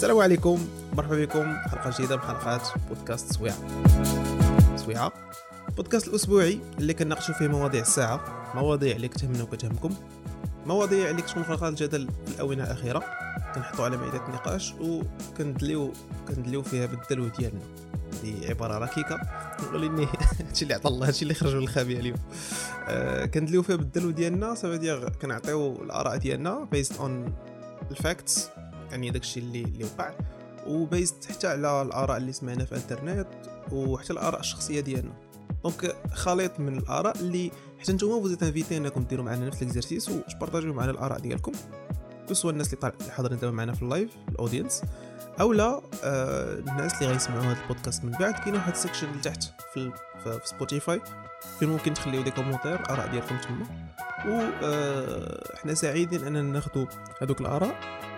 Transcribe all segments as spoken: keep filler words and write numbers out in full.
السلام عليكم، مرحبا بكم حلقة جديدة من حلقات بودكاست سويعة. سويعة بودكاست الأسبوعي اللي كنناقشوا فيه مواضيع الساعة، مواضيع اللي كتهمنا وكتهمكم، مواضيع اللي كتكون خلقها الجدل في الآونة الأخيرة، كنحطوا على مائدة النقاش وكندليو كندليو فيها بالدلو ديالنا. هذه عبارة ركيكة نقول اني هادشي اللي عطا الله، هادشي اللي خرجوا للخابيه اليوم. أه كندليو فيها بالدلو ديالنا، صافي ديال كنعطيو الاراء ديالنا بيست اون الفاكتس، يعني داكشي اللي اللي وقع، وبيست حتى على الاراء اللي سمعنا في الانترنت وحتى الاراء الشخصيه ديالنا. دونك خليط من الاراء اللي حتى نتوما فوزيت انفيتي انكم ديروا معنا نفس الاكزرسيس وتبارطاجيو معنا الاراء ديالكم، سواء الناس اللي حاضرين دابا معنا في اللايف الاودينس او لا آه الناس اللي غيسمعوا هذا البودكاست من بعد. كاين واحد السيكشن لتحت في في سبوتيفاي فين ممكن تخليو دي كومونتير اراء ديالكم تما، و آه احنا سعيدين اننا ناخذوا هذوك الاراء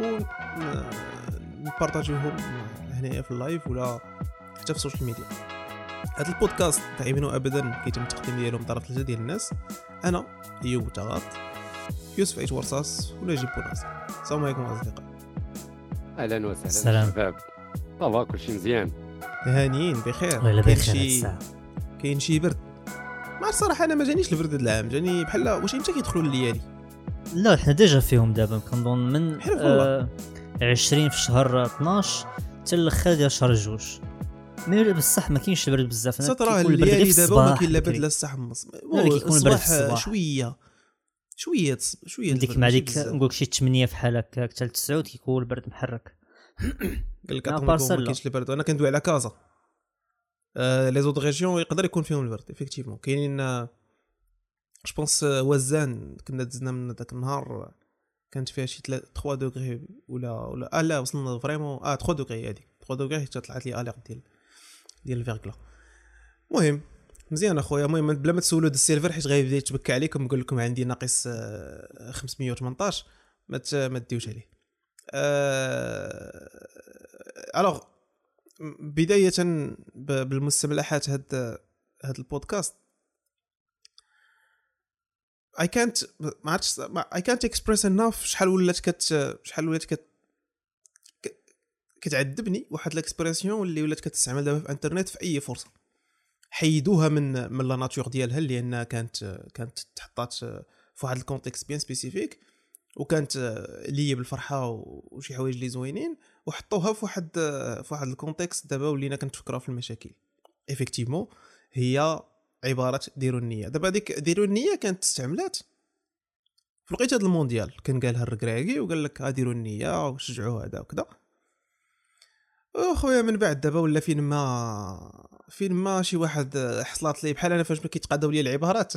ونبارطاجيوهم هنا في اللايف ولا حتى في السوشيال ميديا. هذا البودكاست دائما وابدا كيتم التقديم ديالو من طرف ثلاثه ديال الناس، انا ايوب تغاط، يوسف عيش ورصاص ونجيب بوناصر. السلام عليكم اصدقائي. اهلا وسهلا شباب، صافا كلشي مزيان؟ هانيين بخير ولا بخير؟ كاين شي برد؟ ما الصراحه انا ما جانيش البرد هذا العام، جاني بحال واش امتى كيدخلوا الليالي؟ لا حنا ديجا فيهم دابا، كنظن من آه عشرين في شهر اثناش حتى الاخر ديال شهر جوج. مي بصح ما كاينش البرد بزاف، انا كيكون الليالي دابا وما كاين لا برد لا الصحمص، كيكون البرد في الصباح شويه شويه شويه ديك مع ديك نقول شي ثمانية في حال هكا حتى تسعة كيكون البرد محرك. قال لك ما كاينش البرد. انا كندوي على كازا، آه لي زود ريجيون يقدر يكون فيهم البرد ايفيكتيفمون. كاينين جو بونس وزان كنا دزنا من داك النهار كانت فيها شي ثلاثة دوغري ولا ولا اه لا وصلنا فريمون اه ثلاثة دوغري، هذيك ثلاثة دوغري حتى طلعت لي اليرت ديال ديال الفيرغلا. المهم مزيان اخويا. المهم بلا ما تسولوا د السيرفر حيت غيبدا يتبكى عليكم نقول لكم عندي ناقص خمسمية وثمنطاش، ما ما تديوش عليه. الوغ بدايه بالمستملحات هاد هاد البودكاست I can't ما عرفتش I can't express enough شحال ولات كت شحال ولات كت كتعذبني واحد الاكسبريسيون اللي ولات كتستعمل دابا في الانترنت في اي فرصه. حيدوها من من لا ناتور ديالها لان كانت كانت تحطات في واحد الكونتكست بيان سبيسيفيك وكانت ليا بالفرحه وشي حوايج اللي زوينين، وحطوها في واحد في واحد الكونتكست دابا ولينا كنتفكروا في المشاكل. ايفيكتيفمون هي عباره ديروا النيه. دابا ديك ديروا النيه كانت استعملات في الوقيته ديال المونديال، كان قالها الركراكي وقال لك ديروا النيه وشجعوا هذا وكذا. اخويا من بعد دابا ولا فين ما فين ما شي واحد حصلات لي بحال انا فاش ما كيتقاداو لي العبارات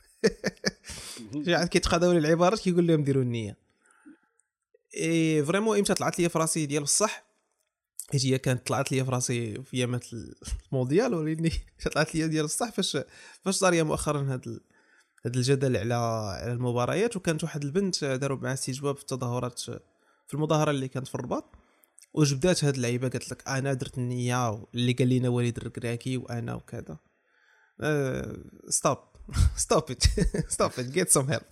شي واحد كيتقاداو لي العبارات كيقول لهم ديروا النيه. اي فريمون امتى طلعت لي فراسي ديال الصح، حيت هي كانت طلعت لي فراسي في ايامات المونديال، ولكن طلعت لي ديال الصح فاش فاش صار لي مؤخرا هذا هذا الجدل على على المباريات. وكانت واحد البنت داروا معها استجواب في التظاهرات في المظاهره اللي كانت في الرباط، وجبدات هاد اللعيبه قالت لك انا درت النيه اللي قال لنا وليد الركراكي وانا وكذا. ستوب ستوب ات ستوب ات جيت سم هيلب.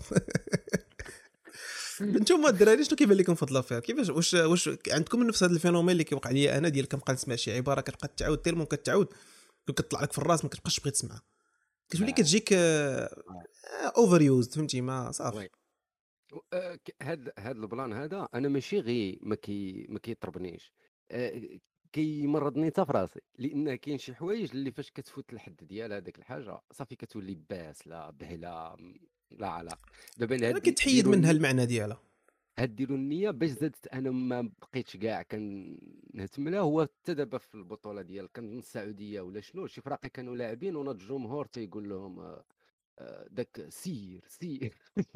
نتوما الدراري شنو كيبان لكم في هاد لافير؟ كيفاش واش واش عندكم نفس هذا الفينومين اللي كيوقع لي انا ديال كنبقى نسمع شي عباره كتبقى تعاود تيرمون كتعاود كتطلع لك في الراس ما كتبقاش تبغي تسمعها، كتولي كتجيك اوفر يوزد، فهمتي؟ ما صافي هاد هاد البلان هذا انا ماشي غير ما كي ما كيطربنيش، كيمرضني حتى في راسي، لان كاين شي حوايج اللي فاش كتفوت الحد ديال هذاك الحاجه صافي كتولي باس لا بهلا لا علاقه. دابا هاد كتحيد منها المعنى ديالها. هاد ديروا النيه باش زادت انا ما بقيتش كاع كنهتم لها. هو حتى دابا في البطوله ديال كان السعوديه ولا شنو شي فراقي كانوا لاعبين وناض الجمهور تيقول لهم داك سير سير.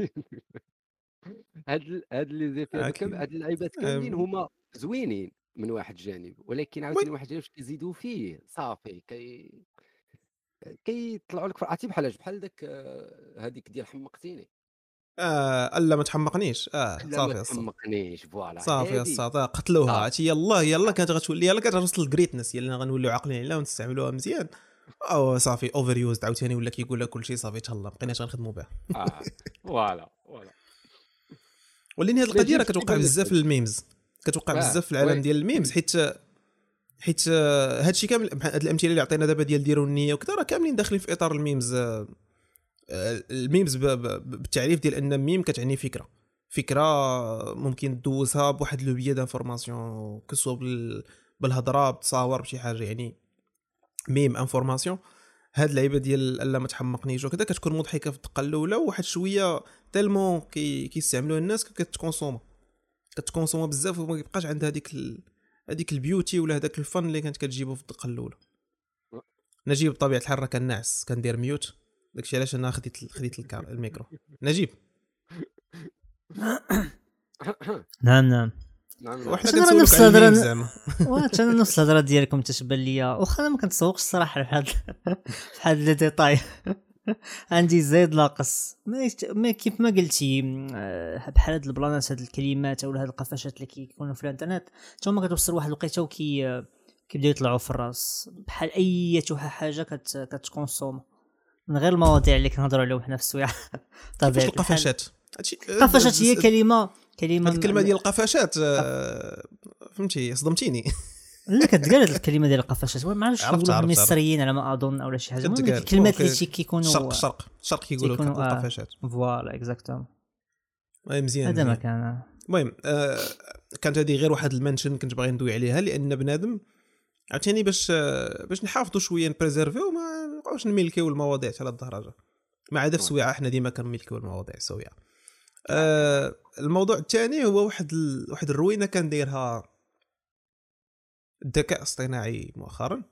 هاد هاد اللي زي فيها كامل هاد اللعيبات كاملين هما زوينين من واحد جانب، ولكن عاوتاني واحد جانب كيزيدوا فيه صافي كي كيطلعوا لك عرفتي بحال بحال داك هذيك ديال حمقتيني. اه الا ما تحمقنيش اه صافي ما تحمقنيش فوالا صافي يا الساطا قتلوها عرفتي. يلاه يلا كانت غتولي يلا كتوصل للجريتنس، يلا غنوليو عاقلين عليها ونستعملوها مزيان. او صافي اوفر يوزد عاوتاني ولا كيقول لك كلشي صافي تهلا بقيناش غنخدموا بها. اه فوالا فوالا. ولكن هذه القضيه راه كتوقع بزاف في الميمز. كتوقع واه بزاف في العالم وي ديال الميمز، حيت حيت آه، هادشي كامل هاد الامثله اللي عطينا دابا ديال ديروا النيه وكذا راه كاملين داخلين في اطار الميمز. آه، آه، الميمز ب- ب- بالتعريف ديال ان ميم كتعني فكره فكره ممكن دوزها بواحد لو بيي دانفورماسيون كسوا بال بالهضره بتصاور بشي حاجه، يعني ميم انفورماسيون. هاد اللعيبه ديال الا ما تحمقنيش وكذا كتكون مضحكه في الدقه الاولى، وواحد شويه تالمون كي كيستعملوها الناس كتكونسوما كتكونسوما بزاف وما كيبقاش عندها هذيك ال... هذيك البيوتي ولا هذاك الفن اللي كانت كتجيبو في الدقه الاولى. نجيب بطبيعه الحال راه كنعس كندير ميوت، داكشي علاش انا خديت خديت الكار الميكرو. نجيب نعم نعم. نعم نعم وحنا اش انا راه كنسولوك نفس على الميم الهضره زعما. وات انا نفس الهضره ديالكم تتبان ليا، واخا انا ما كنتسوقش الصراحه بحال بحال لي ديتاي. عندي زايد ناقص ما, يشت... ما كيف ما قلتي م، آه، بحال هاد البلانات هاد الكلمات او هاد القفشات اللي كيكونوا في الانترنت حتى هما كتوصل واحد الوقيته وكي آه، كيبداو يطلعوا في الراس بحال اي حاجه كت... كتكونسوم من غير المواضيع اللي كنهضروا عليهم حنا في السويعه. كيفاش طبيعي الحال القفشات؟ هادشي قفشات هي كلمه كلمه الكلمه م- ديال القفشات آه، فهمتي صدمتيني. لا كتقال هاد الكلمه ديال القفشات ما عرفتش عرفت كيقولوها عرفت عرفت المصريين على ما اظن اولا شي حاجه، المهم ديك كتقال الكلمات أوكي. اللي تي- كيكونوا الشرق الشرق الشرق كيقولوا تيكونوا آه. القفشات. فوالا اكزاكتومون أي مزيان هذا ما مزيان. كان. المهم آه كانت هذه غير واحد المنشن كنت باغي ندوي عليها، لان بنادم عاوتاني باش آه باش نحافظوا شويه نبريزيرفيو ما نبقاوش نملكيو المواضيع حتى للدرجه، ما عدا في السويعه حنا ديما كنملكيو المواضيع السويعه. آه الموضوع الثاني هو واحد ال... واحد الروينه كان دايرها الذكاء الاصطناعي مؤخرا،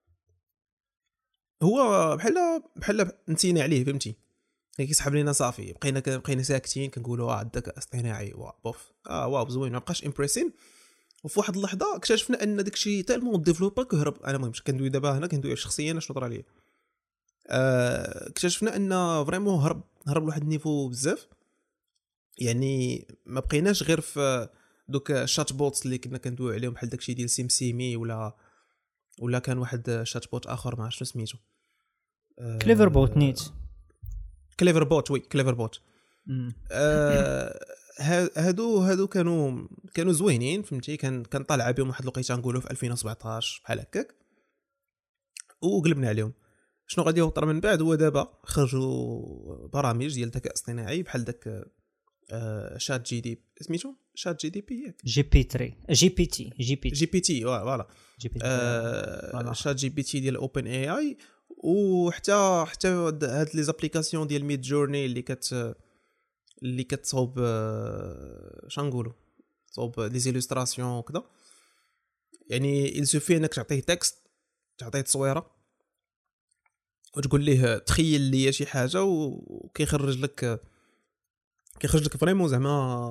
هو بحال بحال نسينا عليه فهمتي، كيسحب لينا صافي بقينا بقينا ساكتين كنقولوا اه الذكاء الاصطناعي وا بوف اه واو زوين ما بقاش امبريسين. وفي واحد اللحظه اكتشفنا ان داكشي تالمون ديفلوبر كهرب. انا المهم كندوي دابا هنا كندوي شخصيا شنو طرا ليا. آه اكتشفنا ان فريمون هرب هرب لواحد النيفو بزاف، يعني ما بقيناش غير في دوك الشات بوتس اللي كنا كندوي عليهم بحال داكشي ديال سيمسيمي ولا ولا كان واحد شات بوت اخر ما عرفتش شنو سميتو. آه كليفر بوت نيت كليفر بوت وي كليفر بوت. مم. آه هادو هادو كانوا كانوا زوينين فهمتي، كان كان طالع بهم واحد الوقيته نقولوا في ألفين وسبعطاش بحال هكاك وقلبنا عليهم. شنو غادي يوطر من بعد هو دابا خرجوا برامج ديال الذكاء الاصطناعي بحال داك آه شات جي دي سميتو شات جي دي بي ياك جي بي ثلاثة جي بي تي جي بي جي تي بي تي فوالا جي بي تي آه شات جي بي تي ديال اوبن اي اي، وحتى حتى هاد لي زابليكاسيون ديال ميد جورني اللي كت اللي كتصوب شنقولوا تصوب لي زيلوستراسيون وكذا، يعني il suffit انك تعطيه تكست تعطيه تصويره وتقول ليه تخيل لي شي حاجه وكيخرج لك كيخرج لك فريمون زعما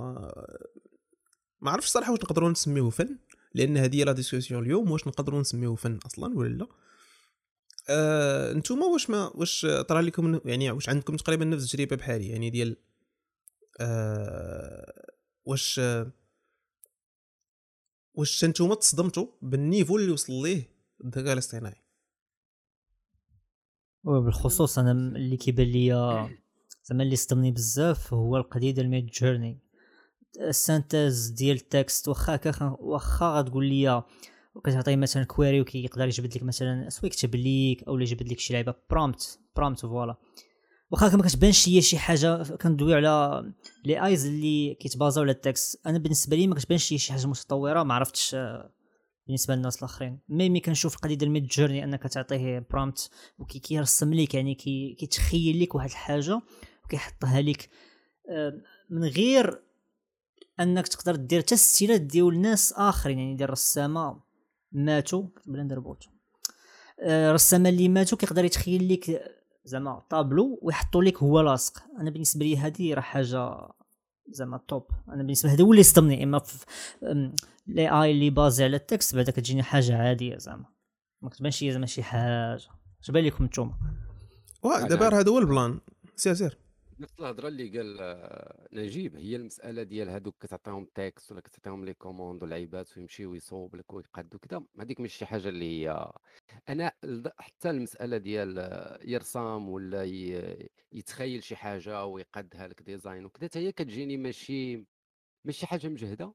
ما عرفتش صراحه واش نقدروا نسميوه فن، لان هذه لا ديسكوسيون اليوم واش نقدروا نسميوه فن اصلا ولا لا. آه، نتوما واش ما واش طرا لكم يعني واش عندكم تقريبا نفس التجربه بحالي يعني ديال آه واش واش نتوما تصدمتوا بالنيفو اللي وصل ليه الذكاء الاصطناعي؟ وبالخصوص انا م- اللي كيبان ليا زعما اللي صدمني بزاف هو القضيه ديال الميد جورني السانتاز ديال التكست. واخا هكا واخا غتقول لي وكتعطيه مثلا كويري وكيقدر يجبد لك مثلا سوا يكتب لك او يجبد لك شي لعيبه برومبت برومبت فوالا، واخا ما كتبانش هي شي حاجه. كندوي على لي ايز اللي كيتبازاو على التكست، انا بالنسبه لي ما كتبانش هي شي حاجه متطوره، ما عرفتش آه، بالنسبه للناس الاخرين. ميمي كنشوف القضيه ديال الميد جورني انك تعطيه برومبت وكيرسم لك يعني كي كيتخيل لك واحد الحاجه وكيحطها لك آه، من غير انك تقدر دير حتى ستيلات ديال ناس اخرين، يعني ديال رسامه ماتوا بلا ندير بوت آه، رسامه اللي ماتوا كيقدر يتخيل لك زعما طابلو ويحطوا لك هو لاصق. انا بالنسبه لي هذه راه حاجه زعما توب. انا بالنسبه هذا هو اللي صدمني، اما الاي اي اللي بازي على التكست بعدا كتجيني حاجه عاديه زعما ما كتبانش هي زعما شي حاجه. اش بان لكم نتوما؟ واه دابا هذا هو البلان. سير سير نفس الهضره اللي قال آه، نجيب، هي المساله ديال هذوك كتعطيهم تكست ولا كتعطيهم لي كوموند والعيبات ويمشيو يصوب لك ويقادو كذا، هذيك ماشي شي حاجه اللي هي انا ال- حتى المساله ديال آه، يرسم ولا ي- يتخيل شي حاجه ويقادها لك ديزاين وكذا، حتى هي كتجيني ماشي ماشي حاجه مجهده.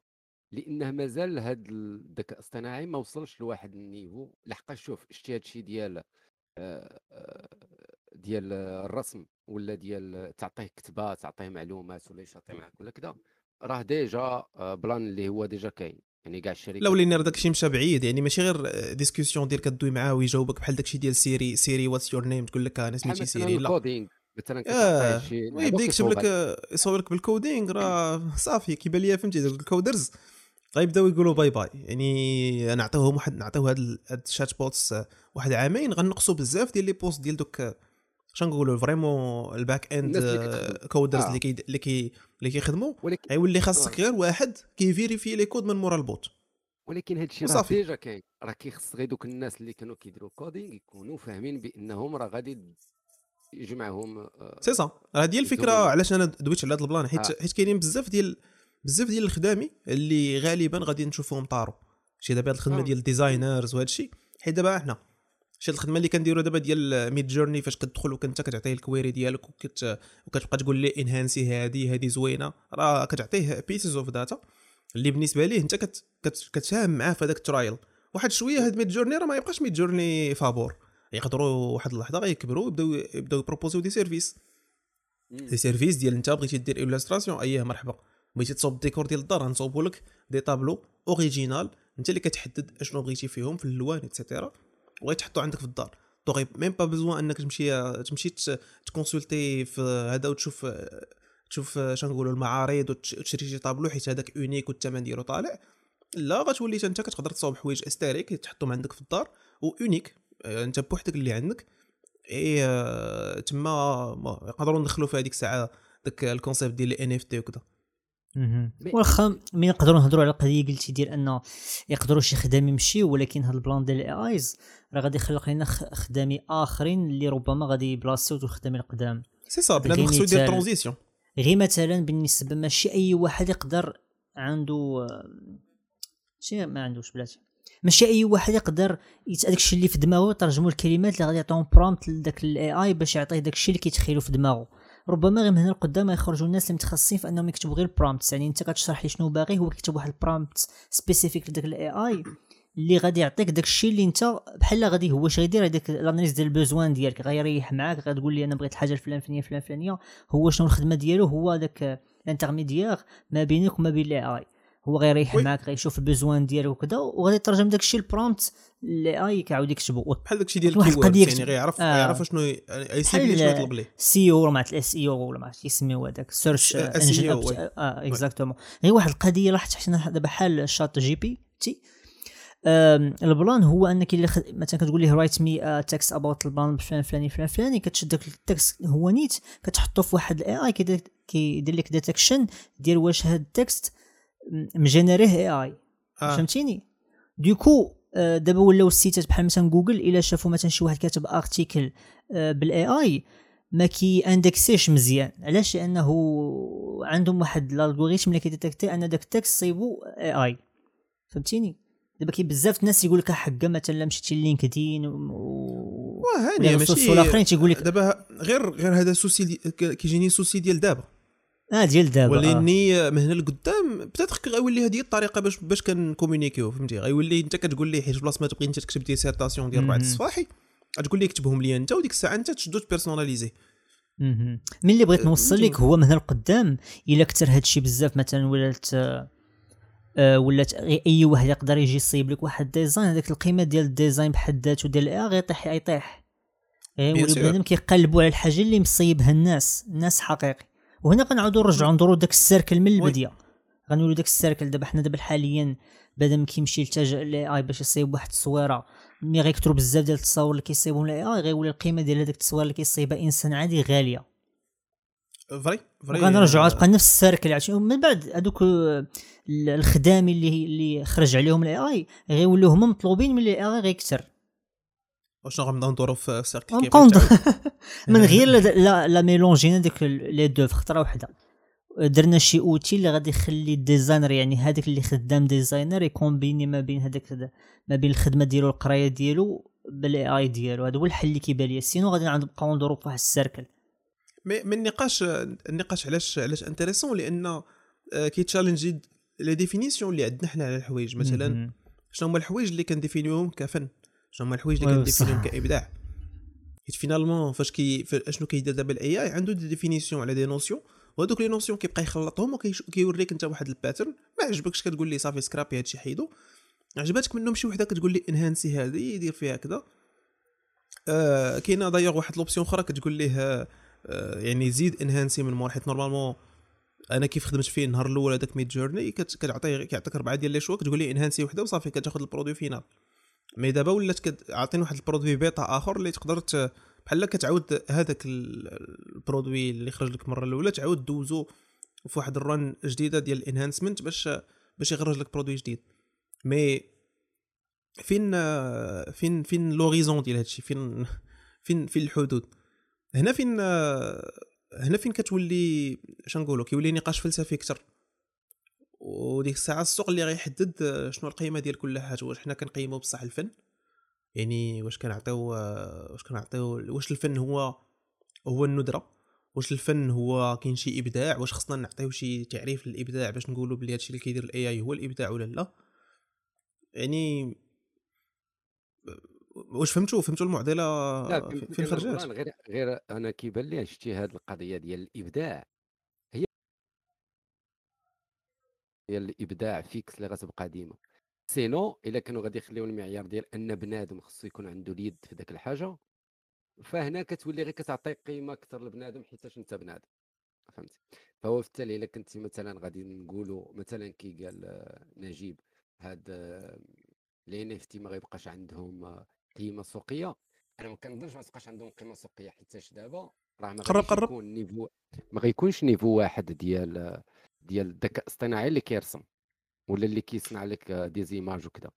لانه مازال هذا الذكاء الاصطناعي ما وصلش لواحد النيفو. لحقاش شوف شتي هذا الشيء ديال آه، آه، ديال الرسم ولا ديال تعطيه كتبه تعطيه معلومات ولا يشاطي معك ولا كذا، راه ديجا آه، بلان اللي هو ديجا كاين يعني كاع الشركات. لو لينا داكشي مشى بعيد، يعني ماشي غير ديسكوسيون ديال كدوي معاه ويجاوبك بحال داكشي ديال سيري سيري واتس يور نيم، تقول لك انا سميتي سيري. لا الكودينغ مثلا كتعطيه اه شي ويبدا يكتب لك يصور لك بالكودينغ، راه صافي كيبان ليا فهمتي دوك الكودرز غيبداو يقولوا باي باي. يعني نعطيوهم واحد نعطيو هاد الشات بوتس واحد عامين غنقصوا بزاف ديال لي بوست ديال دوك اش نقولوا فريمون الباك اند كودرز اللي كي اللي كي اللي كيخدموا. غيولي خاصك غير واحد كيفيريفي لي كود من مورا البوت. ولكن هذا الشيء راه ديجا كاين، راه كيخص غير دوك الناس اللي كانوا كيديروا كودينغ يكونوا فاهمين بانهم راه غادي يجي معهم سي صا. راه ديال الفكره علاش انا دويت على هذا البلان، حيت آه. حيت كاينين بزاف ديال بزاف ديال الخدامي اللي غالبا غادي نشوفوهم طاروا شي دابا الخدمه آه. ديال الديزاينرز وهذا الشيء. حيت دابا احنا شي الخدمه اللي كنديروا دابا ديال ميد جورني فاش كتدخل وكنت كتعطيه الكويري ديالك وكت وكتبقى تقول لي انهانسي هذه هذه زوينه، راه كتعطيه بيسز اوف داتا اللي بالنسبه ليه انت كت كتفاهم معاه في هذاك الترايل. واحد شويه هاد ميد جورني راه ما يبقاش ميد جورني فابور، يقدروا واحد اللحظه غيكبروا يبداو يبداو يبروبوزيو دي سيرفيس دي سيرفيس ديال انت بغيتي دير ايلستراسيون اييه مرحبا، بغيتي تصوب الديكور ديال الدار غنصوبوا لك دي طابلو اوريجينال انت اللي كتحدد اشنو بغيتي فيهم في اللوان ايتترا وغيتحطوا عندك في الدار. دونك ميم با بزوان انك تمشي تمشي تكونسلتي في هذا وتشوف تشوف اش نقولوا المعارض وتشري شي طابلو حيت هذاك اونيك والثمن ديالو طالع. لا غتولي انت كتقدر تصاوب حوايج استيريك تحطهم عندك في الدار واونيك انت بوحدك اللي عندك. اي تما يقدروا ندخلوا في هذيك الساعه داك الكونسيبت ديال الان اف تي وكذا. واخا من نقدروا نهضروا على القضيه قلتي ديال انه يقدروا شي خدام يمشيو، ولكن هذا البلان ديال الاي ايز راه غادي يخلق لنا خدامي اخرين اللي ربما غادي يبلاصيو الخدامي القدام. سي صا بلا خصو يدير ترانزيسيون. غير مثلا بالنسبه ماشي اي واحد يقدر عنده شي ما عندوش بلاتي ماشي اي واحد يقدر يتعدك الشيء اللي في دماغه يترجموا الكلمات اللي غادي يعطيهم برومبت لذاك الاي اي باش يعطيه داك الشيء اللي كيتخيلوا في دماغه. ربما غير من هنا لقدام يخرجوا الناس اللي متخصصين في انهم يكتبوا غير البرومبتس، يعني انت كتشرح لي شنو باغي هو كيكتب واحد البرومبت سبيسيفيك لذاك الاي اي اللي غادي يعطيك داك الشيء اللي انت بحال غادي هو اش غيدير هذاك الاناليز ديال البوزوان ديالك، غيريح معاك غتقول لي انا بغيت الحاجه الفلانيه فلان فلانيه. هو شنو الخدمه ديالو هو داك الانترميديير ما بينك وما بين الاي اي، هو غيريح معاك غيشوف البوزوان ديالك وكذا وغادي يترجم داك الشيء البرومبت الاي اي كيعاود يكتبو بحال داك الشيء ديال الكيورد يعني غيعرف آه. غيعرف شنو اي سي بي شنو يطلب ليه سي او ولا مع الاس اي او ولا ما عرفتش يسميوه هذاك سيرش انجن اه اكزاكتومون. غير واحد القضيه لاحظت حنا دابا بحال شات جي بي تي البلان هو انك الا مثلا كتقول ليه رايت مي تكست اباوت البلان فلان فلاني فلان فلاني كتشد داك التكست هو نيت كتحطو في واحد الاي اي كيدير لك ديتكشن ديال واش هاد التكست مجنريه اي اي آه. فهمتيني. دوكو دابا ولاو السيتات بحال مثلا جوجل الا شافوا مثلا شي واحد كاتب ارتيكل بالاي اي ما كي اندكسيش مزيان. علاش؟ لانه عندهم واحد الالغوريثم اللي كيديتكتي ان داك التكست صيبو اي اي فهمتيني. دابا كاين بزاف الناس يقول لك حقا مثلا مشيتي لينكدين و وهاني ماشي الاخرين تيقول لك دابا غير غير هذا سوسي دي... كيجيني سوسي ديال دابا اه ديال دابا ولاني آه. من هنا لقدام بتاتخ غيولي هذه الطريقه باش باش كنكومونيكيو فهمتي. غيولي انت كتقول لي حيت بلاص ما تبغي انت تكتب ديسيرتاسيون ديال ربعه الصفاحي غتقول لي كتبهم لي انت وديك الساعه انت تشدو بيرسوناليزي. من اللي بغيت نوصل لك هو من هنا لقدام الا كثر هادشي بزاف مثلا ولات أه ولات اي واحد يقدر يجي يصيب لك واحد ديزاين هذاك القيمه ديال الديزاين بحد ذاته ديال الاي غيطيح يطيح غير ولا بنادم كيقلبوا على الحاجه اللي مصيبها الناس الناس حقيقي. وهنا غنعاودوا نرجعوا ندوروا داك السيركل من البدايه غنولوا داك السيركل. دابا حنا دابا حاليا بادم كيمشي يلتجئ للاي اي باش يصيب واحد التصويره ملي غيكثروا بزاف ديال التصاور اللي كيصيبهم الاي اي غيولي القيمه ديال هذاك التصوير اللي كيصيبها انسان عادي غاليه. فري فري غنرجعوا تبقى نفس السيركل عشان من بعد هذوك الخدامي اللي اللي خرج عليهم الاي اي غيوليو هما مطلوبين من الاي اي غيكثر. واش غنبداو ندورو في السيركل كيف من غير لا لا ميلونجينا ديك لي دو في خطره وحده درنا شي اوتي اللي غادي يخلي الديزاينر يعني هذاك اللي خدام ديزاينر يكومبيني ما بين هذاك ما بين الخدمه ديالو القرايه ديالو بالاي اي ديالو. هذا هو الحل اللي كيبان لي سينو غادي نبقاو ندورو في واحد السيركل. مي من النقاش النقاش علاش علاش انتريسون لان كيتشالنجي لي ديفينيسيون اللي عندنا حنا على الحوايج مثلا مهم. شنو هما الحوايج اللي كنديفينيوهم كفن شنو هما الحوايج اللي وي كنديفينيوهم بصح. كابداع حيت فينالمون فاش كي اشنو كيدير دابا الاي اي عنده دي ديفينيسيون على دي نوسيون وهذوك لي نوسيون كيبقى يخلطهم وكيوريك انت واحد الباترن ما عجبكش كتقول لي صافي سكرابي هادشي حيدو عجباتك منهم شي وحده كتقول لي انهانسي هذه دير فيها كذا آه كاينه دايوغ واحد لوبسيون اخرى كتقول ليه آه يعني زيد انهانسي من مور حيت نورمالمون انا كيف خدمت فيه النهار الاول هذاك ميد جورني كتعطيه كيعطيك اربعه ديال لي شوا كتقول لي انهانسي وحده وصافي كتاخذ البرودوي فينال مي دابا ولات كتعطيني واحد البرودوي بيتا اخر اللي تقدر بحال كتعاود هذاك البرودوي اللي خرج لك المره الاولى تعاود دوزو في واحد الران جديده ديال الانهانسمنت باش باش يخرج لك برودوي جديد مي فين فين فين لوريزون ديال هادشي فين فين فين الحدود هنا فين هنا فين كتولي اش نقولوا كيولي نقاش فلسفي اكثر وديك الساعه السوق اللي غيحدد شنو القيمه ديال كل حاجه واش حنا كنقيموا بصح الفن يعني واش كنعطيو واش كنعطيو واش الفن هو هو الندره واش الفن هو كاين شي ابداع واش خصنا نعطيو شي تعريف للابداع باش نقولوا بلي هادشي اللي كيدير الاي اي هو الابداع ولا لا يعني واش فهمتوا فهمتوا المعضله فين خرجت غير غير انا كيبان لي شتي هذه القضيه ديال الابداع هي هي الابداع فيكس اللي غتبقى ديما سينو الا كانوا غادي يخليو المعيار ديال ان بنادم خصو يكون عنده اليد في داك الحاجه فهنا كتولي غير كتعطي قيمه اكثر لبنادم حيتاش انت بنادم فهمتي فهو في التالي الا كنت مثلا غادي نقولوا مثلا كي قال نجيب هاد لي ان اف تي ما غيبقاش عندهم قيمه سوقيه انا ما كنظنش ما تبقاش عندهم قيمه سوقيه حيتاش دابا راه ما غاديش يكون نيفو ما غيكونش نيفو واحد ديال ديال الذكاء الاصطناعي اللي كيرسم ولا اللي كيصنع لك دي زيماج وكذا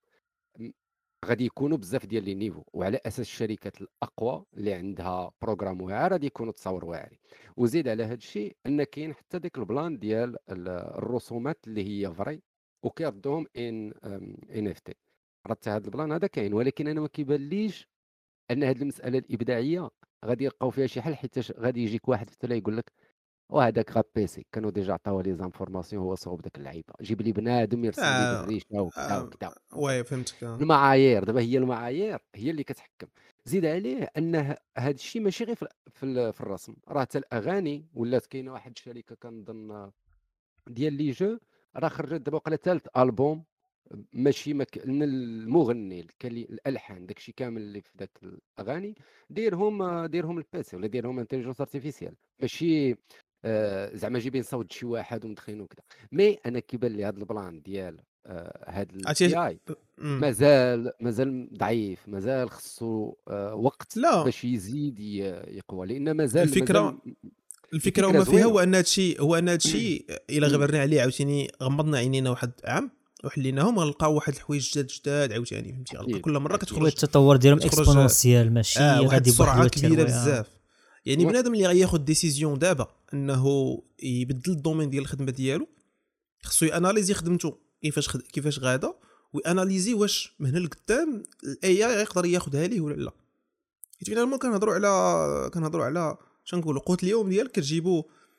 غادي يكونوا بزاف ديال لي نيفو وعلى اساس الشركات الاقوى اللي عندها بروغرام واعر غادي يكونوا تصاور واعرين وزيد على هذا الشيء ان كاين حتى ديك البلان ديال الرسومات اللي هي فري وكيردوهم ان ان اف تي راه حتى هذا البلان هذا كاين ولكن انا ما كيبانليش ان هذه المساله الابداعيه غادي يلقاو فيها شي حل حيت غادي يجيك واحد في التلا يقول لك وهذاك غا بيسي كانوا ديجا عطاوه لي زانفورماسيون هو صوب داك اللعيبه جيب لي بنادم يرسم لي بالريشه وكذا وكذا وي فهمتك المعايير دابا هي المعايير هي اللي كتحكم زيد عليه ان هذا الشيء ماشي غير في, في الرسم راه حتى الاغاني ولات كاينه واحد الشركه كنظن ديال لي جو راه خرجت دابا وقيله ثالث البوم ماشي مك... المغني الكلي... الالحان داكشي كامل اللي في داك الاغاني ديرهم ديرهم البيسي ولا ديرهم انتيليجنس ارتيفيسيال ماشي آه زعما جايبين صوت شي واحد ومدخلينه وكذا مي انا كيبان لي هذا البلان ديال آه هاد الاي اي مازال مازال ضعيف مازال خصو آه وقت لا. باش يزيد يقوى لان مازال الفكره مازال الفكره وما فيها هو ان هادشي هو ان هادشي الا غبرنا عليه عاوتاني غمضنا عينينا واحد عام وحليناهم غنلقاو واحد الحوايج جداد جداد عاوتاني فهمتي غنلقى كل مره كتخرج التطور ديالهم اكسبونونسيال ماشي آه غادي بسرعه كبيره بزاف يعني بنادم اللي غياخذ ديسيزيون دابا انه يبدل الدومين ديال الخدمه ديالو خصو ياناليزي خدمته كيفاش خد... كيفاش غادا واناليزي واش من هنا لقدام الاي اي يقدر ياخذها ليه ولا لا حيت فينالمون كنهضروا على كنهضروا على شنقولوا قوت اليوم ديالك كتجيبو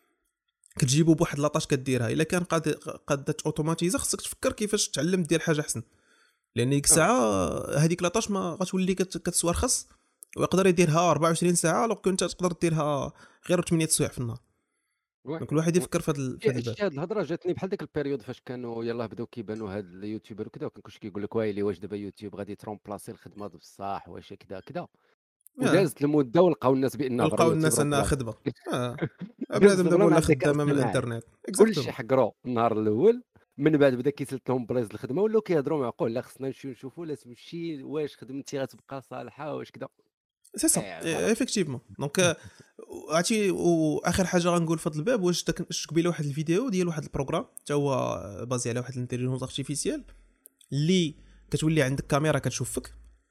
كتجيبو بواحد لاطاش كديرها الا كان قاد قادت اوتوماتيزا خصك تفكر كيفاش تعلم دير حاجه احسن لان ديك الساعه هذيك لاطاش ما غتولي كتسوى رخص ويقدر يديرها أربعة وعشرين ساعه لو كنت تقدر ديرها غير ثمانية سوايع في النهار كل واحد يفكر في هذا الباب هاد الهضره جاتني بحال ديك البيريود فاش كانوا يلاه بداو كيبانوا هاد اليوتيوبر وكذا وكان كلشي كيقول لك وايلي واش دابا يوتيوب غادي ترومبلاسي الخدمه بصح واش كذا كذا ودازت المده ولقاو الناس بان لقاو الناس انها خدمه اه بنادم دابا ولا خدامه من الانترنت كلشي حقروا النهار الاول من بعد بدا كيسلت لهم بلايص الخدمه ولاو كيهضروا معقول لا خصنا نمشيو نشوفوا لا تمشي واش خدمتي غتبقى صالحه واش كذا سي سا ايفيكتيفمون دونك عرفتي واخر حاجه غنقول في هذا الباب واش داك قبيله واحد الفيديو ديال واحد البروغرام حتى هو بازي على واحد الانتيليجنس ارتيفيسيال اللي كتولي عندك كاميرا كتشوفك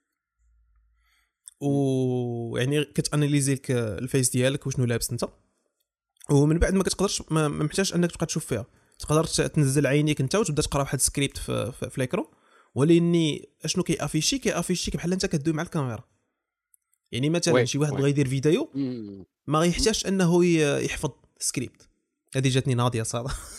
ويعني كتاناليزي لك الفيس ديالك وشنو لابس انت ومن بعد ما كتقدرش ما محتاجش انك تبقى تشوف فيها تقدر تنزل عينيك انت وتبدا تقرا واحد السكريبت في, في, في ليكرو ولاني اشنو كي افيشي كي افيشيك بحال انت كدوي مع الكاميرا يعني مثلا شي واحد بغى يدير فيديو ما غيحتاجش انه يحفظ سكريبت هذه جاتني ناضيه صراحه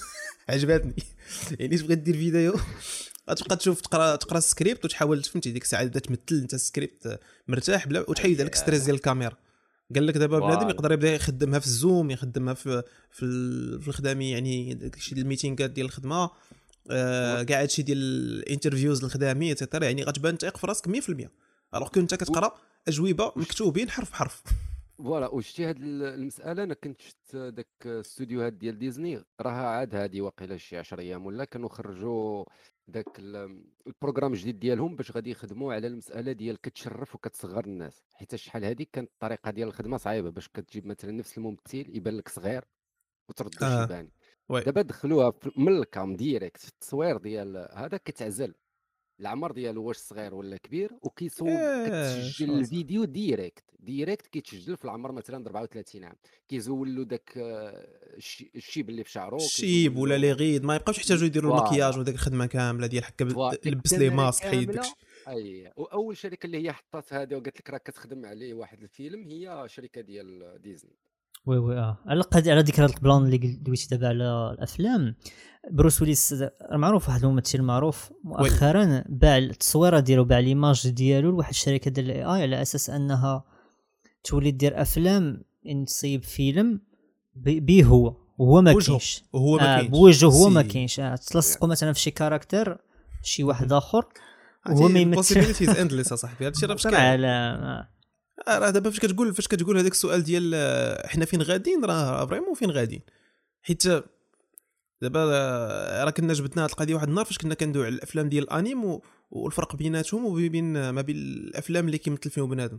عجبتني. يعني تبغي دير فيديو غتبقى تشوف تقرا تقرا السكريبت وتحاول فهمتي ديك الساعه تبدا تمثل انت السكريبت مرتاح بلا وتحيد عليك ستريس ديال الكاميرا. قال لك دابا بنادم يقدر يبدا يخدمها في الزوم يخدمها في في, في الخدامي يعني داكشي ديال الميتينغات ديال الخدمه آه كاع هادشي ديال الانترفيوز الخداميه ايتترا يعني غتبان تايق في راسك مية في المية الوغ كنت كتقرا اجوبه مكتوبين حرف بحرف. فوالا وشتي هاد المساله انا كنت شفت داك الاستوديوهات ديال ديزني راها عاد هادي واقيلا شي عشرة ايام ولا كانوا خرجوا داك البروغرام الجديد ديالهم باش غادي يخدموا على المساله ديال كتشرف وكتصغر الناس حيت شحال هذيك كانت الطريقه ديال الخدمه صعيبه باش كتجيب مثلا نفس الممثل يبان لك صغير وتردو آه. شي باني. وي. دابا دخلوها من الكام ديريكت في التصوير ديال هذا كتعزل العمر ديالو واش صغير ولا كبير وكيصوب إيه، كتسجل شو الفيديو ديريكت ديريكت كيتسجل في العمر مثلا أربعة وثلاثين عام كيزول له داك آه، الشي- الشيب اللي في شعره الشيب كيزول ولا له- لي غيد ما يبقاوش يحتاجوا يديروا فوالا. المكياج وداك الخدمه كامله ديال حكا فوالا. لبس لي الكاميرا ماسك حيد كاملة. داكشي. اي واول شركه اللي هي حطات هذه وقالت لك راه كتخدم عليه واحد الفيلم هي شركه ديال ديزني. وي وي اه على قد على ذكر البلان اللي دويتي دابا على الافلام بروس ويليس معروف واحد الممثل معروف مؤخرا باع التصويره ديالو باع ليماج ديالو لواحد الشركه ديال الاي اي على اساس انها تولي دير افلام ان تصيب فيلم بيه هو وهو ما بوجهه. كاينش وهو ما آه كاينش. بوجهه هو ما سي- كاينش آه تلصقوا مثلا في شي كاركتر شي واحد اخر وهو ما يمثل possibilities endless اصاحبي هادشي راه فاش كاين على آه. آه، راه دابا فاش كتقول فاش كتقول هذاك السؤال ديال آه، حنا فين غاديين راه فريمون فين غاديين حيت دابا آه، راه كنا جبدنا هاد القضيه واحد النهار فاش كنا كندوي على الافلام ديال الانيم و- والفرق بيناتهم وبين ما بين الافلام اللي كيمثل فيهم بنادم.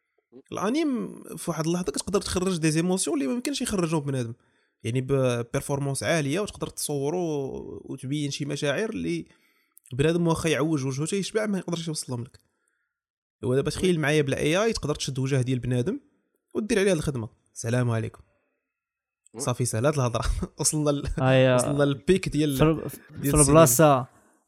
الانيم في واحد اللحظه كتقدر تخرج دي زيموسيون اللي ما يمكنش يخرجوهم بنادم يعني ببيرفورمانس عاليه وتقدر تصوروا وتبين شي مشاعر اللي بنادم واخا يعوج وجهه حتى يشبع ما يقدرش يوصلهم لك. هو دابا تخيل معايا بلا اي اي تقدر تشد وجه ديال بنادم ودير عليه الخدمه. السلام عليكم صافي سالات الهضره وصلنا ل... آه وصلنا للبيك ديال في في البلاصه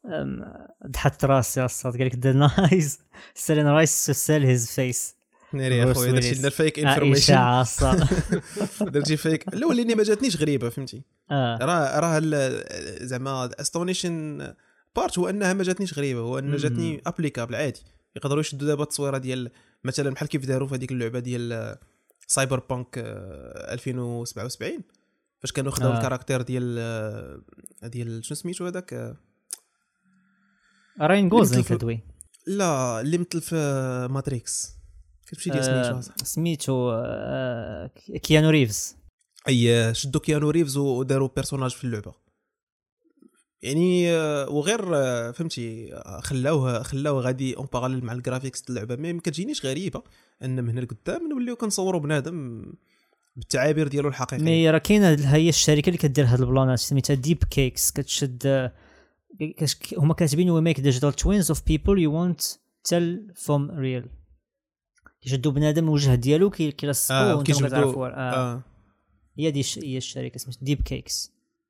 ضحت راسي اصاط قال لك ذا نايس سيلين رايس تو سيل هيز فيس ناري يا خويا درتي لنا الفيك انفورميشن اشاعه صا درتي فيك لا وليني ما جاتنيش غريبه فهمتي اه راه راه ال- زعما استونيشن بارت هو انها ما جاتنيش غريبه هو ان جاتني ابليكابل عادي يقدروا يشدوا دابا التصويره ديال مثلا بحال كيف داروا في هذيك اللعبه ديال سايبر بانك ألفين وسبعة وسبعين فاش كانوا خداو آه. الكاركتير ديال ديال شنو سميتو هذاك راين جوزلينغ مثل في- كدوي لا اللي مثل في ماتريكس كتمشي لي سميتو آه، صح سميتو آه، كيانو ريفز اي شدوا كيانو ريفز وداروا بيرسوناج في اللعبه يعني آه، وغير آه، فهمتي آه، خلاوه خلاوه غادي اون باراليل مع الجرافيكس ديال اللعبه ما كتجينيش غريبه ان من هنا لقدام نوليو كنصوروا بنادم بالتعابير ديالو الحقيقيه. مي راه كاينه هي الشركه اللي كدير هاد البلانات سميتها ديب كيكس كتشد آه، كاش- هما كاتبين وي ميك ديجيتال توينز اوف بيبل يو وونت تيل فروم ريل كيشدوا بنادم الوجه ديالو كي كيلصقوا اه وانت ما كيجبدوا كتعرفوا آه. اه هي دي الش- هي الشركه سميتها ديب كيكس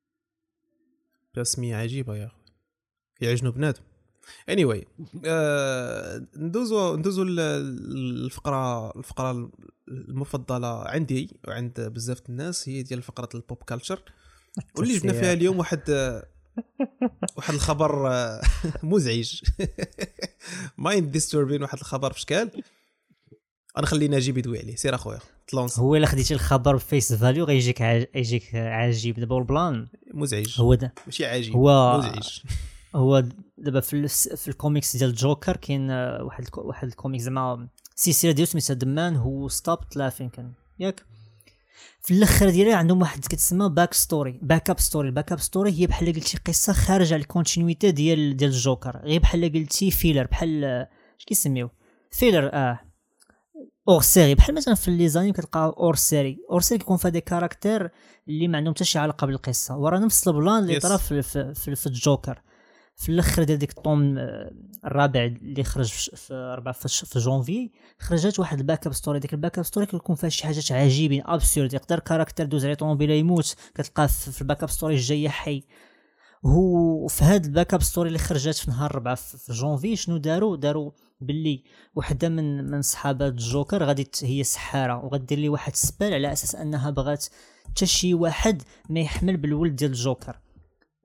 رسميه عجيبه يا اخي يعجنوا بنادم. anyway آه ندوزو ندوزو ل- الفقره الفقره المفضله عندي وعند بزاف الناس هي ديال فقره البوب كالتشر واللي جبنا فيها اليوم واحد آه، واحد الخبر آه، مزعج مايند ديستوربين واحد الخبر في شكال انا خلي نجيب يدوي عليه سير اخويا تلونس هو الا خديتي الخبر بفيس فاليو غيجيك عاج... يجيك عجيب دابا البلان مزعج هو ده ماشي عاجب هو- مزعج هو دابا في الس- في الكوميكس ديال جوكر كاين آه، واحد الكو- واحد الكوميكس زعما سلسله ديالو سميتها ذا مان هو ستوب لافين كان ياك في الاخر ديالها عندهم واحد كتسمى باك ستوري باك اب ستوري الباك اب ستوري هي بحال قلتي قصه خارجه على الكونتينيتي ديال ديال الجوكر غير بحال قلتي فيلر بحال آه، اش كيسميو فيلر اه اور سيري بحال مثلا في لي زانيم كتلقى اور سيري اور سيري كيكون فيها دي كاركتير اللي ما عندهم حتى شي علاقه بالقصه ورا نفس البلان اللي Yes. طرا في, في, في, في الجوكر في الاخر ديال ديك الطوم آه، الرابع اللي خرج في في أربعة في, ش- في جونفي خرجت واحد الباك اب ستوري ديك الباك اب ستوري كيكون فيها شي حاجات عجيبين ابسورد يقدر كاركتر دوز عليه طوموبيله يموت كتلقاه في في الباك اب ستوري الجايه حي هو في هاد الباك اب ستوري اللي خرجت في نهار أربعة في في جونفي شنو داروا داروا باللي وحده من من صحابات الجوكر غادي ت- هي سحاره وغدير لي واحد السبال على اساس انها بغات حتى شي واحد ما يحمل بالولد ديال الجوكر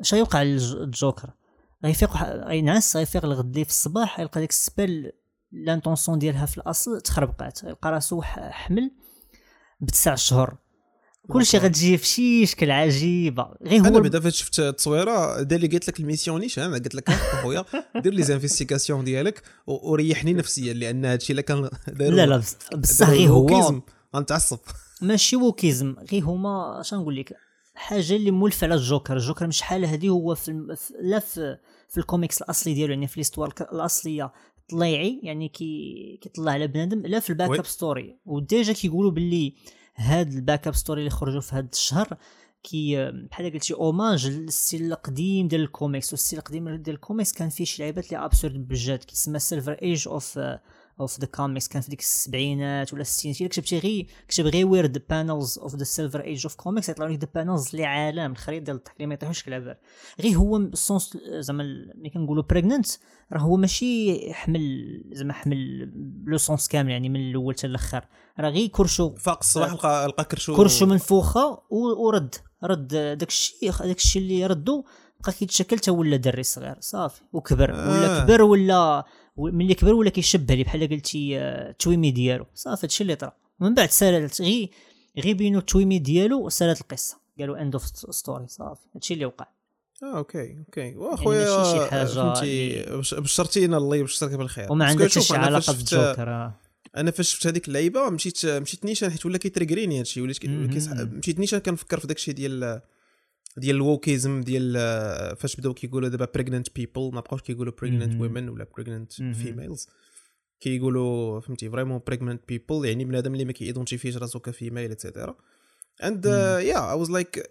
اش غيوقع للجوكر؟ غيفيق غينعس غيفيق الغدي في الصباح يلقى داك السبل لانطونسيون ديالها في الاصل تخربقات، يلقى راسو حمل بتسع شهور. كلشي غتجي في شي شكل عجيبه. غير هو انا بعدا فاش شفت التصويره دار لي قالت لك الميسيون نيش انا قلت لك اخويا دير لي زانفيستيغاسيون ديالك وريحني نفسيا لان هادشي اللي كان لا لا بصح غير هو غنتعصب ماشي ووكيزم، غير هما اش نقول لك حاجه اللي مولفه على الجوكر. الجوكر مش حاله هذه هو في لا في, في الكوميكس الاصلي ديالو يعني في ليستوار الاصليه طليعي يعني كي كيطلع على بنادم لا في الباك اب ستوري. وديجا كيقولوا باللي هاد الباك اب ستوري اللي خرجوا في هاد الشهر كي بحال قلتي اوماج للستيل القديم ديال الكوميكس. والستيل القديم ديال الكوميكس كان فيه شي لعيبات اللي ابسورد بجد كيسمى سيلفر ايج اوف اوف ذا كوميكس. كان في ديك السبعينات ولا الستينات الا كتبتي غير كتب غير ويرد بانلز اوف ذا سيلفر ايج اوف كوميكس يطلعوا لك ذا بانلز اللي عالم الخريطه ديال التحليل ما يطيحوش كلابر. غير هو السونس زعما ملي كنقولوا بريغننت راه هو ماشي حمل زعما حمل لو سونس كامل يعني من الاول حتى الاخر، راه غير كرشو فاق الصباح لقى لقى كرشو كرشو منفوخه ورد رد داكشي داكشي اللي ردو بقى كيتشكل حتى ولا دري صغير صافي وكبر آه. ولا كبر ولا ملي كبر ولا كيشبه لي بحال قلتي التويمي ديالو صافي هادشي اللي طرا. من بعد سالت غير غير بينو التويمي ديالو سالت القصه قالوا اند اوف ستوري صافي هادشي اللي وقع. اه اوكي اوكي واخويا يعني ماشي شي حاجه فهمتي بشرتينا الله يبشرك بالخير وما عندها حتى علاقه بالجوكر. انا فاش شفت هذيك اللعيبه مشيت مشيت نيشان حيت ولا كيتريغريني هادشي وليت مشيت نيشان كنفكر في داكشي ديال ديال الووكيزم ديال فاش بداو كيقولوا دابا بريغننت بيبل ما بقاوش كيقولوا بريغننت ويمن ولا بريغننت فيميلز كيقولوا فهمتي فريمون بريغننت بيبل يعني بنادم اللي ما كيدونتيفيش راسو كفيميل اتسيتيرا. اند يا اي واز لايك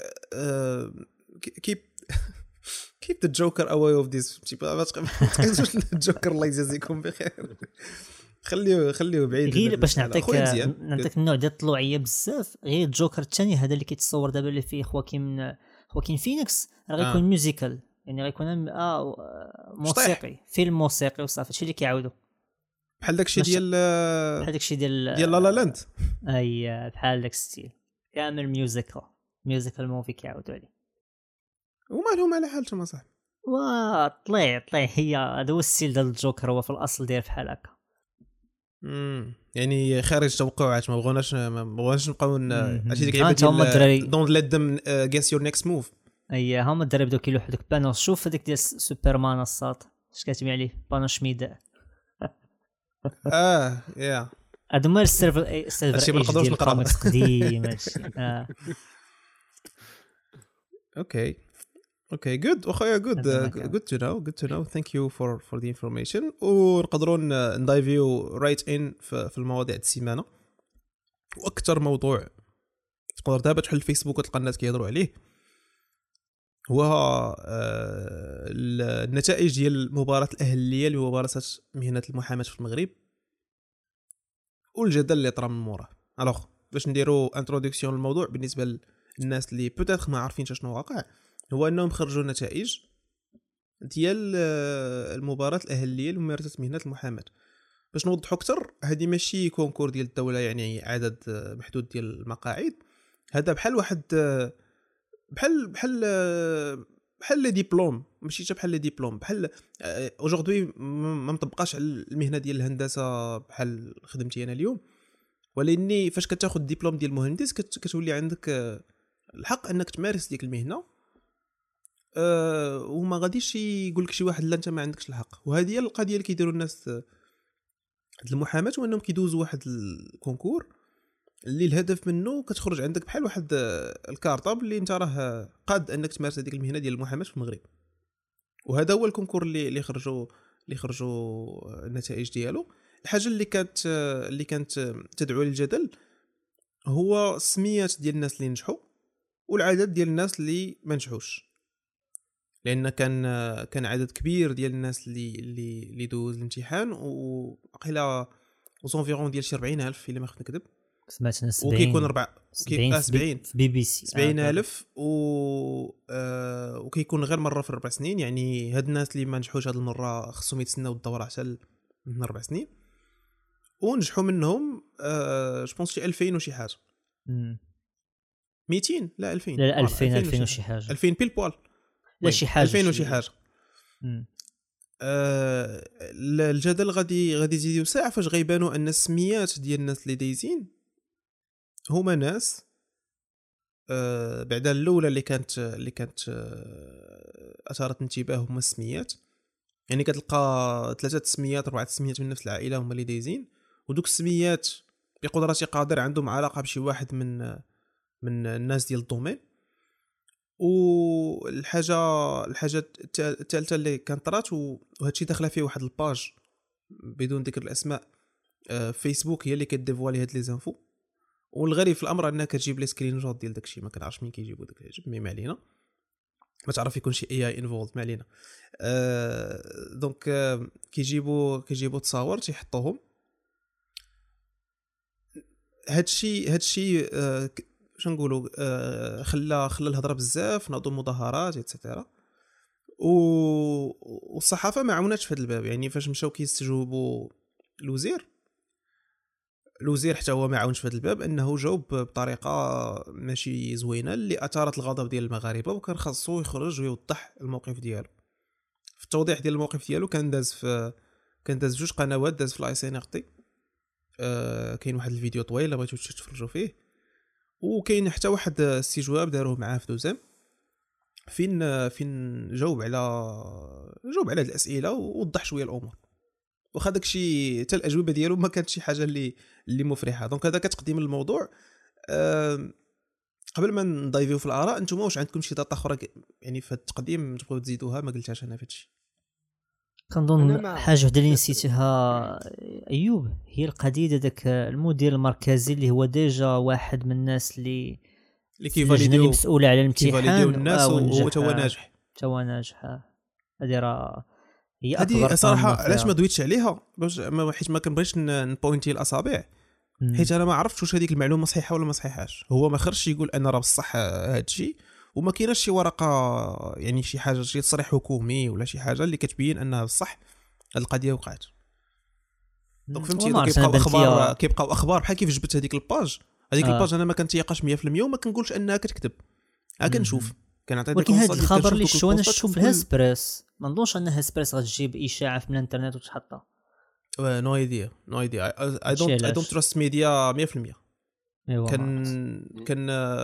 كيب keep the joker away of this ما تقيسوش الجوكر الله يجازيكم بخير خليه خليه بعيد. غير باش نعطيك نعطيك النوع ديال الطلوعيه بزاف غير الجوكر الثاني هذا اللي كيتصور دابا اللي فيه خواكين خواكين فينيكس راه غيكون آه. ميوزيكال يعني غيكون اه موسيقي فيلم موسيقي وصافي هادشي اللي كيعاودوا بحال داكشي ديال بحال داكشي ديال ديال لا لا لاند اي بحال داك ستيل كامل ميوزيكال ميوزيكال موفي كيعاودوا عليه وما لهم على حالتهم صاحبي. وا طلع طلع هي هذا هو الستيل ديال الجوكر هو في الاصل داير بحال هكا. امم يعني خارج توقعات ما بغوناش ما بغوناش نبقاو هادشي ديك اللعيبه ديال دونت ليت ذم جيس يور نيكست موف. اي هما الدراري بداو كيلوحوا داك بانو شوف هذيك ديال سوبرمان الساط اش كاتبين عليه بانو شميد اه يا هادو مال السيرفر السيرفر هادشي ما نقدروش نقراو قديم هادشي اه اوكي اوكي جود اخويا جود جود تو نو جود تو نو ثانك يو فور فور ذا انفورميشن. ونقدروا ندايفيو رايت ان في المواضيع السيمانه. واكثر موضوع تقدر دابا تحل الفيسبوك وتلقى الناس كيهضروا عليه هو النتائج ديال المباراه الاهليه لممارسه مهنه المحاماه في المغرب والجدل اللي طرا من موراه. الوغ باش نديروا انتروداكسيون للموضوع بالنسبه للناس اللي بوتيتر ما عارفين شنو واقع هو انهم خرجوا نتائج ديال المباراه الاهليه لممارسه مهنه المحاماه. باش نوضحوا اكثر هذه ماشي كونكور ديال الدوله يعني عدد محدود ديال المقاعد. هذا بحال واحد بحال بحال بحال لي ديبلوم ماشي حتى بحال لي ديبلوم بحال اوجوردي ما مطبقاش على المهنه ديال الهندسه بحال خدمتي انا اليوم. ولاني فاش كتاخذ الدبلوم ديال المهندس كتولي عندك الحق انك تمارس ديك المهنه أه وما غاديش يقول لك شي واحد لا انت ما عندكش الحق. وهذه هي القضيه اللي كيديروا الناس المحاماه وانهم كيدوزوا واحد الكونكور اللي الهدف منه كتخرج عندك بحال واحد الكارطاب اللي انت راه قاد انك تمارس هذيك المهنه ديال المحاماه في المغرب. وهذا هو الكونكور اللي اللي خرجوا اللي خرجوا النتائج ديالو. الحاجه اللي كانت اللي كانت تدعو للجدل هو السميات ديال الناس اللي نجحوا والعدد ديال الناس اللي ما نجحوش. لان كان كان عدد كبير ديال الناس اللي اللي اللي دوز الامتحان وقيله وزونفيرون ديال شي أربعين ألف الا ما خفت نكذب سمعتنا سبعين وكيكون أربعة سبعين في بي بي سي سبعين ألف و آه وكيكون غير مره في أربع سنين. يعني هاد الناس اللي ما نجحوش هاد المره خصهم يتسناو الدوره حتى من أربع سنين ونجحوا منهم آه جو بونس شي ألفين وشي حاجه امم ميتين لا ألفين لا ألفين ألفين وشي حاجه ألفين بيل بوال لا شي حاجه ألفين وشي شي- حاجه. مم. آه الجدل غادي غادي يزيد يوسع فاش غيبانوا ان السميات ديال الناس اللي دايزين هما ناس آه بعدا الاولى اللي كانت اللي كانت آه اثارت انتباه هما السميات. يعني كتلقى ثلاثه السميات اربعه السميات من نفس العائله هما اللي دايزين، ودوك السميات بقدرة قادر عندهم علاقه بشي واحد من من الناس ديال الدومين. والحاجه الحاجه الت- الثالثه اللي كانت طرات وهادشي داخله فيه واحد الباج بدون ذكر الاسماء، آه، فيسبوك هي اللي كديفوالي هاد لي زانفو. والغريب في الامر انها كتجيب لي سكرين شوت ديال داكشي، ما كنعرفش مين كيجيبوا داك الحجب، مي ما علينا، ما تعرف يكون شي اي اي انفولد، ما علينا. آه دونك آه كيجيبوا كيجيبوا تصاور تيحطوهم. هادشي هادشي آه ك- شنو نقولوا، آه خلى خلى الهضره بزاف، ناضوا مظاهرات ايتترا. و... والصحافه ما عاوناتش في هذا الباب. يعني فاش مشاو كيستجوبوا الوزير الوزير حتى هو ما عاونش في هذا الباب، انه جاوب بطريقه ماشي زوينه اللي اثارت الغضب ديال المغاربه، وكان خاصو يخرج ويوضح الموقف ديالو. في التوضيح ديال الموقف ديالو كان داز في كان داز جوج قنوات، داز في لاي سي ان ار تي. آه كاين واحد الفيديو طويل الا بغيتو تفرجوا فيه، وكاين حتى واحد استجواب داروه معاه في دوزام فين فين جاوب على جاوب على هاد الاسئله ووضح شويه الامور. واخا داكشي حتى الاجوبه ديالو ما كانتش شي حاجه اللي اللي مفرحه. دونك هذا كتقديم الموضوع. أه قبل ما نضيفيو في الاراء، انتم واش عندكم شي داتا اخرى ك- يعني في التقديم تبغيو تزيدوها ما قلتهاش انا في هادشي؟ أنا كنظن ما حاجه وحده اللي نفس نسيتها ايوب، هي القضيه داك المدير المركزي اللي هو ديجا واحد من الناس اللي اللي في اللجنه اللي كيفاليديو مسؤوله على كيفاليديو الامتحان الناس آه، وهو ونجح، تا هو آه، ناجح. تا هو ناجح. آه. هذه راه هي هذه اكبر صراحه طامه علاش ما فيها. دويتش عليها، باش ما حيت ما كنبغيش ن- نبوينتي الاصابع، مم. حيت انا ما عرفتش واش هذيك المعلومه صحيحه ولا ما صحيحاش. هو ما خرجش يقول ان راه بصح هذا الشيء، وما كايناش شي ورقه يعني شي حاجه شي تصريح حكومي ولا شي حاجه اللي كتبين انها بصح هذه القضيه وقعت. دونك فهمتي، وما دونك عرفتش، أنا كيبقاو بنت اخبار ليا كيبقاو اخبار بحال كيف جبت هذيك الباج هذيك آه. الباج انا ما كنتيقاش مية في المية وما كنقولش انها كتكذب. ها كنشوف كنعطي ديك ولكن هذا الفرصه الخبر اللي كنشوف شو انا دوك شفتو في البوستات الهسبريس، ما نظنش ان هسبريس غتجيب اشاعه من الانترنت وتحطها. نو ايديا نو ايديا اي هادشي دونت اي دونت علاش. تراست ميديا مية في المية. ايوا ما عرفت. كان كان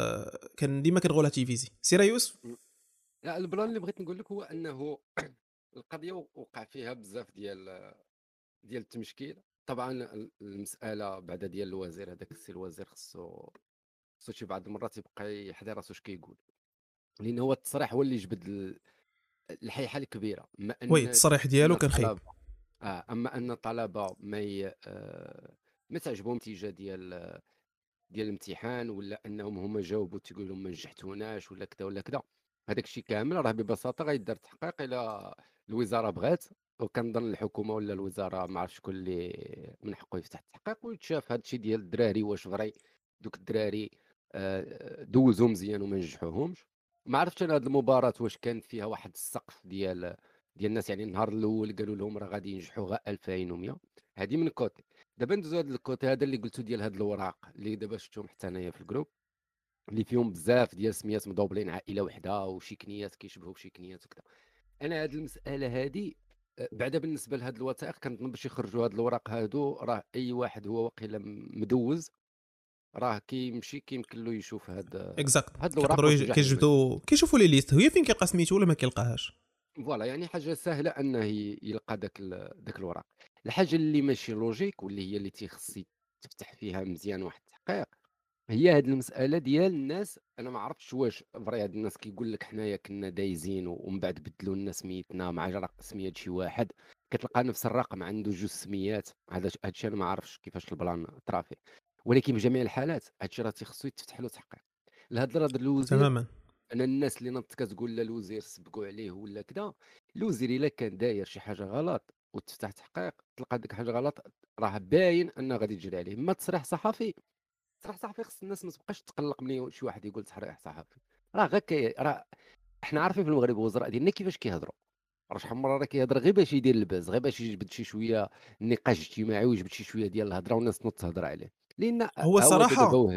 كان ديما كنغولها تيفيزي. سير يوسف. لا، البلان اللي بغيت نقول لك هو انه القضيه وقع فيها بزاف ديال ديال التمشكيل. طبعا ال- المساله بعدا ديال الوزير، هذاك السي الوزير خصو خصو شي بعض المرات يبقى يحضر راسو اش كيقول، لان هو التصريح هو اللي جبد ال- الحيحه الكبيره. اما وي ان التصريح ديالو ان كان خايب. الطلبه اه اما ان الطلبه ما ي... آه ما تعجبهم النتيجه ديال ديال الامتحان، ولا انهم هما جاوبوا تيقول لهم ما نجحتوناش ولا كذا ولا كذا، هذاك الشيء كامل راه ببساطه غيدار تحقيق الى الوزاره بغات. وكنظن الحكومه ولا الوزاره ما عرفتش شكون اللي من حقه يفتح التحقيق ويتشاف هذا الشيء ديال الدراري واش فري دوك الدراري آه، دوزوا مزيان وما نجحوهمش. ما عرفتش انا هذه المباراه واش كان فيها واحد السقف ديال ديال الناس، يعني النهار الاول قالوا لهم راه غادي ينجحوا غير ألفين ومية. هذه من كوتي. دابا ندوزو هذا الكوتي هذا اللي قلتو ديال هاد الوراق اللي دابا شفتهم حتى انايا في الجروب، اللي فيهم بزاف ديال سميات مضوبلين عائله وحده وشي كنيات كيشبهوا بشي كنيات وكذا. انا هاد المساله هذه آه، بعدا بالنسبه لهاد الوثائق كنظن باش يخرجوا هاد الوراق هادو راه اي واحد هو واقيلا مدوز راه كيمشي كيمكن له يشوف هاد اكزاكت هاد الوراق كيقدروا واش يج- نجح ولا ما نجحش. كيجبدوا كيشوفوا لي ليست هي فين كيلقى سميتو ولا ما كيلقاهاش. فوالا، يعني حاجه سهله انه ي- يلقى داك ال- داك الوراق. الحاجه اللي ماشي لوجيك واللي هي اللي تيخص تفتح فيها مزيان واحد التحقيق هي هاد المساله ديال الناس. انا ما عرفتش واش فري هاد الناس كيقول لك حنايا كنا دايزين و- ومن بعد بدلوا لنا سميتنا مع رقم سميه شي واحد، كتلقى نفس الرقم عنده جوج سميات. هذا هادشي انا ما عرفتش كيفاش البلان طرافي، ولكن بجميع الحالات هادشي راه تيخصو يتفتح له تحقيق. لهاد الرد الوزير، تماما. انا الناس اللي نط كتقول لا الوزير سبقوا عليه ولا كذا، الوزير الا كان داير شي حاجه غلط وتفتح تحقيق تلقى ديك حاجه غلط راه باين انه غادي تجري عليه. ما تصريح صحفي، تصريح صحفي خص الناس ما تبقاش تقلق ملي شي واحد يقول تصريح صحفي. راه غير كي راه احنا عارفين في المغرب الوزراء ديالنا كيفاش كيهضروا. راه شحال من مره راه كيهضر غير باش يدير الباز، غير باش يجبد شي شويه نقاش اجتماعي ويجبد شي شويه ديال الهضره والناس تنوض تهضر عليه، لان هو هو دابا صراحه وهبي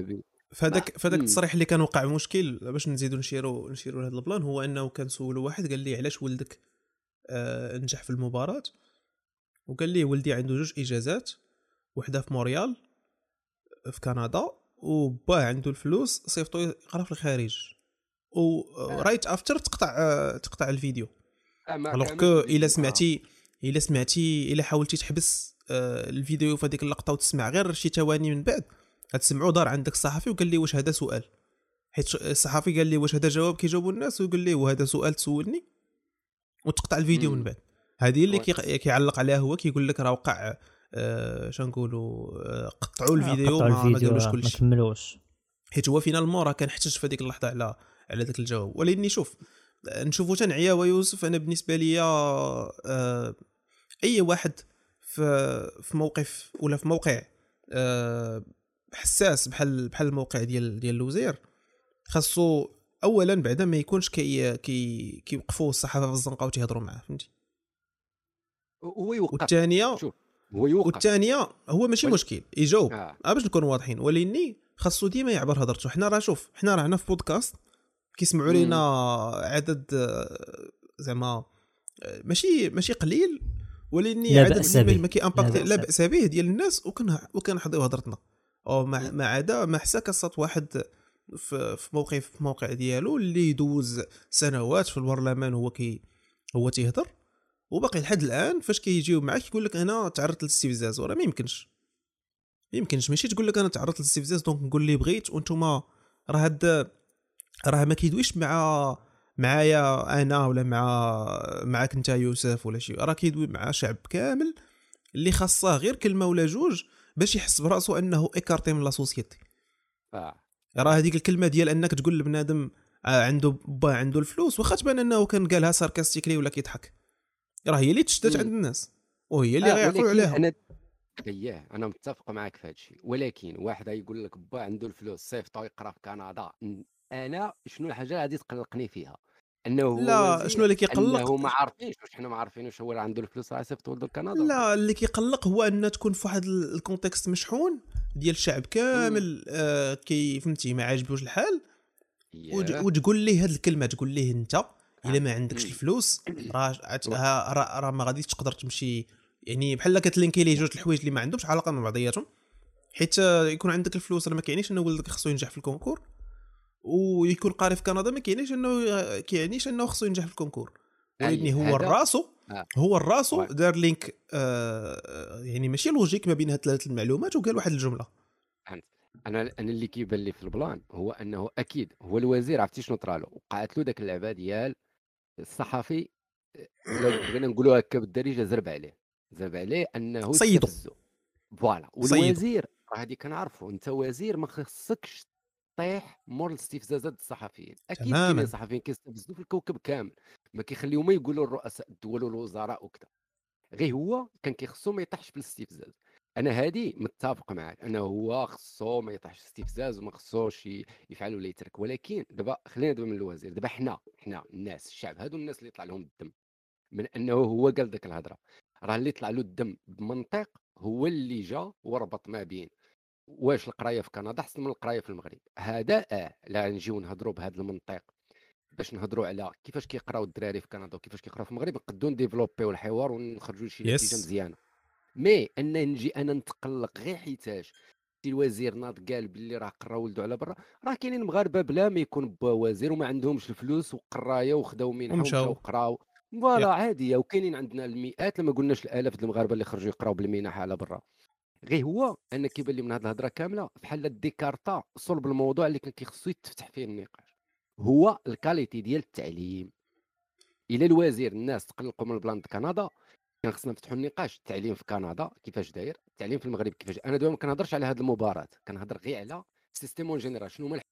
فهذاك فهذاك مم. التصريح اللي كان وقع مشكل باش نزيدو نشيرو نشيرو لهذا البلان، هو انه كان سولو واحد قال لي علاش ولدك آه نجح في المباراة، وقال لي ولدي عنده جوج اجازات، وحده في مونريال في كندا، وباه عنده الفلوس صيفطو يقرا في الخارج، ورايت افتر تقطع آه تقطع الفيديو. آه، ما الوغ كاملش كو الفيديو. الا آه. سمعتي الا سمعتي الا حاولتي تحبس آه الفيديو في هذيك اللقطه وتسمع غير شي ثواني من بعد غتسمعوا دار عندك الصحفي وقال لي واش هذا سؤال، حيت ش- الصحفي قال لي واش هذا جواب كيجاوبوا الناس، ويقول لي وهذا سؤال تسولني، وتقطع الفيديو من مم. بعد. هذه اللي وي. كي- كيعلق عليها هو كيقول لك راه وقع آه شنقولوا آه قطعوا آه، الفيديو قطعوا ما ما الفيديو قالوش آه، كل ما شيء، كملوش. حيت هو فينالمون راه كان احتج في هذيك اللحظه على على ذاك الجواب. ولكن شوف نشوفوا تنعيا ويوسف، انا بالنسبه لي آه اي واحد في في موقف ولا في موقع آه حساس بحال بحال الموقع ديال ديال الوزير، خاصو اولا بعدا ما يكونش كي كي كيوقفوا الصحافه في الزنقه وتيهضروا معاه، فهمتي. هو يوقف. والثانيه شوف هو يوقف. والثانيه هو ماشي ولي- مشكل يجاوب آه. آه باش نكونوا واضحين، ولكن خاصو ديما يعبر هضرته. حنا راه شوف حنا راه هنا في بودكاست كيسمعوا مم. لينا عدد آه، زعما آه، ماشي ماشي قليل، ولكن لا عدد بأس اللي به. ما كيامباكتي لا لا بأس باس به ديال الناس، وكن وكنحضيو هضرتنا. او ما مم. ما عدا ما حسا كصات واحد في في موقف في موقع ديالو اللي يدوز سنوات في البرلمان هو كي هو تيهضر، وباقي لحد الان فاش كيجيو معاك يقول لك انا تعرضت للاستفزاز، وراه ما يمكنش ما يمكنش ماشي تقول لك انا تعرضت للاستفزاز دونك نقول اللي بغيت وانتم. راه هاد راه ما كيدويش مع معايا انا ولا مع معاك انت يوسف ولا شي، راه كيدوي مع شعب كامل اللي خاصه غير كلمه ولا جوج باش يحس براسو انه ايكارتي من لا سوسيتي. آه. راه هذيك الكلمه ديال انك تقول لبنادم آه عنده با عنده الفلوس، واخا تبان انه كان قالها ساركاستيكلي ولا كيضحك، راه هي اللي تشدت مم. عند الناس وهي اللي آه. غيعقلوا ولكن عليها. انا اييه انا متفق معك في هذا الشيء، ولكن واحد يقول لك با عنده الفلوس صيفطو يقرا في كندا، ن- انا شنو الحاجه اللي غادي تقلقني فيها؟ انه هو لا شنو وزير، اللي كيقلق؟ انه ما عارفينش واش حنا ما عارفينش هو اللي عنده الفلوس راه يصيفط ولده لكندا. لا اللي كيقلق هو ان تكون في واحد ال- الكونتكست مشحون ديال الشعب مم. كامل آه كي فهمتي ما عاجبوش الحال، وج- اييه وتقول ليه هذه الكلمه، تقول ليه انت الا فهمت. ما عندكش مم. الفلوس راه عت- و- ها- راه راه ما غاديش تقدر تمشي، يعني بحال كتلينكي ليه جوج الحوايج اللي ما عندهمش علاقه مع بعضياتهم. حيت آه، يكون عندك الفلوس راه ما كيعنيش انه ولدك خصو ينجح في الكونكور، ويكون قاري في كندا ما كيعنيش انه كيعنيش انه خصو ينجح في الكونكور. ولكن اي هو هذا الراسو آه. هو الراسو وي. دار لينك آه يعني ماشي لوجيك ما بين هاد ثلاث المعلومات، وقال واحد الجمله. فهمت. انا انا اللي كيبان لي في البلان هو انه اكيد هو الوزير، عرفتي شنو طرالو؟ وقعت له داك اللعبه ديال الصحفي، الا بغينا نقولوا هكا بالدارجه، زرب عليه زرب عليه انه صيدو استفزه. فوالا. صيدو والوزير راه هذه كنعرفوا، انت وزير ما خصكش طيح مور الاستفزازات الصحفيين. اكيد كاينين تماما. صحفيين كيستفزوا في الكوكب كامل، ما كيخليو ما يقولوا الرؤساء الدول والوزراء وكذا، غير هو كان كيخصو ما يطيحش في الاستفزاز. انا هادي متفق معك انه هو خصو ما يطيحش في الاستفزاز وما خصوش ي- يفعل ولا يترك، ولكن دابا خلينا دابا من الوزير، دابا حنا حنا الناس الشعب، هادو الناس اللي طلع لهم الدم من انه هو قال ديك الهضره، راه اللي طلع له الدم بمنطق هو اللي جا وربط ما بين واش القرايه في كندا احسن من القرايه في المغرب. هذا اه لا نجيو نهضروا بهذا المنطق باش نهضروا على كيفاش كيقراو الدراري في كندا وكيفاش كيقراو في المغرب، نقدروا نديفلوبيو الحوار ونخرجوا لشي نتيجه يس مزيانه. مي ان نجي انا نتقلق غير حيتاش سي الوزير ناض قال باللي راه قرا ولده على برا. راه كاينين مغاربه بلا ما يكون با وزير وما عندهمش الفلوس وقرايه وخداو منحه ومشاو ومشاو قراو. فوالا يا عاديه. وكاينين عندنا المئات لما قلناش الالاف د المغاربه اللي خرجوا يقراو بالمنح على برا. غير هو انا كيبان لي من هذه الهضره كامله بحال ديكارتا صلب الموضوع اللي كان كيخصو يتفتح فيه النقاش، هو الكاليتي ديال التعليم. الى الوزير الناس تقلقوا من البلان د كندا، كان خصنا نفتحوا النقاش. التعليم في كندا كيفاش داير، التعليم في المغرب كيفاش. انا دابا ما كنهضرش على هذه المباراه، كنهضر غير على سيستيم اون جينيرال. شنو هما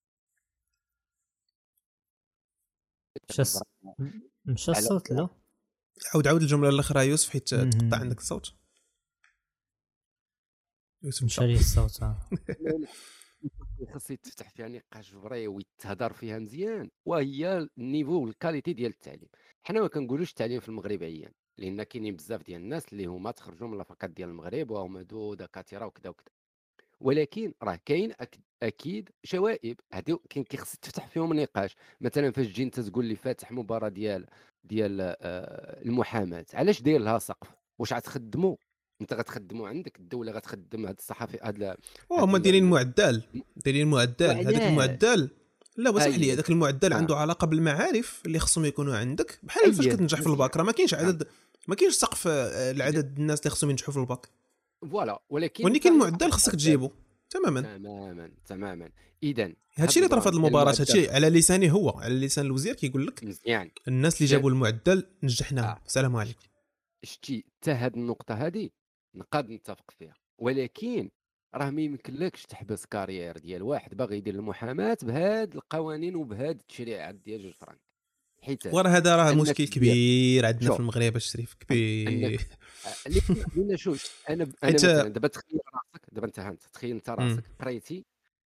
مشى الص- مشى على الصوت لا. عاود عاود الجمله الاخرى يوسف حيت تقطع مهم. عندك الصوت. يوسف مشى مشى. ليه الصوت آه. خص يتفتح فيها نقاش فري ويتهضر فيها مزيان، وهي النيفو والكاليتي ديال التعليم. حنا ما كنقولوش التعليم في المغرب عيان، لان كاينين بزاف ديال الناس اللي هما تخرجوا من لافاكات ديال المغرب وهما دو دكاتره وكذا وكذا، ولكن راه كاين أك- اكيد شوائب هادو كاين كيخص تفتح فيهم نقاش. مثلا فاش تجي انت تقول لي فاتح مباراه ديال ديال آه، المحاماه، علاش داير لها سقف؟ واش غتخدموا؟ انت غتخدموا عندك الدوله غتخدم هاد الصحافي هاد ال- هاد وهما ال- دايرين ال- معدل، دايرين معدل هذاك وعلاش المعدل. لا ها واسمح لي، هي هذاك المعدل اه عنده علاقه بالمعارف اللي خصهم يكونوا عندك، بحال فاش اي كتنجح في مزيان الباك راه ما كاينش اه عدد، ما كاينش سقف آه، إذا- لعدد الناس اللي خصهم ينجحوا في الباك، فوالا، ولكن واني انت كاين ما معدل تقدرش خصك تعدل. تجيبو تماما. تماما تماما. اذا هادشي هاد اللي طرا في البلان هذه ديال المباراه، المعدل هادشي على لساني هو، على لسان الوزير كيقول لك مزيان. الناس اللي شت- جابوا المعدل نجحناهم، اه السلام عليكم. شتي حتى هاد النقطة هادي نقاد نتفق فيها، ولكن راه ما يمكنلكش تحبس كارير ديال واحد باغي يدير المحاماة بهاد القوانين وبهاد التشريعات ديال جوج فرانك. حيتاش وراه هذا راه انك مشكل دير كبير عندنا في شوف المغرب الشريف، أن انك كبير. آه، لينا لينا شوف. انا ب- انا حيت مثلا دابا تخيل راسك، دابا انت هانت تخيل انت مم. راسك قريتي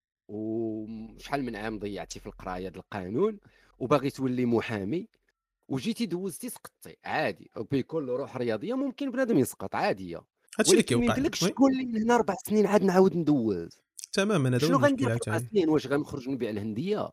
وشحال من عام ضيعتي في القرايه ديال القانون وباغي تولي محامي، وجيتي دوزتي سقطتي عادي بكل روح رياضيه، ممكن بنادم يسقط عاديه، هادشي اللي ولكن ما كيوقع يمكنلكش وي تقول لي هنا اربع سنين عاد نعاود ندوز. تماما. هذا هو شنو المشكل غندير في اربع عاوتاني، سنين؟ واش غنخرج نبيع الهنديه؟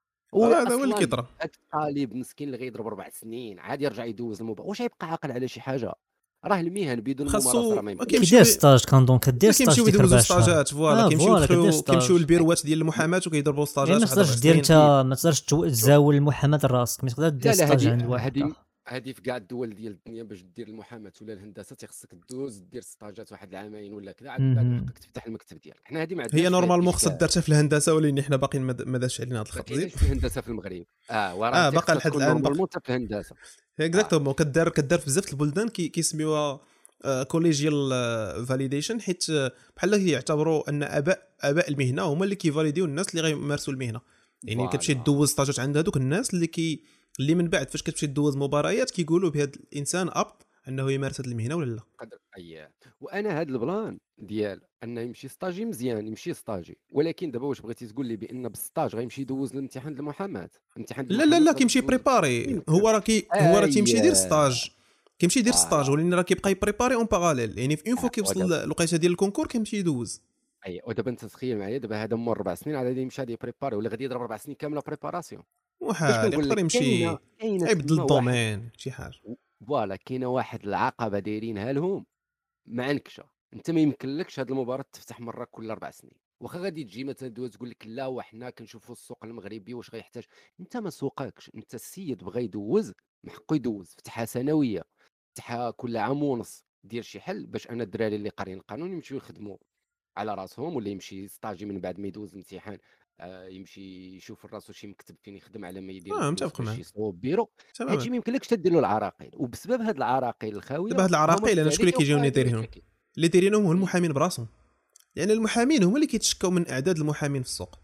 هو راه هذا هو اللي اصلا كيطرا. هاد الطالب مسكين اللي غيضرب اربع سنين عاد يرجع يدوز المباراه، واش غيبقى عاقل على شي حاجه؟ راه المهن بدون الممارسه راه خاصو ما ما يمكنش. كيمشيو كيدير ستاج كنظن كدير لا ستاج كيمشيو ديك يدوزوا ربع شهور. ستاجات، فوالا اه كيمشيو فوالا كدير يدخلوا كيمشيو ستاج. للبيروات ديال المحاماه وكيضربوا يعني ستاجات ما واحد اربع تقدرش دير سنين. انت، ما تقدرش تو- تزاول المحاماه راسك، ما تقدر دير لا لا ستاج هادي عند واحد هادي اخر. هادي في كاع الدول ديال الدنيا باش دير المحاماه ولا الهندسه تيخصك دوز دير ستاجات واحد العامين ولا كذا، عاد من بعد من مهم. حقك تفتح المكتب ديالك. حنا هادي ما هي عندناش فيها نورمالمون خصها الاشكال. دارتها في الهندسه، ولكن حنا باقيين ما ما داش علينا هذا ما الخط. كايناش زيد في الهندسه في المغرب. اه وراه اه باقا تيخصها لحد تكون الان باقي نورمالمون حتى في الهندسه. اه اكزاكتومون. كدار كدار في بزاف د البلدان كي كيسميوها كوليجيال فاليديشن، حيت آه، بحال كيعتبروا ان اباء اباء المهنه هما اللي كيفاليديو الناس اللي غيمارسوا المهنه. يعني كتمشي فوالا تدوز ستاجات عند هذوك الناس اللي كي اللي من بعد فاش كتمشي تدوز مباريات كيقولوا بهذا الانسان اب انه يمارس هذه المهنه ولا لا. قدر اييه. وانا هاد البلان ديال انه يمشي ستاجي مزيان يمشي ستاجي، ولكن دابا واش بغيتي تقول لي بان بالستاج غيمشي يدوز الامتحان ديال المحاماه؟ امتحان لا لا المحاماه لا غادي كيمشي تدوز بريباري، يمكن. هو راه كي هو راه تيمشي يدير اييه ستاج، كيمشي يدير ستاج، فوالا. ولكن راه كيبقى يبريباري اون باراليل. يعني في اون فوا آه، كيوصل ودابا الوقيته ديال الكونكور كيمشي يدوز. اي ودابا انت تخيل معايا دابا هذا مور اربع سنين عاد غادي يمشي غادي يبريباري ولا غادي يضرب اربع سنين كامله بريباراسيون. باش وحال كنقول يقدر لك يمشي كاينه كاينه يبدل تما واحد الدومين شي حاجه. فوالا كاينه واحد العقبه دايرينها لهم ما عنكش. انت ما يمكنلكش هذه المباراه تفتح مره كل اربع سنين. واخا غادي تجي مثلا دوز تقول لك لا وحنا كنشوفوا السوق المغربي واش غيحتاج، انت ما سوقكش. انت السيد بغى يدوز من حقه يدوز، فتحها سنويه، فتحها كل عام ونص، دير شي حل باش انا الدراري اللي قاريين القانون يمشيو يخدموا على راسهم، ولا يمشي ستاجي من بعد ما يدوز الامتحان آه، يمشي يشوف راسو شي مكتب فين يخدم على ما يدير اه الفلوس متفق باش معك يصوب بيرو. تماما. هادشي ما يمكنلكش تدير له العراقيل، وبسبب هاد العراقيل الخاويه دابا هاد هما العراقيل انا شكون اللي بالتالي كيجيوني وقع هاد دايرينهم؟ المشاكل. اللي دايرينهم هو مم. المحامين براسهم. لان المحامين هما اللي كيتشكاو من اعداد المحامين في السوق.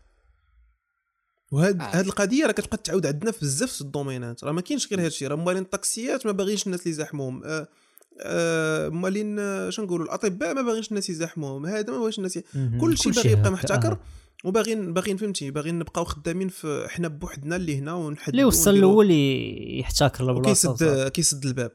وهاد اه هاد القضيه راه كتبقى تعاود عندنا في بزاف د الدومينات، راه ما كاينش غير هادشي. راه مالين الطاكسيات ما باغيش الناس اللي يزاحموهم، آه آه مالين آه، شنو نقولوا الاطباء ما باغيش الناس يزاحموهم، هذا ما بغاش الناس ي... مهم. كلشي كلشي باغي يبقى هكا، محتكر. آه. وباغيين باغيين فهمتي باغيين نبقاو خدامين في حنا بوحدنا اللي هنا اللي ونحددوا وصل ونديروا، الاول يحتكر البلاصه وصافي. وكيسد كيسد الباب.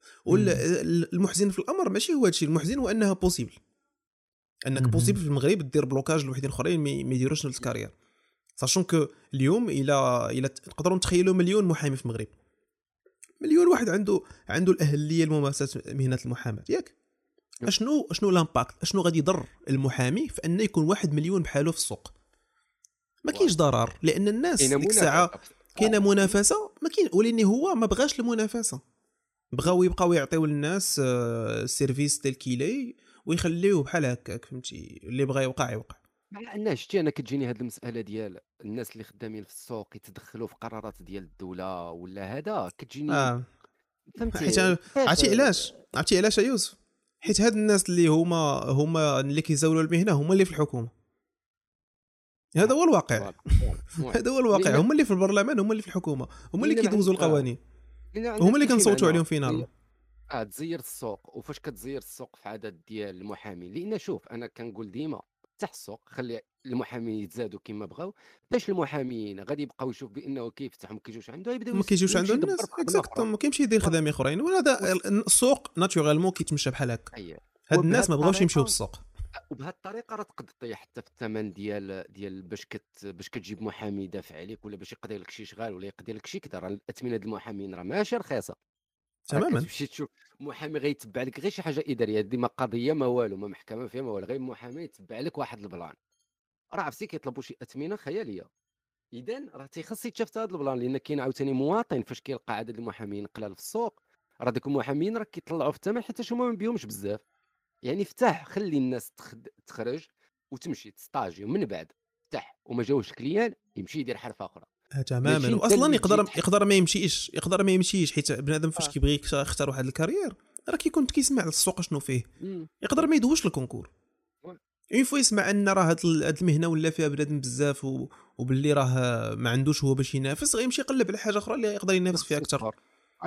والمحزن في الامر ماشي هو هادشي، المحزن هو انها بوسيبل، انك مهم. بوسيبل في المغرب دير بلوكاج لوحدين اخرين ما يديروش نفس الكارير. ساشون كو اليوم الى الى تقدروا تخيلوا مليون محامي في المغرب، مليون واحد عنده عنده الاهليه لممارسه مهنه المحاماه ياك. اشنو اشنو لامباكت، اشنو غادي يضر المحامي في انه يكون واحد مليون بحاله في السوق؟ ما كاينش ضرر، لان الناس كاينه ديك الساعه منافسه. كاينه اه منافسه. ما كاين ولكن هو ما بغاش المنافسه، بغاو يبقاو يعطيو للناس السيرفيس تيل كيلي ويخليوه بحال هكاك، فهمتي؟ اللي بغى يوقع يوقع. مع ان شتي انا كتجيني هاد المساله ديال الناس اللي خدامين في السوق يتدخلوا في قرارات ديال الدوله ولا هذا، كتجيني اه فهمتي حيت كيفاش عرفتي علاش عرفتي علاش يا يوسف؟ حيت هاد الناس اللي هما هما اللي كيزاولوا المهنه هما اللي في الحكومه. هذا هو الواقع. فوالا فوالا المهم. هذا هو الواقع. لأن هما اللي في البرلمان، هما اللي في الحكومه، هما اللي لأن ما كيدوزوا عند- آه. القوانين، لأن عندك هما اللي كلشي كنصوتوا معنى. عليهم فينالمون. اه تزير السوق، وفاش كتزير السوق في عدد ديال المحامين، لان شوف انا كنقول ديما فتح السوق، خلي المحامين يتزادوا كما بغاو، باش المحامين غادي يبقاو يشوف بانه كيفتح ما كيجوش عنده يبداو ما كيجيوش عنده يمشي الناس يدبر في خدمه اكزاكتوم، اخرى. ما كيمشي يدير فوالا. خدامين اخرين. وهذا السوق ناتورالمون كيتمشى بحال هكا. اييه هاد الناس وبهاد ما بغاوش يمشيو الطريقه بالسوق. وبهذه الطريقه راه تقدر تطيح حتى في الثمن ديال ديال باش كت باش كتجيب محامي يدافع عليك، ولا باش يقضي لك شي شغال ولا يقضي لك شي كذا. راه الاثمنه ديال المحامين راه ماشي رخيصه. راه تماما. كتمشي تشوف محامي غيتبع لك غير شي حاجه اداريه، هذه ما قضيه ما والو، ما محكمه فيها ما والو، غير محامي يتبع لك واحد البلان. راه عرفتي كيطلبوا شي اثمنه خياليه. اذا راه تيخص يتشاف هذا البلان، لان كاين عاوتاني مواطن فاش كيلقى عدد المحامين قلال في السوق، راه دوك المحامين راه كيطلعوا في الثمن حتى هما ما بيهمش بزاف. يعني فتح خلي الناس تخد... تخرج وتمشي تستاجي، ومن بعد فتح وما جاوش كليان يمشي يدير حرفه اخرى. آه تماما. ماشي انت واصلا اللي تجي يقدر تحك... يقدر ما يمشيش، يقدر ما يمشيش حيت بنادم فاش آه. كيبغي يختار واحد الكارير راه كيكون كيسمع السوق شنو فيه، مم. يقدر ما يدوش الكونكور. وي. اون فوا يسمع ان راه هاد ال- هاد المهنه ولا فيها بنادم بزاف و... وباللي راه ما عندوش هو باش ينافس، غيمشي يقلب على حاجه اخرى اللي يقدر ينافس فيها اكثر، اخر.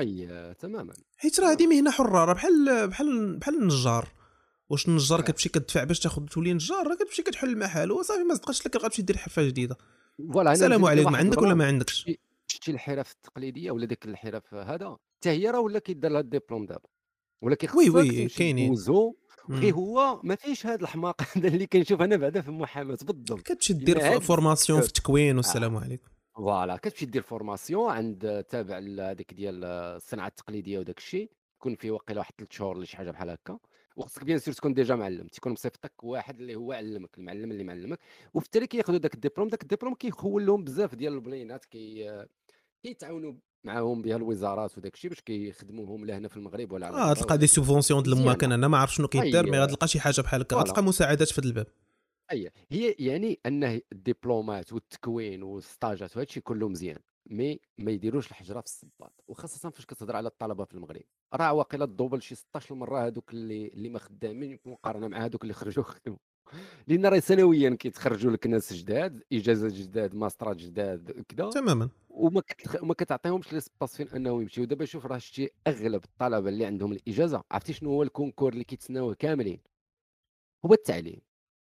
اي تماما. حيت راه هذه مهنه حره. راه بحال بحال بحال النجار. واش النجار آه. كتمشي كتدفع باش تاخذ تولي نجار، راه كتمشي كتحل المحل وصافي، ما صدقش لك غتمشي دير حرفه جديده. فوالا. انا السلام نزيد لك عليكم، واحد عندك ولا البلان. ما عندكش؟ شتي شتي الحرف التقليديه ولا ديك الحرف هذا حتى هي راه ولا كيدار لها الدبلوم دابا، ولا وي كيخصك وي تمشي كاينين. دوزو. غير مم. هو ما فيش هذا الحماق هذا اللي كنشوف انا بعدا في المحاماه بالضبط. كتمشي الا دير هاد فورماسيون في التكوين آه. والسلام عليكم. فوالا كتمشي دير فورماسيون عند تابع هذيك ديال الصناعه التقليديه وداك الشيء، تكون فيه واقيلا واحد ثلاث شهور ولا شي حاجه بحال هكا. وخصك بيان سور تكون ديجا معلم، تيكون مصيفطك واحد اللي هو علمك، المعلم اللي معلمك. وفي التالي كياخذوا داك الدبلوم. داك الدبلوم كيخول لهم بزاف ديال البلينات، كي كيتعاونوا معاهم بها الوزارات وداك الشيء باش كيخدموهم لا هنا في المغرب ولا على اه برا. تلقى دي سوبفونسيون د المكان، انا ما عرف شنو كيدار، مي اي غتلقى شي حاجه بحال هكا، فوالا. غتلقى مساعدات في هذا الباب. اي هي يعني انه الدبلومات والتكوين والستاجات وهذا الشيء كله مزيان، مي ما يديروش الحجره في الصباط. وخاصه فاش كتهضر على الطلبه في المغرب، راه واقيلا الدوبل شي ستطاش مره هذوك اللي اللي ما خدامين مقارنه مع هذوك اللي خرجوا خدموا. لان راه سنويا كيتخرجوا لك ناس جداد، اجازات جداد، ماسترات جداد كذا، تماما. وما كتخ... ما كتعطيهمش لي سباس فين انهم يمشيو. دابا شوف راه شتي اغلب الطلبه اللي عندهم الاجازه، عرفتي شنو هو الكونكور اللي كيتسناوه كاملين؟ هو التعليم.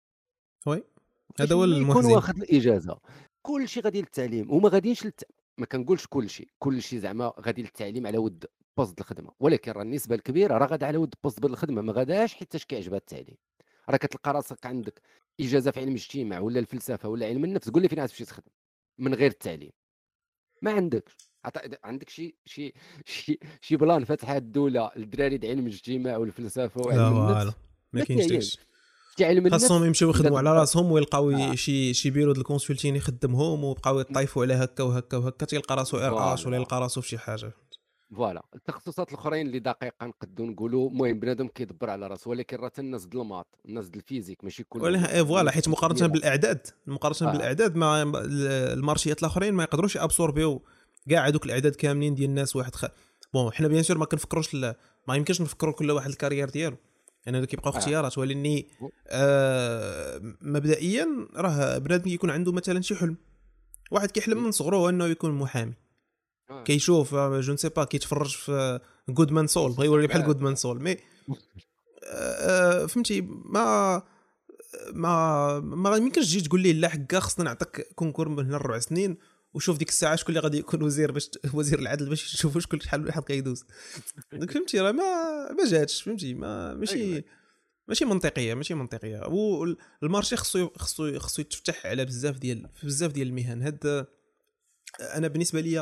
وي هذا هو فاش يكون المحزن. واخد الاجازه كل شيء غادي للتعليم، وما غاديينش للت... ما كنقولش كل شيء، كل شيء زعما غادي للتعليم على ود بوست الخدمه، ولكن راه النسبه الكبيره راه غادا على ود بوست بدل الخدمه، ما غاداش حيتاش كيعجبها التعليم. راه كتلقى راسك عندك اجازه في علم الاجتماع ولا الفلسفه ولا علم النفس، قول لي فين غتمشي تخدم من غير التعليم؟ ما عندكش. عط- عندك شي شي شي شي بلان فاتحه الدوله للدراري د علم الاجتماع والفلسفه لا وعلم فوالا النفس؟ ما ما كاينش كاينش. داكشي. شتي علم خاصهم النفس يمشيو الا يخدموا على تقدر. راسهم ويلقاو آه. شي شي بيرو د الكونسلتين يخدمهم، وبقاو يطايفوا على هكا وهكا وهكا، تيلقى راسو ار اش ولا فوالا يلقى راسو في شي حاجه. فوالا. التخصصات الاخرين اللي دقيقه نقدروا نقولوا المهم بنادم كيدبر على راسه، ولكن راه الناس د الماط، الناس د الفيزيك ماشي كلهم ولا ايه فوالا، الناس حيت مقارنه الكبيره. بالاعداد مقارنه اه بالاعداد ما المارشيات الاخرين ما يقدروش يابسوربيو كاع هذوك الاعداد كاملين ديال الناس. واحد خ... بون حنا بيان سور ما كنفكروش ل... ما يمكنش نفكروا كل واحد الكارير ديالو، يعني هذا كيبقاو اه اختيارات. ولكن آه مبدئيا راه بنادم يكون عنده مثلا شي حلم، واحد كيحلم من صغره انه يكون محامي، اه كيشوف جو نسي با كيتفرج في جودمان سول بغى يولي بحال جودمان سول، مي آه فهمتي ما ما ما يمكنش تجي تقول لي لا حكا خصنا نعطيك كونكور من هنا لربع سنين وشوف ديك الساعه شكون اللي غادي يكون وزير باش وزير العدل باش يشوفوا شكون شحال واحد كيدوز. دونك فهمتي راه ما ما جاتش، فهمتي ما ماشي ماشي منطقيه ماشي منطقيه. والمارشي خصو خصو خصو يتفتح على بزاف ديال في بزاف ديال المهن. هاد انا بالنسبه ليا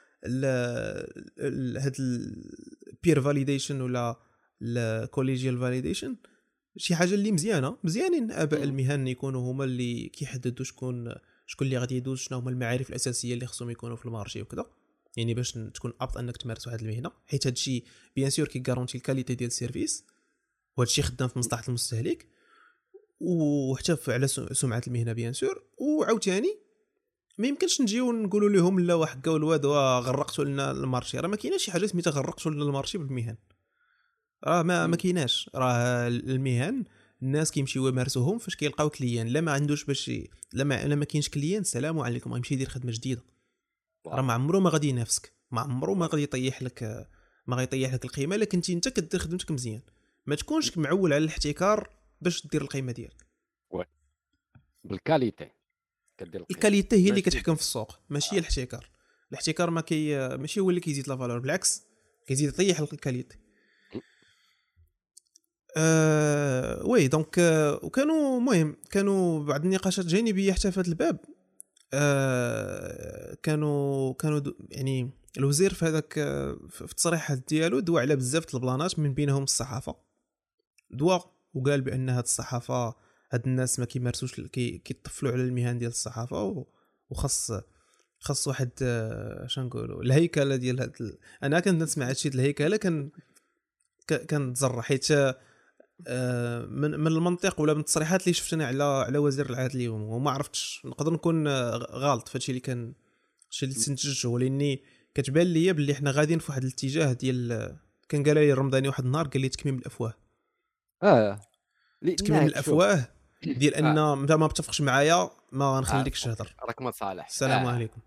هاد البير فاليديشن ولا الكوليجيال فاليديشن شي حاجه اللي مزيانه. مزيانين اباء المهن يكونوا هما اللي كيحددوا شكون شكون اللي غادي يدوز، شنو هما المعارف الاساسيه اللي خصهم يكونوا في المارشي وكذا، يعني باش تكون ابط انك تمارس واحد المهنه، حيت هذا الشيء بيان سور كيغارونتي الكاليتي ديال السيرفيس، وهذا الشيء خدام في مصلحه المستهلك وحتى على سمعه المهنه بيان سور. وعاوتاني ما يمكنش نجيو نقولوا لهم لا وحكاو الواد غرقتوا لنا المارشي، راه ما كايناش شي حاجه سميتها غرقتوا لنا المارشي بالمهن، راه ما ما كايناش. راه المهن الناس كيمشيو يمارسوهم فاش كيلقاو كليان، لا ما عندوش باش لا ما لا ما كاينش كليان السلام عليكم غيمشي يدير خدمه جديده، راه ما عمرو ما غادي ينافسك، ما عمرو ما غادي يطيح لك ما غيطيح لك القيمه. لكن انت انت كدير خدمتك مزيان، ما تكونش معول على الاحتكار باش دير القيمه ديالك. وي بالكاليتي كدير الكاليتي هي اللي كتحكم في السوق ماشي آه. الاحتكار. الاحتكار ما كي ماشي هو اللي كيزيد لا فالور، بالعكس كيزيد يطيح الكاليتي. أه وي دونك أه وكانوا مهم كانوا بعض النقاشات جانبيه حتى في هذا الباب. أه كانوا كانوا يعني الوزير في هذاك في التصريحات ديالو دوا على بزاف البلانات من بينهم الصحافه، دوا وقال بان هاد الصحافه هاد الناس ما كيمارسوش كي كيطفلوا على المهن ديال الصحافه، وخص خاص واحد اش نقولوا الهيكله ديال هاد ال... انا كنت نسمع هادشي ديال الهيكله كان كنتزرع حيت من من المنطق ولا من التصريحات اللي شفتنا على على وزير العدل اليوم، وما عرفتش نقدر نكون غلط في هادشي اللي كان الشيء اللي استنتجته، ولاني كتبان ليا باللي حنا غاديين في واحد الاتجاه ديال كان قال لي الرمضاني واحد النهار قال لي تكميم الافواه. اه تكميم الافواه ديال ان آه. انت ما بتفقش معايا ما غنخليكش تهضر، راك ما صالح. السلام آه. عليكم.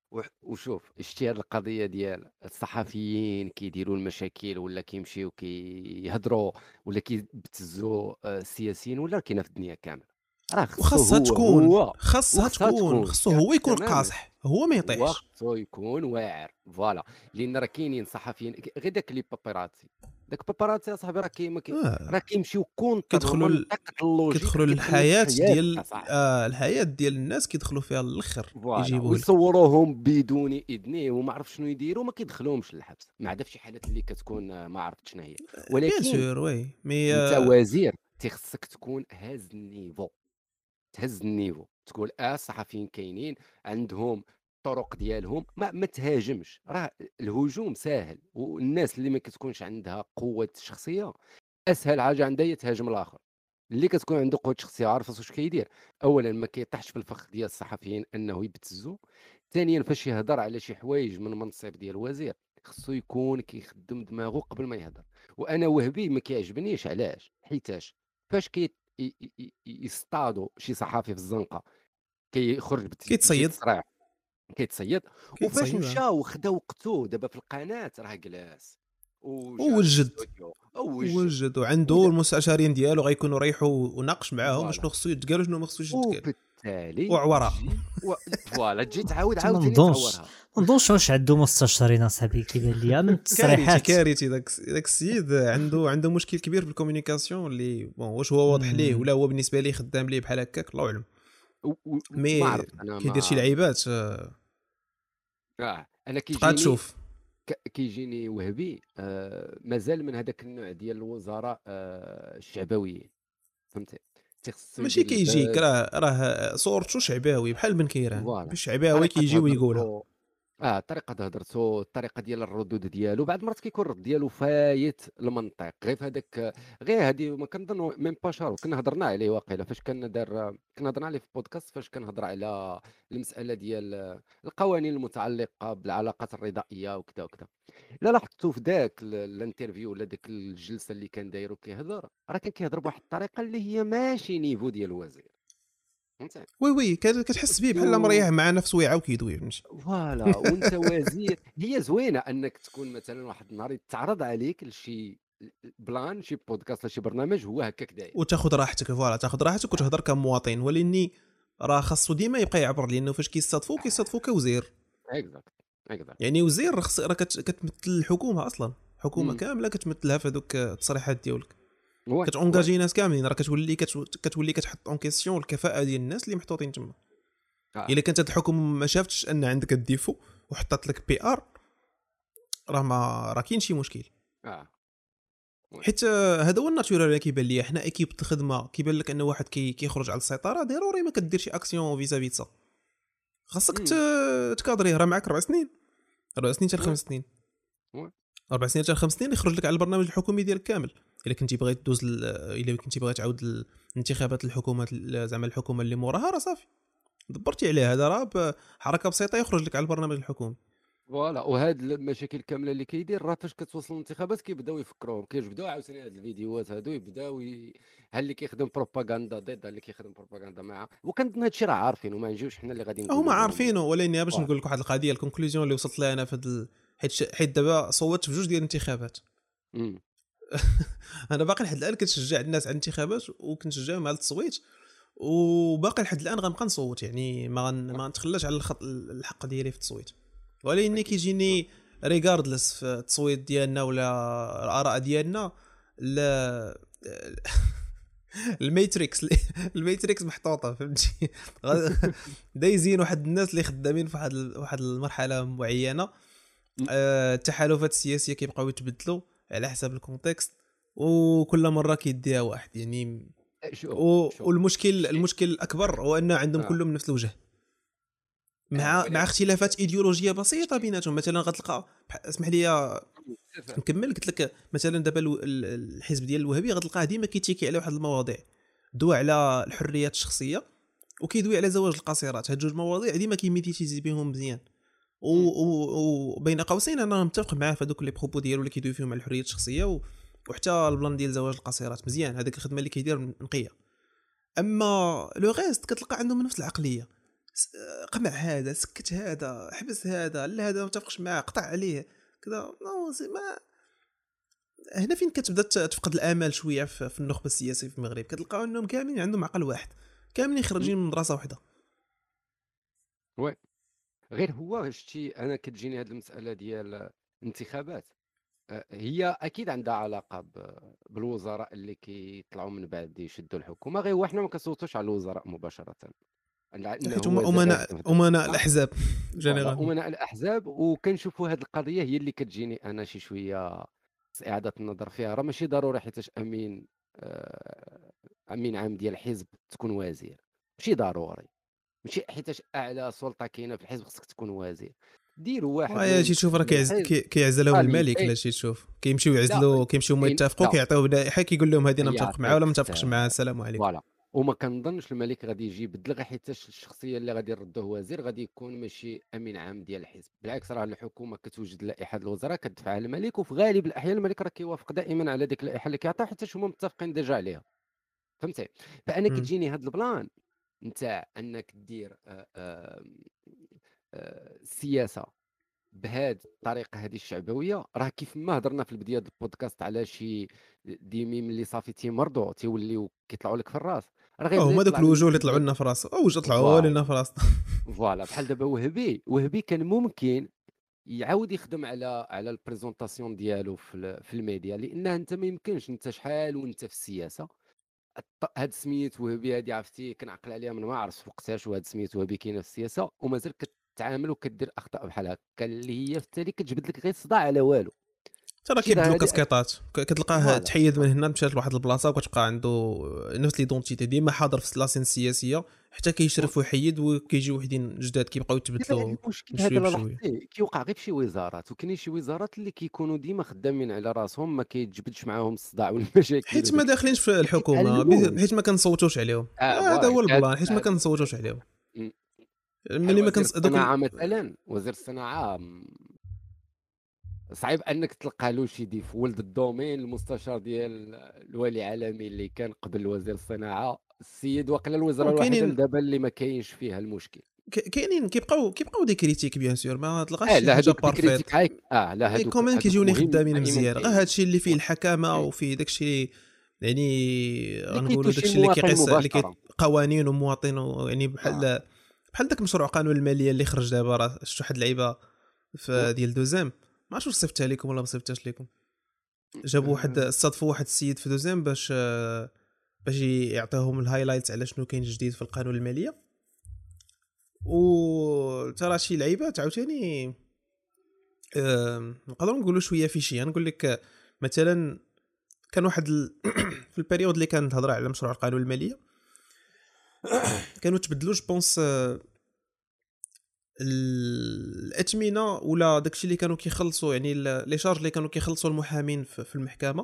وشوف شتي هاد القضيه ديال الصحفيين كيديروا المشاكل ولا كيمشيو كيهضروا ولا كيبتزوا السياسيين ولا كاينه في الدنيا كامل، راه خاصها تكون خاصها تكون خصو هو يكون قاصح، هو ما يطيحش، خصو يكون واعر. فوالا لان راه كاينين صحفيين غير داك لي باباراتسي داك باباراتسي اصاحبي راه كيما كي راه كيمشيو كونتر كيدخلوا كيدخلوا الحياه ديال آه الحياه ديال الناس كيدخلوا فيها للاخر، يجيبوا يصوروهم بدون اذنه وما عرف شنو يديروا، ما كيدخلوهمش للحبس ما عدا في شي حالات اللي كتكون ما عرفت شنو هي. ولكن بيان سور وي مي انت وزير تيخصك تكون هاز النيفو، تهز النيفو تقول اه الصحفيين كاينين عندهم الطرق ديالهم، ما, ما تهاجمش. راه الهجوم ساهل، والناس اللي ما كتكونش عندها قوه شخصيه اسهل حاجه عندها هي تهاجم الاخر. اللي كتكون عنده قوه شخصيه عارف واش كيدير، اولا ما كيطيحش في الفخ ديال الصحفيين انه يبتزوا، ثانيا فاش يهضر على شي حوايج من منصب ديال الوزير خصو يكون كيخدم دماغه قبل ما يهضر. وانا وهبي ما كيعجبنيش، علاش؟ حيتاش فاش كي يصطادوا شي صحافي في الزنقه كيخرج كيتصيد تصريح كيتصيد، وفاش مشى وخدا وقته دابا في القناه راه جلاس ووجد ووجد وعنده المستشارين ديالو غيكونوا ريحوا وناقش معاهم شنو خصو يتقال وشنو ما خصوش يتقال، وبالتالي وعوره فوالا تجي تعاود عاوتاني تعورها. ما نظنش واش عنده مستشارين اصاحبي كيبان ليا من التصريحات كارثي داك داك السيد عنده عنده مشكل كبير بالكومونيكاسيون اللي بون واش هو واضح ليه ولا هو بالنسبه ليه خدام ليه بحال هكاك الله اعلم. مي كيدير شي لعيبات اه انا كيجيني تشوف كيجيني وهبي آه مازال من هذاك النوع ديال الوزراء آه الشعبويين، فهمتي؟ ماشي كيجيك راه راه صورته شعباوي بحال بن كيران، الشعباوي كيجي ويقولها اه طريقه هضرته الطريقه ديال الردود ديالو، بعد مرات كيكون الرد ديالو فايت المنطق غير في هذاك غير هذه ما كنظن ميم با شهر كنا هضرنا عليه واقيلا فاش كنا دار كنا هضرنا عليه في بودكاست فاش كنهضر على المساله ديال القوانين المتعلقه بالعلاقات الرضائيه وكذا وكذا. لا لاحظتوا في ذاك الانترفيو ولا ديك الجلسه اللي كان دايرو كيهضر راه كان كيهضر بواحد الطريقه اللي هي ماشي نيفو ديال الوزير، فهمتي؟ وي وي كتحس به بحال مريح مع نفسه ويعاو كيدوي فهمتي. فوالا وانت وزير هي زوينه انك تكون مثلا واحد النهار يتعرض عليك لشي بلان شي بودكاست شي برنامج هو هكاك داير وتاخذ راحتك. فوالا تاخذ راحتك وتهضر كمواطن، ولاني راه خاصو ديما يبقى يعبر لانه فاش كيصادفو كيصادفو كوزير اكزاكت اكزاكت يعني وزير راه كتمثل الحكومه اصلا، حكومه كامله كتمثلها في هذوك التصريحات ديالك، كتونجاجي ناس كاملين، راه كتولي كتولي كتحط اون كيسيون الكفاءه ديال الناس اللي محطوطين تما. آه. الا كانت الحكومه ما شافتش ان عندك الديفو وحطت لك بي ار راه ما راه كاين شي مشكل. اه حيت هذا هو الناتورال اللي كيبان ليا. حنا اكيب الخدمه كيبان لك ان واحد كي كيخرج على السيطره ضروري ما كدير شي اكسيون فيزا فيتسا، خاصك تكادريه. راه معك اربع سنين اربع سنين حتى خمس سنين اربع سنين حتى خمس سنين يخرج لك على البرنامج الحكومي ديالك كامل. الا كنتي بغيت تدوز ل... الا كنتي بغيت تعاود الانتخابات الحكومه زعما الحكومه اللي موراها راه صافي دبرتي عليها، هذا راه حركه بسيطه يخرج لك على البرنامج الحكومي. فوالا وهاد المشاكل كامله اللي كيدير راه فاش كتوصل الانتخابات كيبداو يفكروهم كيبداو عاوتاني هاد الفيديوهات هادو يبداو ي... ها اللي كيخدم بروباغندا ضد اللي كيخدم بروباغندا معاه، وكنظن هادشي راه عارفين وما نجيوش حنا اللي غادي نقولوا هما عارفينه. ولكن باش نقول لك واحد القضيه الكونكلوزيون اللي وصلت لها انا في هاد حيت حيت دابا صوتت في جوج ديال الانتخابات انا باقي لحد الان كنشجع الناس على الانتخابات وكنشجعهم على التصويت، وباقي لحد الان غنبقى نصوت يعني ما ما نتخلاش على الخط الحق ديالي في التصويت. ولكن كيجيني ريغاردلس في التصويت ديالنا ولا الاراء ديالنا لا الماتريكس الماتريكس محطوطه فهمتي دا يزين واحد الناس اللي خدامين في واحد واحد المرحله معينه. أه التحالفات السياسيه كيبقاو يتبدلوا على حسب الكونتكست وكل مره كيديها واحد يعني. والمشكل المشكل الاكبر هو ان عندهم كلهم نفس الوجه مع مع اختلافات ايديولوجيه بسيطه بيناتهم. مثلا غتلقى اسمح لي نكمل قلت لك مثلا دابا الحزب ديال الوهابي غتلقاه ديما كيتيكي على واحد المواضيع دوا على الحريات الشخصيه وكيدوي على زواج القاصرات. هاد جوج مواضيع ديما كيميتيزي بهم مزيان وبين قوسين انا متفق معاه في هذوك لي بروبو ديالو اللي كيدوي فيهم على الحريات الشخصيه وحتى البلان ديال زواج القاصرات مزيان. هذيك الخدمه اللي كيدير نقيه. اما لو غيست كتلقى عندهم نفس العقليه قمع هذا سكت هذا حبس هذا لا هذا ما متفقش معاه قطع عليه كذا. ما هنا فين كتبدا تفقد الامال شويه في النخبه السياسيه في المغرب. كتلقاو انهم كاملين عندهم عقل واحد كاملين خارجين من مدرسه واحده. وي غير هو شتي انا كتجيني هذه المساله ديال الانتخابات هي اكيد عندها علاقه بالوزراء اللي كيطلعوا من بعد يشدوا الحكومه. غير هو حنا ما كنصوتوش على الوزراء مباشره حيت هما امناء امناء الاحزاب جينيرال امناء الاحزاب. وكنشوفوا هذه القضيه هي اللي كتجيني انا شي شويه اعاده النظر فيها. راه ماشي ضروري حيت امين آه امين عام ديال الحزب تكون وزير ماشي ضروري. ماشي حيت اعلى سلطه كاينه في الحزب خصك تكون وزير. ديروا واحد واه شي تشوف راه كيعز كيعزلهم الملك لا شي تشوف كيمشيو يعزلوا كيمشيو هما يتفقوا كيعطيو لائحه كيقول لهم هذه انا متفق معها ولا ما متفقش معها السلام عليكم. فوالا وما كنظنش الملك غادي يجي يبدل غير حيت الشخصيه اللي غادي يردوه وزير غادي يكون ماشي امين عام ديال الحزب. بالعكس راه الحكومه كتوجد لائحه الوزراء كتدفعها الملك وفي غالب الاحيان الملك راه كيوافق دائما على ديك اللائحه اللي كيعطيها حيت هما متفقين ديجا عليها فهمتي. فانا كتجيني هذا البلان نتاع انك دير آآ آآ آآ السياسه بهذه الطريقه هذه الشعبويه. راه كيف ما هضرنا في البدايه ديال البودكاست على شي ديميم اللي صافي تيمرضوا تيوليو كيطلعوا لك في الراس. راه غير هما دوك الوجوه اللي طلعوا لنا في راس او وجه طلعوا لنا في راس فوالا بحال دابا وهبي وهبي كان ممكن يعاود يخدم على على البريزونطاسيون ديالو في في الميديا لانه انت ما يمكنش انت شحال وانت في السياسه. هاد سميت وهبي هادي عرفتي كنعقل عليها من ما عرفتش وقتاش وهاد سميت وهبي كاينه في السياسه ومازال كتعامل وكدير اخطاء بحال هكا اللي هي في التالي كتجبد لك غير صداع على والو. ترى كيبدلوا كاسكيطات كتلقاه تحيد من هنا مشات لواحد البلاصه وكتبقى عنده نفس ليدونتيتي ديما حاضر في السلاسين السياسيه حتى كيشرف ويحيد وكيجي وحدين جداد كيبقاو يتبدلوا. المشكل هذا لاحظتي كيوقع غير في شي وزارات وكاينين شي وزارات اللي كيكونوا ديما خدامين على راسهم ما كيتجبدش معاهم الصداع والمشاكل حيت ما داخلينش في الحكومه حيت ما كنصوتوش عليهم. هذا هو البلان حيت ما كنصوتوش عليهم. ملي ما كنصدقوا مثلا وزير الصناعه صعيب انك تلقى له شي دي في ولد الدومين المستشار ديال الولي العالمي اللي كان قبل وزير الصناعه السيد وقال الوزاره الوحيده دابا اللي ما كاينش فيها المشكل. كاينين كيبقاو كيبقاو دي كريتيك بيان سور ما تلقاش شي حاجه بارفيت. اه لا هادوك كومون كيجيوني خدامين مزيان غير هادشي اللي فيه الحكامه وفيه داكشي يعني غنقولوا داكشي اللي كيقيس اللي كي قوانين ومواطن يعني بحال بحال داك مشروع قانون الماليه اللي خرج دابا راه شفت واحد اللعيبه في ديال دوزام ما عرفتش صيفطتها لكم ولا ما صيفطتهاش لكم. جابوا واحد استضافوا واحد السيد في دوزام باش باش يعطيهم الهايلايتس على شنو كاين جديد في القانون الماليه. و ترى شي لعيبه عاوتاني أه... نقدروا نقولوا شويه فيشي. نقول لك مثلا كان واحد ال... في البيريود اللي كانت تهضر على مشروع القانون الماليه كانوا تبدلوا جوبونس الاثمنه ولا داكشي اللي كانوا كيخلصوا يعني لي شارج اللي كانوا كيخلصوا المحامين في المحكمه.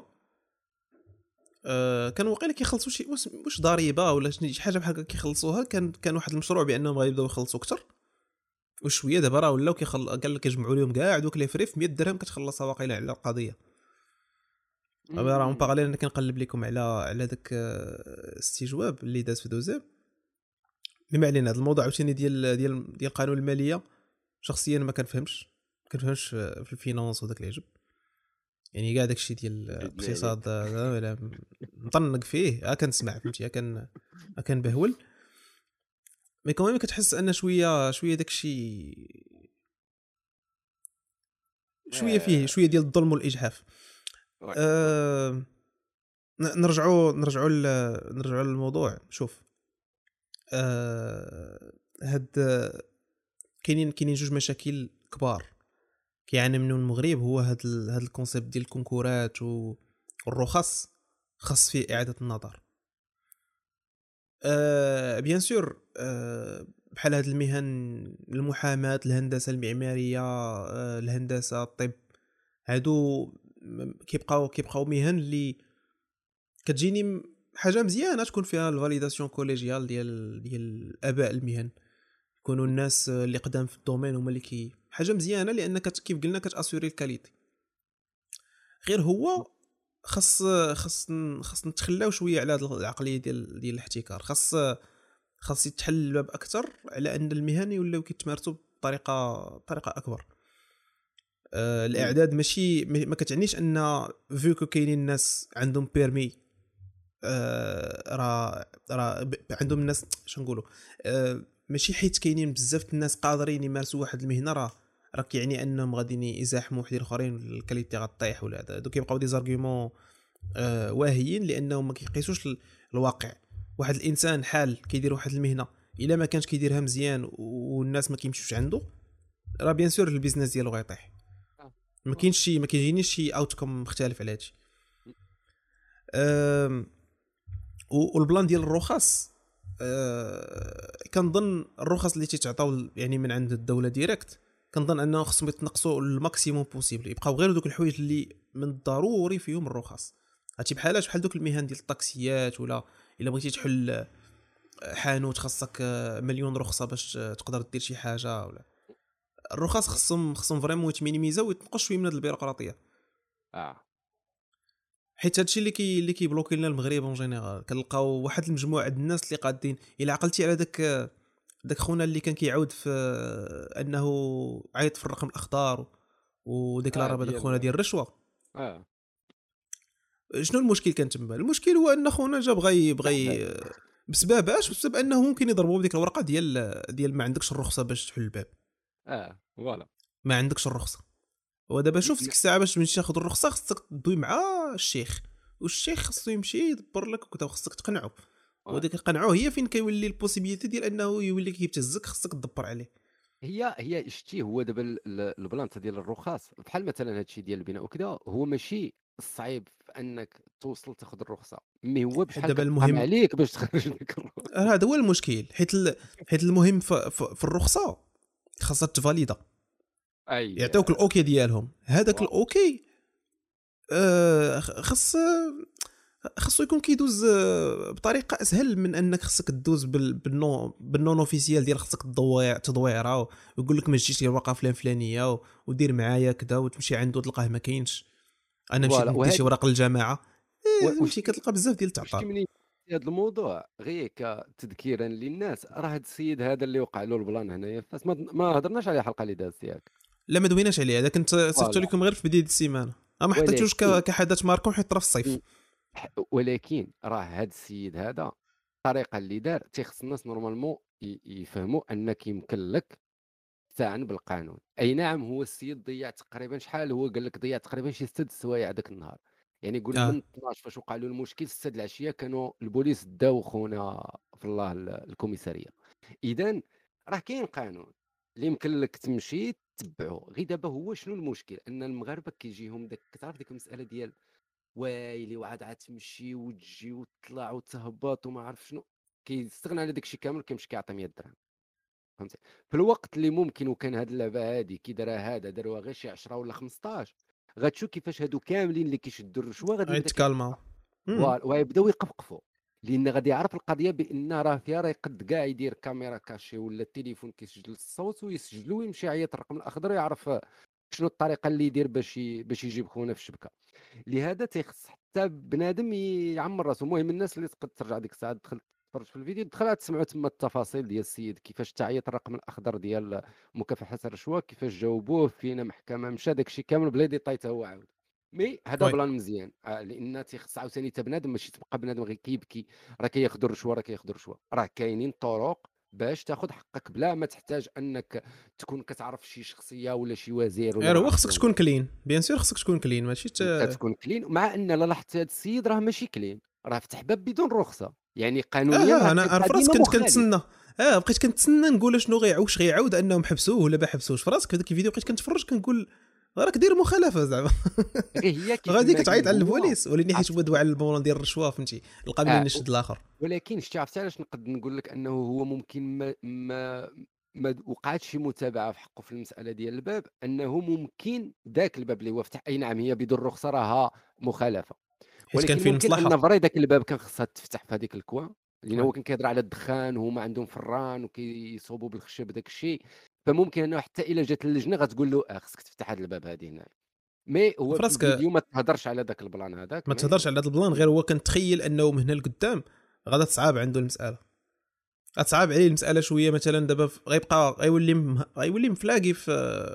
أه كانوا واقيلا كيخلصوا شي واش ضريبه ولا شي حاجه بحال هكا كيخلصوها. كان كان واحد المشروع بانهم غيبداو يخلصوا اكثر وشويه. دابا راه ولاو كيخل قال لك كيجمعوا لهم كاع دوك لي فري في مية درهم كتخلصها واقيلا على القضيه. دابا راه اون باراليل انا كنقلب لكم على على داك الاستجواب اللي داز في دوزاب. بما علينا هذا الموضوع عاوتاني ديال ديال ديال القانون الماليه شخصيا ما كنفهمش ما كنفهمش في الفينانس وداك العجب يعني كاع داكشي ديال الاقتصاد ولا مطنق فيه ها كنسمع فهمتي ها كان كان بهول مي كمان كتحس ان شويه شويه داكشي شويه فيه شويه ديال الظلم والاجحاف. أه ن- نرجعوا نرجعوا ل- نرجعوا للموضوع. شوف، آه هاد كاينين كاينين جوج مشاكل كبار كيعاني منهم المغرب. هو هاد ال... هاد الكونسيبت ديال الكونكورات و- والرخص، خاص فيه اعاده النظر. آه بيان سور، آه بحال هاد المهن، المحاماه، الهندسه المعماريه، آه الهندسه، الطب، هادو م- كيبقاو كيبقاو مهن اللي كتجيني م- حاجه مزيانه تكون فيها الفاليداسيون كوليجيال ديال ديال اباء المهن، يكونوا الناس اللي قدام في الدومين هما اللي كي حاجه مزيانه، لان كت... كيف قلنا كتاسوري الكاليتي. غير هو خاص خاص ن- خاص نتخلاو شويه على هاد العقليه ديال ديال الاحتكار. خاص خاص يتحل الباب اكثر على ان المهن يولاو كيتمارسوا بطريقه بطريقه اكبر. آه مم. الاعداد ماشي ما ما كتعنيش ان فيكو كاينين ناس عندهم بيرمي، آه راه راه ب- عندهم الناس شنو نقولوا، آه ماشي حيت كاينين بزاف الناس قادرين يمارسوا واحد المهنه راه راه كيعني انهم غاديين يزاحموا وحدين اخرين الكاليتي غطيح ولا هذا. هادو كيبقاو دي زارغيومون آه واهيين، لانهم ما كيقيسوش ال- الواقع. واحد الانسان حال كيدير واحد المهنه الا ما كانش كيديرها مزيان والناس ما كيمشيوش عنده، راه بيان سور البيزنس ديالو غيطيح. آه. ما كاينش شي ما كيجينيش شي اوتكم مختلف على هادشي. أم، و- والبلان ديال الرخص، أه كنظن الرخص اللي تيتعطاو يعني من عند الدوله ديريكت، كنظن انه خصهم يتنقصوا الماكسيموم بوسيبل، يبقاو غير دوك الحوايج اللي من الضروري فيهم الرخص. هادشي بحالاش بحال دوك المهن ديال الطاكسيات، ولا الا بغيتي تحل حانوت خاصك آه، مليون رخصه باش آه، تقدر دير شي حاجه. ولا الرخص خصهم خصهم فريمون يتمينيميزاو ويتنقص شويه من هاد البيروقراطيه، اه حيت هادشي اللي كي اللي كيبلوكي لنا المغرب اون جينيرال. كنلقاو واحد المجموعه د الناس اللي قادين. الا عقلتي على داك داك خونا اللي كان كيعاود في انه عيط في الرقم الاخضر اه وديكلارا بهذاك خونا ديال ديال الرشوه، اه شنو المشكل كان تما؟ المشكل هو ان خونا جا بغى بغى استعباد. بسبب اش؟ بسبب انه ممكن يضربوا بديك الورقه ديال ديال ما عندكش الرخصه باش تحل الباب، اه فوالا. ما عندكش الرخصه. ودابا شوف ديك ن- الساعه باش تمشي تاخذ الرخصه خصك تدوي مع الشيخ، والشيخ خصو يمشي يدبر لك وكذا، وخصك تقنعه. آه. وديك يقنعوه هي فين كيولي البوسيبيليتي ديال انه يولي كيبتزك، خصك تدبر عليه. هي هي شتي هو دابا ال- ال- البلانت ديال الرخص بحال مثلا هادشي ديال البناء وكذا، هو ماشي الصعيب في انك توصل تاخذ الرخصه، مي هو حيت بشحال دابا كتقام المهم، عليك باش تخرج لك الرخصه. آه، هذا هو المشكل. حيت ال... حيت المهم ف... ف... في الرخصه خاصها تفاليدا، اي يعطيوك الاوكي ديالهم. هذاك فوالا. الاوكي آه خص خصو يكون كيدوز آه، بطريقه اسهل من انك خصك تدوز بال... بالنو بالنون اوفيسيال ديال خصك تضوي تضويره، ويقول لك ما تجيش الورقه فلان فلانيه و... ودير معايا كذا، وتمشي عنده تلقاه ما كاينش. انا مشيت فوالا ندي شي وهذه ورق للجماعه، إيه فهمتي، وشتي كتلقى بزاف ديال شتي التعطال. منين هذا الموضوع غير كتذكيرا للناس، راه هذا السيد هذا اللي وقع له البلان هنايا في فاس، ما ما هضرناش عليه الحلقه اللي دازت ياك. لا ما دويناش عليه، هذا كنت صيفط فوالا. لكم غير في بدايه السيمانه، ما حطيتوش ولكن ك... كحدث ماركه، وحيت راه في الصيف. ح- ولكن راه هاد السيد هذا الطريقه اللي دار تيخص الناس نورمالمون ي- يفهموا انك يمكن لك تستعن بالقانون. اي نعم، هو السيد ضيع تقريبا شحال، هو قال لك ضيع تقريبا شي ست السوايع ذاك النهار. يعني يقول من اه اثناش فاش وقع له المشكل، ستة د العشيه كانوا البوليس داو خونا في الله ال- الكوميساريه. اذا راه كاين قانون اللي يمكن لك تمشي تتبعه. غير دابا هو شنو المشكل؟ ان المغاربه كيجيهم داك، كتعرف ديك المساله ديال وايلي وعاد عاد تمشي وتجي وتطلع وتهبط وما عرف شنو، كيستغنى على داكشي كامل، كيمشي كيعطي مية درهم. فهمتي؟ في الوقت اللي ممكن وكان هاد اللعبه هادي كي دارها هذا داروها غير شي عشرة ولا خمسطاش، غتشوف كيفاش هادو كاملين اللي كيشدوا الرشوه غادي يبدا غيتكالماو. كيقفقف. امم فوالا، ويبداو يقفقفوا، لان غادي يعرف القضيه بان راه فيها، راه يقد كاع يدير كاميرا كاشي ولا التليفون كيسجل الصوت ويسجلو ويمشي يعيط الرقم الاخضر، يعرف شنو الطريقه اللي يدير باش ي- باش يجيب خونا في الشبكه. لهذا تيخص حتى بنادم يعمر راسو. المهم الناس اللي تقد ترجع ديك الساعه تدخل تفرج في الفيديو، دخلها تسمعوا تما التفاصيل ديال السيد، كيفاش تعيط الرقم الاخضر ديال مكافحه الرشوه، كيفاش جاوبوه، فينا محكمه مشى، داكشي كامل بلا ديتاي تا هو عاود. مي هذا وي بلان مزيان، آه، لان تيخص عاوتاني حتى بنادم ماشي تبقى بنادم غير كيبكي راه كياخذوا الرشوه راه كياخذوا الرشوه. راه كاينين طرق باش تاخذ حقك بلا ما تحتاج انك تكون كتعرف شي شخصيه ولا شي وزير ولا غير ما هو عرفت خصك شنو. تكون كلين بيان سور، خصك تكون كلين ماشي ت... انت تكون كلين، مع ان لا لاحظت هذا السيد راه ماشي كلين، راه فتح باب بدون رخصه، يعني قانونيا اه راه انا كان عارف راسك قديمه كنت مخالف. كنتسنى، اه بقيت كنتسنى نقول شنو غيعاوش غيعاود انهم حبسوه ولا ما حبسوش في راسك. في داك الفيديو بقيت كنتفرج كنقول راك دير مخالفه زعما. غير هي كيف غادي ما كتعيط قال على هو البوليس وليني حيت عرفت- ودوا على البولون ديال الرشوه فهمتي، القانون آه، ينشد الاخر. ولكن شتي عرفتي علاش نقد نقول لك انه هو ممكن ما ما ما وقعتش شي متابعه في حقه في المساله ديال الباب، انه ممكن ذاك الباب اللي هو فتح، اي نعم هي بدون رخصه راها مخالفه، حيت كان ولكن فيه ممكن المصلحه. ان فري ذاك الباب كان خصها تفتح في هذيك الكوا، لان وي. هو كان كيهضر على الدخان وهما عندهم فران وكيصوبوا بالخشب داك الشيء، فممكن انه حتى الا جات اللجنه غتقول له اه خصك تفتح هذا الباب هذه هنا. مي هو في في راسك الفيديو ما تهضرش على ذاك البلان هذاك، ما مي تهضرش على هذا البلان، غير هو كنتخيل انه من هنا لقدام غادا تصعب عنده المساله، غتصعب عليه المساله شويه. مثلا دابا ف- غيبقى غيولي م- غيولي مفلاقي في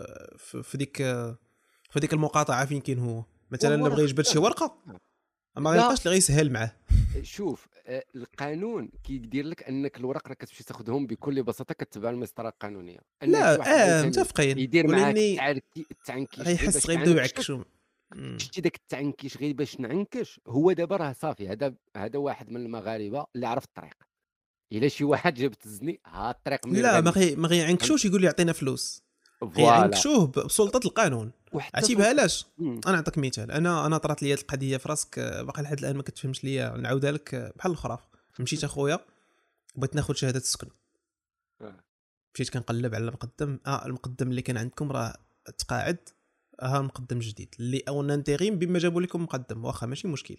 في في ديك في ديك المقاطعه فين كاين هو. مثلا وهو الا راه بغى يجبد شي خدام. ورقه ما لا غيلقاش اللي غيسهل معاه. شوف، آه، القانون كيدير لك انك الوراق راه كتمشي تاخذهم بكل بساطه، كتبع المسطره القانونيه، ان شي لا واحد اه عاوتاني متفقين، يدير معاك ولاني التعاركي التعنكيش غير غيحس باش غيبداو يعنكشك. يعكشوا. مم. شتي داك التعنكيش غير باش نعنكش، هو دابا راه صافي، هذا هذا واحد من المغاربه اللي عرف الطريق، الا شي واحد جاب تزني ها الطريق منين لا ما غنمشي. غي ما غيعنكشوش يقول لي يعطينا فلوس، فوالا. غيعنكشوه ب- بسلطه القانون. وحتى عرفتي سلطة- بهالاش؟ مم. انا نعطيك مثال، انا انا طرات لي هذه القضيه في راسك، آه، باقي لحد الان ما كتفهمش ليا، نعاودها لك آه، بحال الخراف. مشيت اخويا بغيت ناخذ شهاده السكن، آه. مشيت كنقلب على المقدم، اه المقدم اللي كان عندكم راه تقاعد، ها مقدم جديد اللي او انتريم بما جابوا لكم مقدم، واخا ماشي مشكل.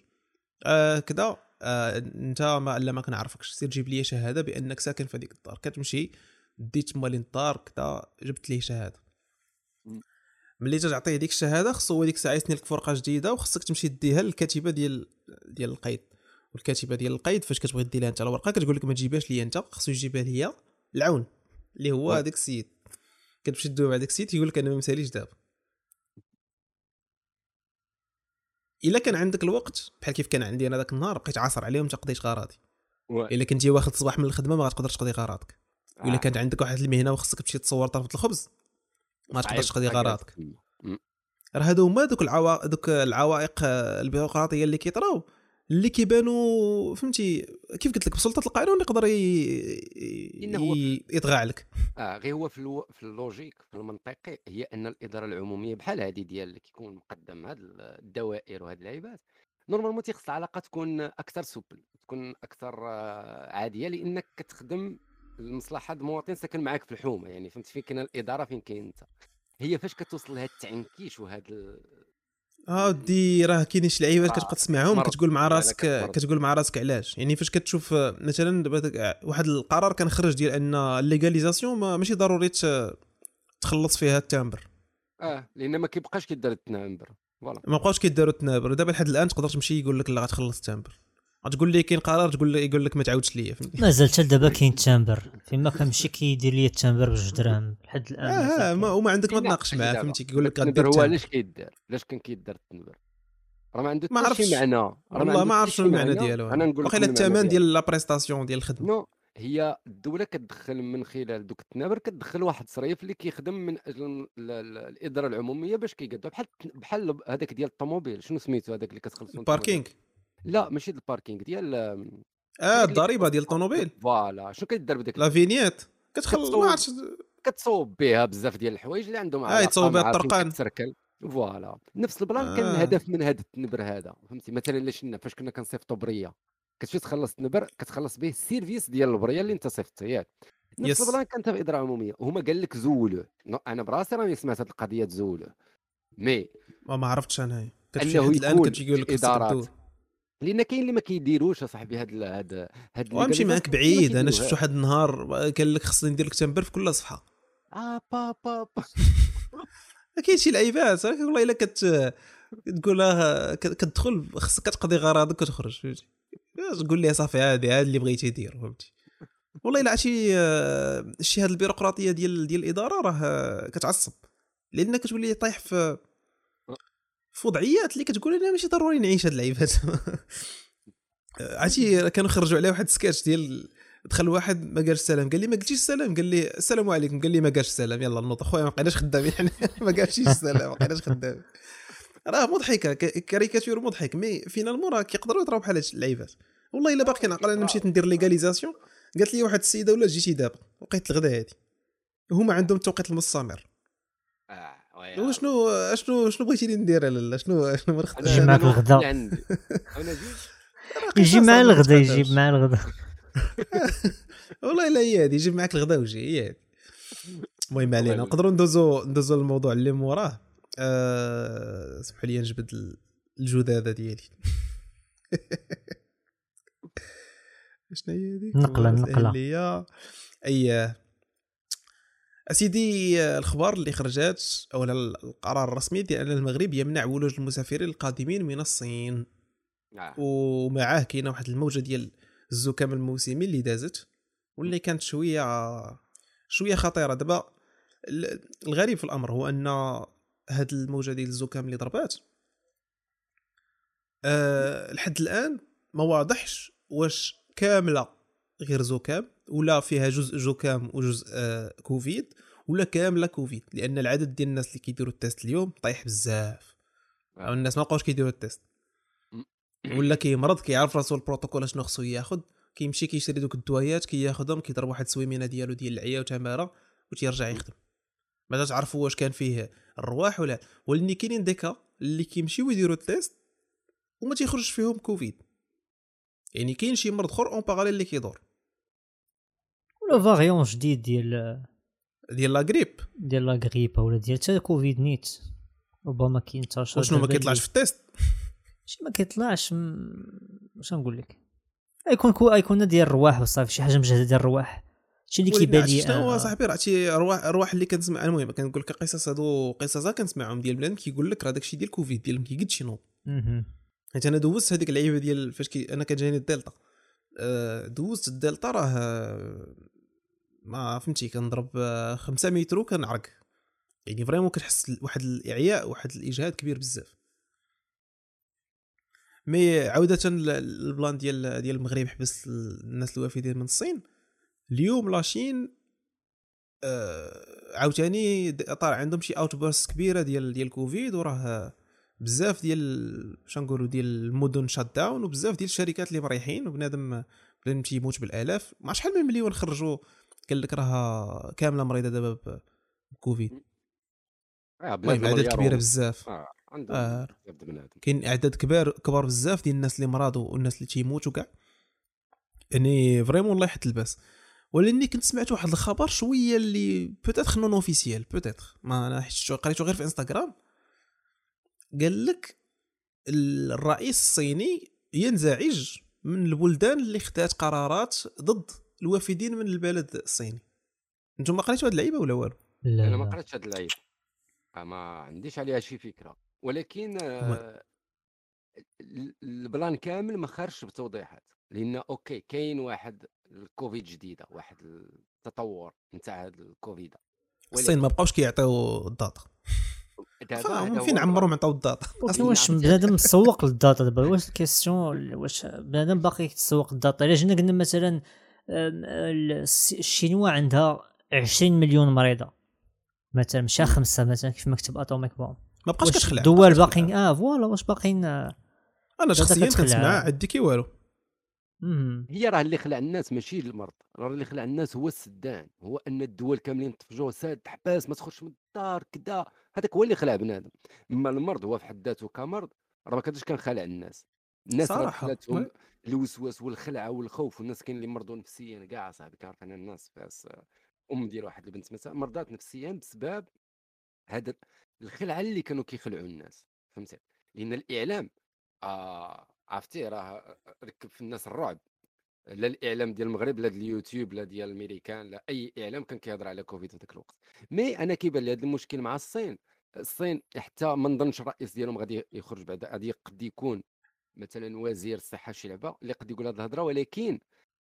آه كذا آه انت ما الا ما كنعرفكش، سير جيب لي شهاده بانك ساكن في هذيك الدار. كتمشي ديت مالين الدار كذا، جبت ليه شهاده. مم. ملي تعطيه ديك الشهاده خصو هو ديك الساعه يسني لك فرقه جديده، وخصك تمشي ديها للكاتبه ديال ديال القيد. والكاتبه ديال القيد فاش كتبغي دير لها انت الورقه كتقول لك ما تجيبهاش ليا انت، خصو يجيبها ليا العون اللي هو وي. هذاك السيد. كتمشي تدوي مع داك السيد يقول لك انا ما مساليش دابا. الا كان عندك الوقت بحال كيف كان عندي انا ذاك النهار، بقيت عاصر عليهم ما قضيتش غراضي. وي. الا كنتي واخد صباح من الخدمه ما غتقدرش تقضي غراضك. الا آه. كانت عندك واحد المهنه وخصك تمشي تصور طرفه الخبز ما صعيب تقدرش تقضي تلقى غراضك. جالس. مم. راه هادو هما دوك العوائق، دوك العوائق البيروقراطيه اللي كيطراو، اللي كيبانوا فهمتي كيف قلت لك بسلطه القانون يقدر إنه ي... يطغى عليك. اه غير هو في الو... في اللوجيك في المنطقي هي ان الاداره العموميه بحال هذه ديال اللي كيكون مقدم هاد الدوائر وهاد اللعيبات، نورمالمون تيخص العلاقه تكون اكثر سبل، تكون اكثر آه، عاديه، لانك كتخدم لمصلحه المواطن ساكن معاك في الحومه، يعني فهمت فين كاين الاداره فين كاين انت. هي فاش كتوصل لهاد التعنكيش وهاد ال... اه دي راه كاينين شي لعيبات آه، كتبقى تسمعهم كتمرض. كتقول مع لا لا راسك كتمرض. كتقول مع راسك علاش. يعني فاش كتشوف آه، مثلا دابا داك- واحد القرار كان خرج ديال ان الليغاليزاسيون ما ماشي ضروري ت- تخلص فيها التامبر، اه لان ما كيبقاش كيدار التنامبر. فوالا. ما بقاوش كيداروا التنابر. دابا لحد الان تقدر تمشي يقول لك لا غتخلص التامبر، غتقول لي كاين قرار تقول لي يقول لك ما تعاودش ليا فهمتي. مازال حتى دابا كاين تامبر فيما كنمشي كيدير لي التامبر بجوج دراهم لحد الان اه مازال آه، ما كاين. وما عندك ما كاين تناقش معاه دابا. فهمتي، كيقول لك غدير التنبر هو التامبر. علاش كيدار، علاش كان كيدار التنبر؟ راه ما عنده ما حتى شي عرفتش معنى، راه ما والله عنده ما حتى عرفت شي شنو المعنى معنى. ديالو. انا نقول لكم واخيلا المعنى الثمن ديالو. ديال لا بريستاسيون ديال الخدمه. نو هي الدوله كتدخل من خلال دوك التنابر، كتدخل واحد صريف اللي كيخدم من اجل ال- ال- الاداره العموميه باش كيقادوا بحال بحال هذاك ديال الطوموبيل، شنو سميتو هذاك اللي كتخلصوا الباركينغ، لا ماشي ديال الباركينغ، ديال اه هذاك اللي الضريبه ديال كتصوب. الطوموبيل، فوالا شنو كيدار بداك لا فينيات كتخل ما كتصوب عرفتش. كتصوب بها بزاف ديال الحوايج اللي عندهم اه علاقه يتصوب بها مع فين الطرقان. كتسركل. فوالا نفس البلان كان اه الهدف من هذا التنبر هذا، فهمتي؟ مثلا الا شفنا فاش كنا كنصيفطوا بريه، كتمشي تخلص التنبر كتخلص به السيرفيس ديال البريه اللي انت صيفطتها ياك. نفس يس البلان كانت في اداره عموميه، وهما قال لك زولوه. نو، انا براسي راني سمعت هذه القضيه تزولوه، مي ما ما عرفتش انا هي كتمشي انه حد الان يكون كتجي يقول في لك خصك ادارات، تدور. لان كاين اللي ما كيديروش اصاحبي هاد ال- هاد هاد وامشي معاك الليغاليزاسيون، اللي ما بعيد، انا شفت كيديروهاش. واحد النهار قال لك خصني ندير لك تمبر في كل صفحه. اه با با با. كاين شي لعيبات والله الا كت تقول لها كت- كتدخل خصك كتقضي غراضك وتخرج فهمتي. تقول لي صافي هادي هاد اللي بغيتي دير فهمتي. والله الا عرفتي آه، الشيء هذا البيروقراطيه ديال ديال الاداره راه كتعصب، لانك كتولي طايح في في وضعيات اللي كتقول انا ماشي ضروري نعيش هاد اللعيبات. عرفتي كانوا خرجوا عليه واحد السكاتش ديال دخل واحد ما قالش السلام، قال لي ما قلتيش السلام، قال لي السلام عليكم، قال لي ما قالش السلام، يلا نوض اخويا ما بقيناش خدامين يعني ما قالش السلام ما بقيناش خدامين. راه مضحكه كاريكاتور مضحك، مي فينالمون راه كيقدروا يطراو بحال هاد اللعيبات. والله الا باقي نعقل انا مشيت ندير ليغاليزاسيون، قالت لي واحد السيده ولا جيتي دابا وقيت الغدا هادي هما عندهم التوقيت المستمر. اه هو شنو شنو شنو بغيتي لي ندير لالا؟ شنو شنو ما يجي معاك الغدا. عندي انا جيت يجي مع الغدا يجيب مع الغدا والله لا هي هادي، يجيب معاك الغدا وجي هي هادي. المهم علينا نقدروا ندوزو ندوزو للموضوع اللي موراه. أه... سمحوا لي نجبد الجذاذه ديالي. شنو هي هذيك نقله نقله اللي اي اسيدي الخبر اللي خرجات او القرار الرسمي ديال ان المغرب يمنع ولوج المسافرين القادمين من الصين. آه. ومعاه كاينه واحد الموجه ديال الزكام الموسمي اللي دازت واللي كانت شويه شويه خطيره. دابا الغريب في الامر هو ان هاد الموجه ديال الزكام اللي ضربات أه لحد الان ما واضحش واش كامله غير زكام ولا فيها جزء زكام وجزء آه كوفيد ولا كامله كوفيد، لان العدد ديال الناس اللي كيديروا التيست اليوم طايح بزاف. آه. او الناس ما بقاوش كيديروا التيست ولا كيمرض كيعرف راسو البروتوكول شنو خصو ياخذ، كيمشي كيشري دوك الدويات كياخذهم كيضرب واحد السويمينه ديالو ديال العيا وتماره وتيرجع يخدم. ما تعرفوا واش كان فيه الرواح ولا ولكن كاينين ديكا اللي كيمشيو يديروا التيست وما تيخرجش فيهم كوفيد، يعني كاين شي مرض اخر اون باراليل اللي كيدور ولا فاريون جديد ديال ديال لا غريب ديال لا غريب ولا ديال حتى كوفيد نيت ربما كينتشر. وشنو ما كيطلعش في التيست؟ شي ما كيطلعش م... واش نقول لك يكون كو يكون ديال الرواح وصافي، شي حاجه مجهده ديال الرواح. شي اللي كيبان لي شنو هو صاحبي راه شي ارواح ارواح اللي كنسمع. المهم كنقول لك قصص هادو قصصا كنسمعهم ديال بلان كيقول لك راه داكشي ديال كوفيد ديال ما كيقدش ينوض. حيت انا دوزت هذيك اللعيبه ديال فاش كي انا كتجيني الدلتا أه دوزت الدلتا راه ما فهمتي كنضرب خمسة متر كنعرق، يعني فريمون كتحس واحد الاعياء واحد الاجهاد كبير بزاف. مي عوده للبلان ديال ديال المغرب حبس الناس الوافدين من الصين اليوم لاشين آه عاوتاني طالع عندهم شي اوت بورس كبيره ديال ديال كوفيد، وراه بزاف ديال باش نقولوا ديال المدن شات داون وبزاف ديال الشركات اللي مريحين وبنادم بنادم تيموت بالالاف. ما شحال من مليون خرجوا قال لك راه كامله مريضه دابا بكوفيد. المهم اعداد كبيره بزاف اه عندهم آه. كاين اعداد كبار كبار بزاف ديال الناس اللي مرضوا والناس اللي تيموتوا كاع، يعني فريمون الله يحط الباس. ولاني كنت سمعت واحد الخبر شويه اللي بوتيتر نون اوفيسيال بوتيتر ما انا حيت قريته غير في انستغرام، قال لك الرئيس الصيني ينزعج من البلدان اللي خدات قرارات ضد الوافدين من البلد الصيني. انتم ما قريتوا هاد اللعيبه ولا والو؟ لا انا ما قريتش هاد اللعيبه، ما عنديش عليها شي فكره، ولكن آه البلان كامل ما خرجش بتوضيحات، لان اوكي كاين واحد الكوفيد جديده واحد التطور نتاع هذا الكوفيد. الصين ما بقاوش كيعطيو الداتا دابا فين عمرهم عطاو الداتا اصلا. واش بنادم تسوق للداتا دابا؟ واش الكيسيون واش بنادم باقي يتسوق للداتا؟ الا جينا قلنا مثلا الشينوا عندها عشرين مليون مريضه مثلا مشى خمسه مثلا كيف مكتب اتوميك بوم، ما بقاش كتخلع الدول باقيين اه فوالا واش باقيين؟ انا شخصيا كنسمع عندي كي والو. هي راه اللي خلع الناس ماشي المرض، راه اللي خلع الناس هو السدان، هو ان الدول كاملين طفجوا ساد حباس ما تخرجش من الدار كذا، هذاك هو اللي خلع بنادم. اما المرض هو في حد ذاته كمرض راه ما كانش كنخلع الناس. الناس راه خلاتهم الوسواس والخلعه والخوف، والناس كاين اللي مرضوا نفسيا كاع صاحبي. كنعرف انا الناس فاس ام ديال واحد البنت مثلا مرضات نفسيا بسبب هذا الخلعه اللي كانوا كيخلعوا الناس، فهمتي؟ لان الاعلام آه عرفتي راه ركب في الناس الرعب. لا الاعلام ديال المغرب لا ديال اليوتيوب لا ديال الامريكان لا اي اعلام كان كيهضر على كوفيد في ذاك الوقت. مي انا كيبان لي هذا المشكل مع الصين. الصين حتى ما نظنش الرئيس ديالهم غادي يخرج بعد، غادي قد يكون مثلا وزير الصحه شي لعبه اللي قد يقول هذه الهضره. ولكن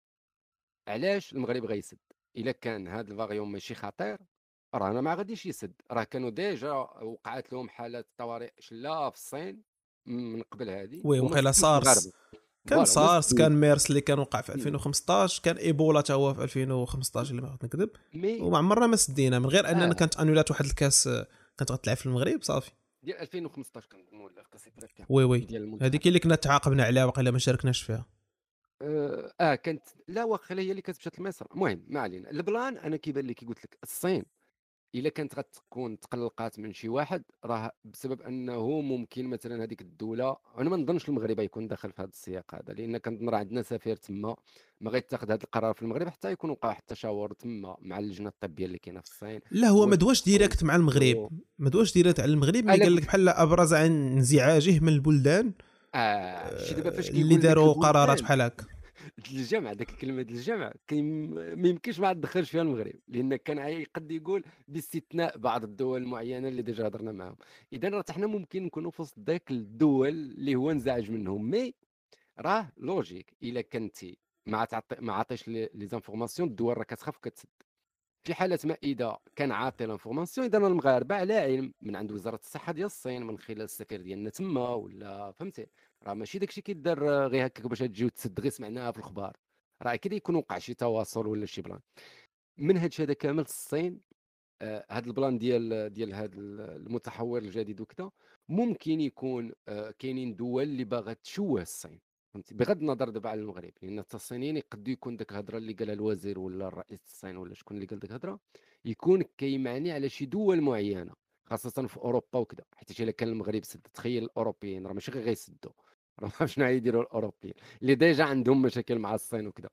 علاش المغرب غيسد الا كان هذا الفاريون ماشي خطير؟ راه انا ما غاديش يسد، راه كانوا ديجا وقعت لهم حالات طوارئ شلا في الصين من قبل هذه وي وقيلا سارس كان فوالا، ما سارس، سدوش. كان ميرس اللي كان وقع في مم. ألفين وخمسطاش، كان ايبولا تا هو في ألفين وخمسطاش اللي ما غلط نكذب، مي وما عمرنا ما سدينا من غير اننا اه كانت انولات واحد الكاس آه، كانت غتلعب في المغرب صافي. ديال ألفين وخمسطاش كنظن، ولا في كاس افريقيا وي وي ديال المنتخب. هذيك اللي كنا تعاقبنا عليها وقيلا ما شاركناش فيها. اه, آه كانت، لا واخا هي اللي كانت مشات لمصر. المهم ما علينا. البلان انا كيبان لي كي قلت لك الصين الا كانت غتكون تقلقات من شي واحد، راه بسبب انه ممكن مثلا هذيك الدوله، انا ما نظنش المغرب يكون داخل في هذا السياق هذا، لان كنظن راه عندنا سفير تما ما غيتاخذ هذا القرار في المغرب حتى يكون وقع واحد التشاور تما مع اللجنه الطبيه اللي كاينه في الصين. لا هو ما واش دواش ديريكت مع المغرب، ما دواش ديريكت على المغرب، مي انا قال لك بحال ابرز عن انزعاجه من البلدان اه شي دابا فاش اللي كيقول لك داروا قرارات البلدان بحال هكا. الجمع، داك الكلمه ديال الجمع كاين ما يمكنش ما تدخلش فيها المغرب، لان كان عاي- قد يقول باستثناء بعض الدول المعينه اللي ديجا هضرنا معاهم. اذا راه حنا ممكن نكونوا في وسط ذاك الدول اللي هو انزعج منهم. مي راه لوجيك الا كنتي ما تعطي ما عطيش لي زانفورماسيون، الدول راه كتخاف وكتسد. في حاله ما اذا كان عاطي لانفورماسيون، اذا المغاربه على علم من عند وزاره الصحه ديال الصين من خلال السفير ديالنا تما، ولا فهمتي، راه ماشي داكشي كيدار غير هكاك باش تجي وتسد غير سمعناها في الاخبار، راه كده يكون وقع شي تواصل ولا شي بلان. من هاد الشيء هذا كامل الصين، آه، هاد البلان ديال ديال هاد المتحور الجديد وكذا، ممكن يكون آه، كاينين دول اللي باغا تشوه الصين، فهمتي، بغض النظر دابا على المغرب، لان حتى الصينيين يقد يكون داك الهضره اللي قالها الوزير ولا الرئيس الصين ولا شكون اللي قال ديك الهضره، يكون كيمعني على شي دول معينه خاصه في اوروبا وكذا. حيت الا كان المغرب سد، تخيل الاوروبيين راه ماشي غير غيسدوا، راه شنو غيديروا الاوروبيين اللي ديجا عندهم مشاكل مع الصين وكذا.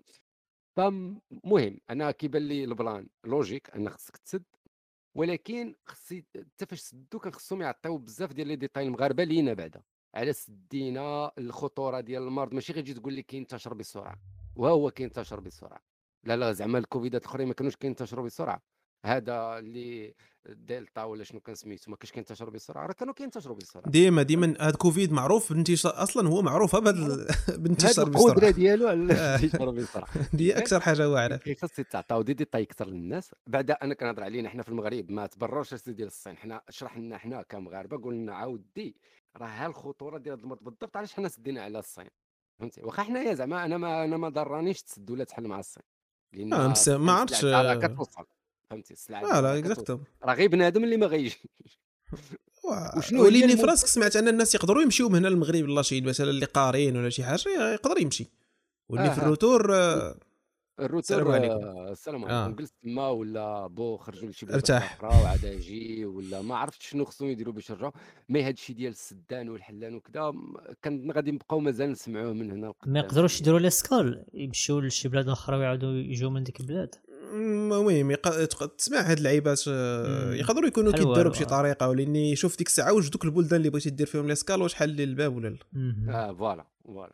فمهم انا كيبان لي البلان لوجيك ان خصك تسد، ولكن خصي حتى فاش سدو كان خصهم يعطيو بزاف ديال لي ديتاي المغاربه لينا بعدا على سدينا الخطوره ديال المرض. ماشي غير تجي تقول لي كينتشر بسرعه، وهو كينتشر بسرعه. لا لا زعما الكوفيدات الاخرين ما كانوش كينتشروا بسرعه، هذا اللي دلتا ولا شنو كان سميتو ما كانش كينتشروا بسرعه، راه كانوا كينتشروا بسرعه. ديما ديما هاد كوفيد معروف بانتشار، اصلا هو معروف بهذا معروف هاد بانتشار القدره بسرعه. ديالو على آه، الانتشار بسرعه. دي اذا اكثر حاجه واعره فيه. خص تعطاو دي ديتاي اكثر للناس. بعدا انا كنهضر علينا حنا في المغرب، ما تبررش السيد ديال الصين، حنا اشرح لنا حنا كمغاربه، قلنا عاودي راه ها الخطوره ديال هذا المرض بالضبط، علاش حنا سدينا على الصين، فهمتي. واخا حنايا زعما انا ما انا ما ضرانيش تسد ولا تحل مع الصين، لان اه مس- ما الصين عرفتش سلعتها راه آه، كتوصل، فهمتي، السلعه لا ديالها راه لا كتوصل، اكزاكتو. راه غير بنادم اللي ما غيجي. وشنو هي وليني في راسك المفاجاه؟ سمعت ان الناس يقدروا يمشيو من هنا للمغرب الله شي مثلا اللي قارين ولا شي حاجه يقدر يمشي، واللي اه في ها الروتور آه، السلام الروتور، عليكم. آه، السلام عليكم، اه جلس تما ولا بو خرجوا لشي بلاد ارتاح. اخرى وعاد يجي، ولا ما عرفتش شنو خصهم يديروا باش يرجعوا. مي هاد الشيء ديال السدان والحلان وكذا م- كان غادي نبقاو مازال نسمعوه من هنا ما لقدام يقدروش شويه. يديروا لي سكال يمشيو لشي بلاد اخرى ويعاودوا يجوا من ديك البلاد. المهم يق- تق- تسمع هاد اللعيبات آه، مم. يقدروا يكونوا بحال كيداروا والو، بشي آه. طريقه، ولاني شوف ديك الساعه واش دوك البلدان اللي بغيتي دير فيهم ليسكال واش حل لي الباب ولا لا. مهم. اه فوالا فوالا.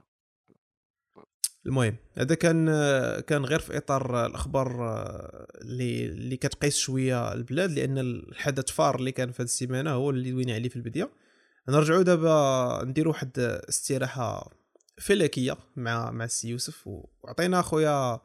المهم هذا كان آه، كان غير في اطار الاخبار آه، اللي اللي كتقيس شويه البلاد، لان الحدث فار اللي كان في هذه السيمانه هو اللي دوينا عليه في البدايه. نرجعوا دابا نديروا واحد استراحه فلكيه مع مع السي يوسف، وعطينا اخويا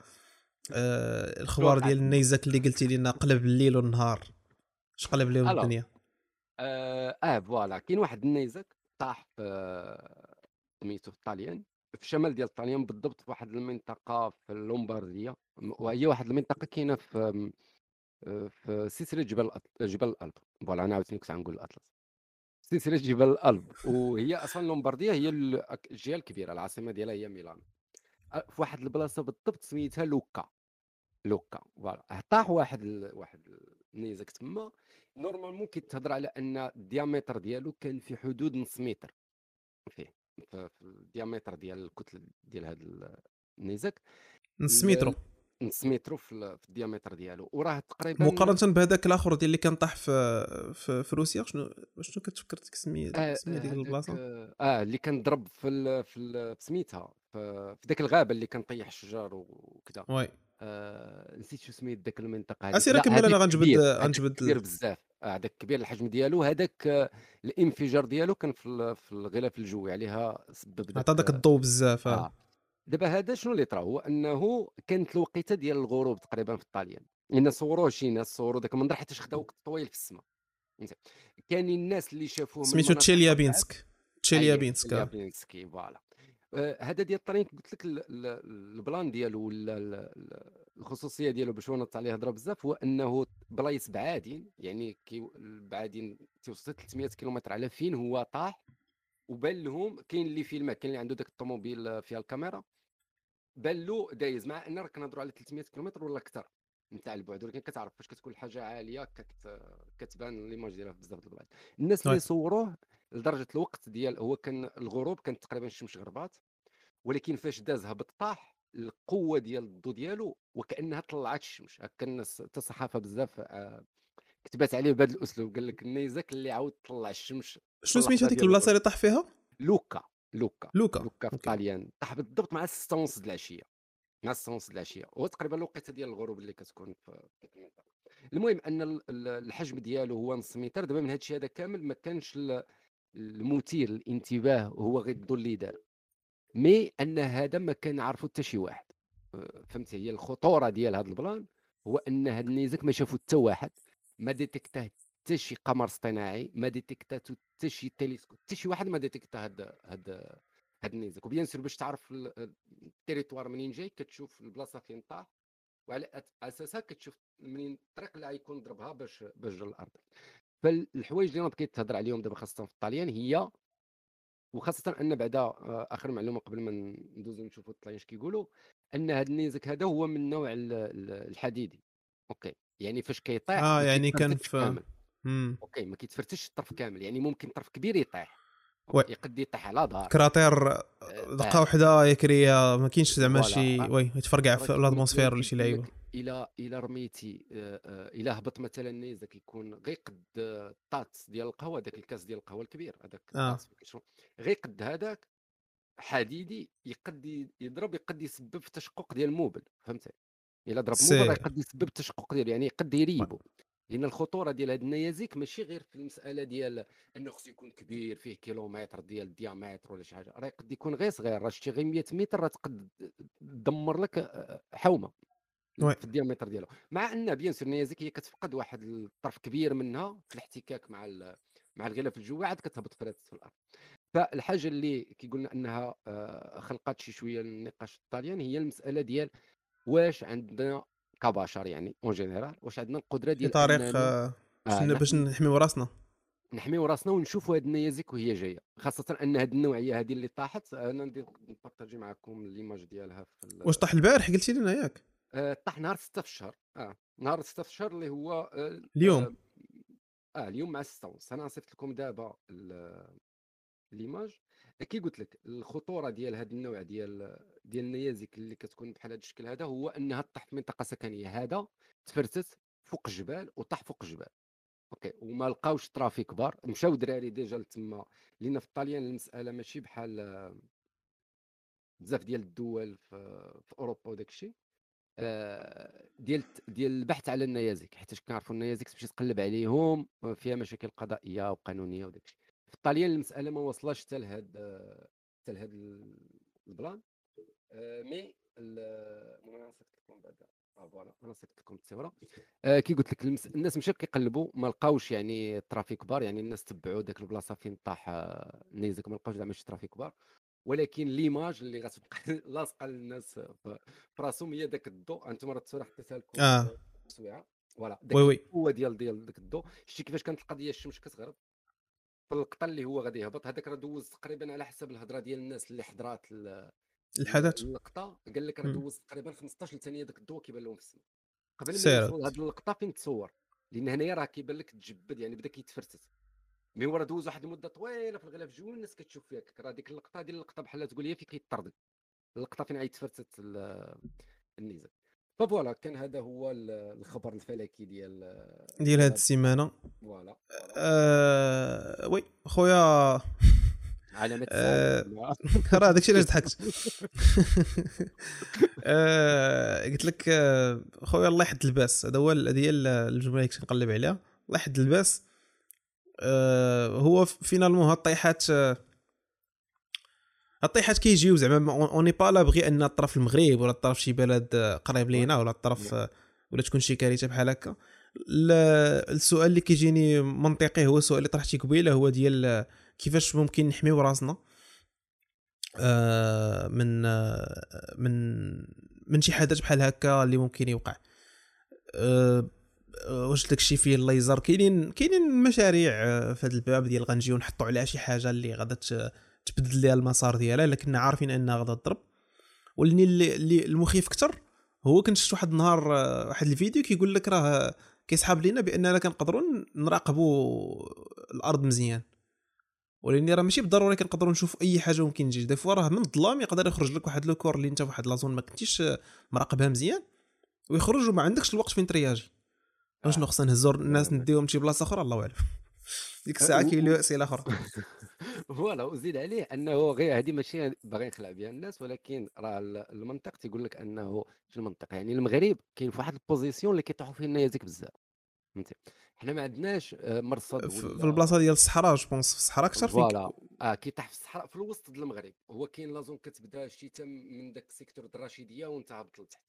آه الخبار وقع ديال تما. النيزك اللي قلتي لنا قلب الليل والنهار، اش قلب لهم الوغ الدنيا. اه, آه فوالا، كاين واحد النيزك طاح في آه، سميتو في الطاليان، في الشمال ديال الطاليان بالضبط، في واحد المنطقه في اللومبارديا، وهي واحد المنطقه كاينه في في سلسله جبال الأط- جبال الألب. فوالا انا عاوتاني كنت غنقول الاطلس، سلسله جبال الألب. وهي اصلا لومبارديا هي ال- الجهه الكبيره، العاصمه ديالها هي ميلان. أ- في واحد البلاصه بالضبط سميتها لوكا. لوكا فوالا، طاح واحد ال... واحد النيزك تما. نورمالمون كيتهضر على ان الديامتر ديالو كان في حدود نص متر، فيه في في الديامتر ديال الكتله ديال هذا النيزك، نص ال- مترو ال- نص متر في, ال... في الديامتر ديالو، وراه تقريبا مقارنه بهذاك الاخر ديال اللي كان طاح في في, في روسيا. شنو شنو كتفكر ديك سميه آه سميه آه، ديك هذاك البلاصه؟ اه آه، اللي كان ضرب في ال... في ال... في سميتها في... في ذاك الغابه اللي كان طيح الشجر وكذا. وي آه نسيت شو سميت ذاك المنطقه هذيك. اسير لا كمل، انا هذاك غنجبد كبير، هذاك غنجبد كبير بزاف، آه، هذاك كبير الحجم ديالو، هذاك آه، الانفجار ديالو كان في ال- في الغلاف الجوي عليها، سبب عطى داك ذاك. الضوء بزاف. اه دابا هذا شنو اللي طرا، هو انه كانت الوقيته ديال الغروب تقريبا في الطاليان، لان صوروه شي ناس، صوروا ذاك المنظر حتى خداو وقت طويل في السماء. فهمتي؟ كاينين الناس اللي شافوه من سميتو مناطق بعاد. تشيليابينسك اييه تشيليابينسك. تشيليابينسكي فوالا. هذا ديال الطريق قلت لك ال- ال- البلان ديالو ولا ال- ال- الخصوصيه ديالو باش ونط عليه هضره بزاف، هو انه بلايص بعادين، يعني كي بعادين توصل ثلاثمية كيلومتر على فين هو طاح، وبان لهم كاين اللي فيلمه، كاين اللي عنده داك الطوموبيل فيها الكاميرا، بان له دايز، مع ان راه كنهضروا على ثلاثمية كيلومتر ولا اكثر نتاع البعد، ولكن كتعرف فاش كتكون حاجه عاليه كت... كتبان ليماج ديالها في بزاف د البلايص. الناس اللي وي. صوروه لدرجه الوقت ديال هو كان الغروب، كانت تقريبا الشمس غربات، ولكن فاش داز هبط طاح القوه ديال الضو ديالو وكانها طلعت الشمس. هكا الناس حتى الصحافه بزاف آه، كتبات عليه بهذا الاسلوب، قال لك النيزك اللي عاود طلع الشمس في شنو سميت اللحظه هذيك ديال البلاصه الغروب. اللي طاح فيها؟ لوكا لوكا لوكا. لوكا في اوكي. الطاليان، طاح بالضبط مع ستة ونص د العشيه، مع ستة ونص د العشيه، هو تقريبا الوقيته ديال الغروب اللي كتكون في ديك المنطقه. المهم ان ال- ال- الحجم ديالو هو نص متر. دابا من هذا الشيء هذا كامل ما كانش ال- المثير للانتباه هو غير الضو اللي دار، مي ان هذا ما كان عارفه حتى شي واحد. أه، فهمتي؟ هي الخطوره ديال هذا البلان هو ان هذا النيزك ما شافو حتى واحد، ما ديتيكتاه حتى شي قمر اصطناعي، ما ديتيكتاتو حتى شي تيليسكوب، حتى شي واحد ما ديتيكتا هذا هذا هذا النيزك. وبيان سور باش تعرف ال- التيريتوار منين جاي كتشوف البلاصه فين طاح، وعلى أت- اساسها كتشوف منين الطريق اللي غيكون ضربها باش باش جا الارض. فالحوايج اللي انا بقيت تهضر عليهم دابا خاصه في الطاليان هي، وخاصه ان بعدا آه، اخر معلومه قبل ما ندوزو نشوفوا الطليان اش كيقولوا، ان هذا النيزك هذا هو من نوع ال- ال- الحديدي. اوكي، يعني فاش كيطيح اه ما يعني كان كيتفرتش في كامل. امم اوكي، ما كيتفرتش الطرف كامل، يعني ممكن طرف كبير يطيح، وي. يقد يطيح على دار كراطير آه، دقه طاح. وحده يكريا، ما كاينش زعما فوالا شي راه وي يتفرقع راه في كيكون الاتموسفير ولا مثلا شي كيقول لعيبه. لك الى الى رميتي آه، آه، الى هبط مثلا النيزك يكون غير قد آه، الطاس ديال القهوه، داك الكاس ديال القهوه الكبير، هذاك اه الطاس كيشرب غير قد هذاك حديدي، يقد ي- يضرب، يقد يسبب في تشقق ديال الموبل. فهمتي؟ الا ضرب موبل راه سي يقد يسبب التشقق ديال، يعني يقد يريبو. لان الخطوره ديال هاد النيازك ماشي غير في المساله ديال انه خصو يكون كبير فيه كيلومتر ديال الديامتر ولا شي حاجه، راه يقد يكون غير صغير، راه شتي غير مية متر راه تقد تدمر لك آه، حومه وي. في الديامتر ديالو. مع ان بيان سور النيازك هي كتفقد واحد الطرف كبير منها في الاحتكاك مع ال- مع الغلاف الجوي، عاد كتهبط في الارض. فالحاجه اللي كيقولنا انها آه، خلقت شي شويه النقاش الطاليان هي المساله ديال واش عندنا كبشر، يعني اون جينيرال، واش عندنا القدره شي ديال طريق اننا آه، باش آه ن- باش نحميو راسنا. نحميو راسنا ونشوفوا هاد النيازك وهي جايه، خاصه ان هاد النوعيه هذه اللي طاحت. انا ندير نبارطاجي معكم ليماج ديالها في واش ال- طاح البارح قلتي لنا ياك؟ آه، طاح نهار ستة في الشهر. اه نهار ستة في الشهر اللي هو اه, اليوم. آه آه، اليوم مع ستة ونص. انا صيفط لكم دابا ال- ليماج. كي قلت لك الخطوره ديال هذا النوع ديال ديال النيازك اللي كتكون بحال هذا الشكل هذا، هو انها طاح في منطقه سكنيه. هذا تفرتت فوق الجبال وطاح فوق الجبال. اوكي، وما لقاوش طرافي كبار، مشاو دراري ديجا لتما، لان في الطاليان المساله ماشي بحال آه، بزاف ديال الدول في, في اوروبا وداك الشيء آه، ديال ديال البحث على النيازك، حيت كنعرفوا النيازك تمشي تقلب عليهم آه، فيها مشاكل قضائيه وقانونيه وداك الشيء. في الطاليان المساله ما وصلش حتى لهاد آه، حتى لهاد البلان. آه، مي ال- المهم انا صيفط لكم بعدا اه فوالا، انا صيفط لكم التصويره. آه، كي قلت لك المس... الناس مشاو كيقلبوا ما لقاوش يعني الترافيك كبار، يعني الناس تبعوا داك البلاصه فين طاح آه، النيزك، ما لقاوش زعما شي ترافيك كبار، ولكن ليماج اللي غتبقى لاصقه للناس في في راسهم هي داك الضوء. انتم راه التصويره حطيتها لكم اه في التسويعه. فوالا وي داك وي. القوه ديال ديال داك الضوء. شتي كيفاش كانت القضيه؟ الشمس كتغرب في اللقطه اللي هو غادي يهبط، هذاك راه دوز تقريبا على حسب الهضره ديال الناس اللي حضرات ال- الحدث. اللقطه، قال لك راه مم. دوز تقريبا خمسطاش ثانيه داك الضوء كيبان لهم في السماء قبل ما سير. يوصلوا لهاد اللقطه فين تصور. لان هنايا راه كيبان لك تجبد، يعني بدا كيتفرتت. مي هو راه دوز واحد المده طويله في الغلاف الجوي، الناس كتشوف فيها راه ديك اللقطه ديال اللقطه بحال تقول هي فين كيطرد اللقطه فين غيتفرتت ال- النيزك. فوالا كان هذا هو ال- الخبر الفلكي ديال ديال ديال هاد هاد- السيمانه. فوالا فوالا آه وي خويا. علامه آه الساعه. راه داكشي علاش ضحكت. آه قلت لك آه، خويا الله يحد الباس، هذا هو ال- ديال الجمله اللي كنت نقلب عليها. الله يحد الباس. آه هو فينالمون هاد الطيحات آه، الطيحات كيجيو زعما اوني با لا بغي ان الطرف المغرب ولا الطرف شي بلد آه، قريب لينا ولا الطرف آه، ولا تكون شي كارثه بحال هكا. ال- السؤال اللي كيجيني منطقي هو السؤال اللي طرحتي قبيله، هو ديال آه، كيفاش ممكن نحميو راسنا. آه من آه من من شي حدث بحال هكا اللي ممكن يوقع. أه واش داكشي فيه الليزر؟ كاينين كاينين مشاريع في هذا الباب ديال غنجيو نحطوا عليها شي حاجه اللي غادا تبدل ليها المسار ديالها، لكن عارفين انها غادا تضرب. واللي اللي المخيف اكثر هو كنت شفت واحد النهار واحد الفيديو كيقول لك راه كيسحاب لينا باننا كنقدروا نراقبوا الارض مزيان، ولكن راه ماشي بالضروري كنقدروا نشوفوا اي حاجه ممكن تجي. دافوا راه من الظلام يقدر يخرج لك واحد لوكور اللي انت فواحد لازون ما كنتيش مراقبها مزيان ويخرج وما عندكش الوقت فين ترياجي. شنو خصنا نهزوا الناس نديهم شي بلاصه اخرى؟ الله اعلم. ديك الساعه كاين اسئله اخرى. فوالا وزيد عليه انه غير هذه ماشي باغي نخلع بها الناس، ولكن راه المنطق تيقول لك انه في المنطق يعني المغرب كاين في واحد البوزيسيون اللي كيطيحوا فيه النيازك بزاف، فهمتي. حنا ما عندناش مرصد في ولا في البلاصه ديال الصحراء جو بونس، في الصحراء اكثر فين فوالا اه كيطيح في الصحراء في الوسط ديال المغرب. هو كاين لازون كتبدا الشتاء من داك السيكتور د الرشيديه وانت هابط لتحت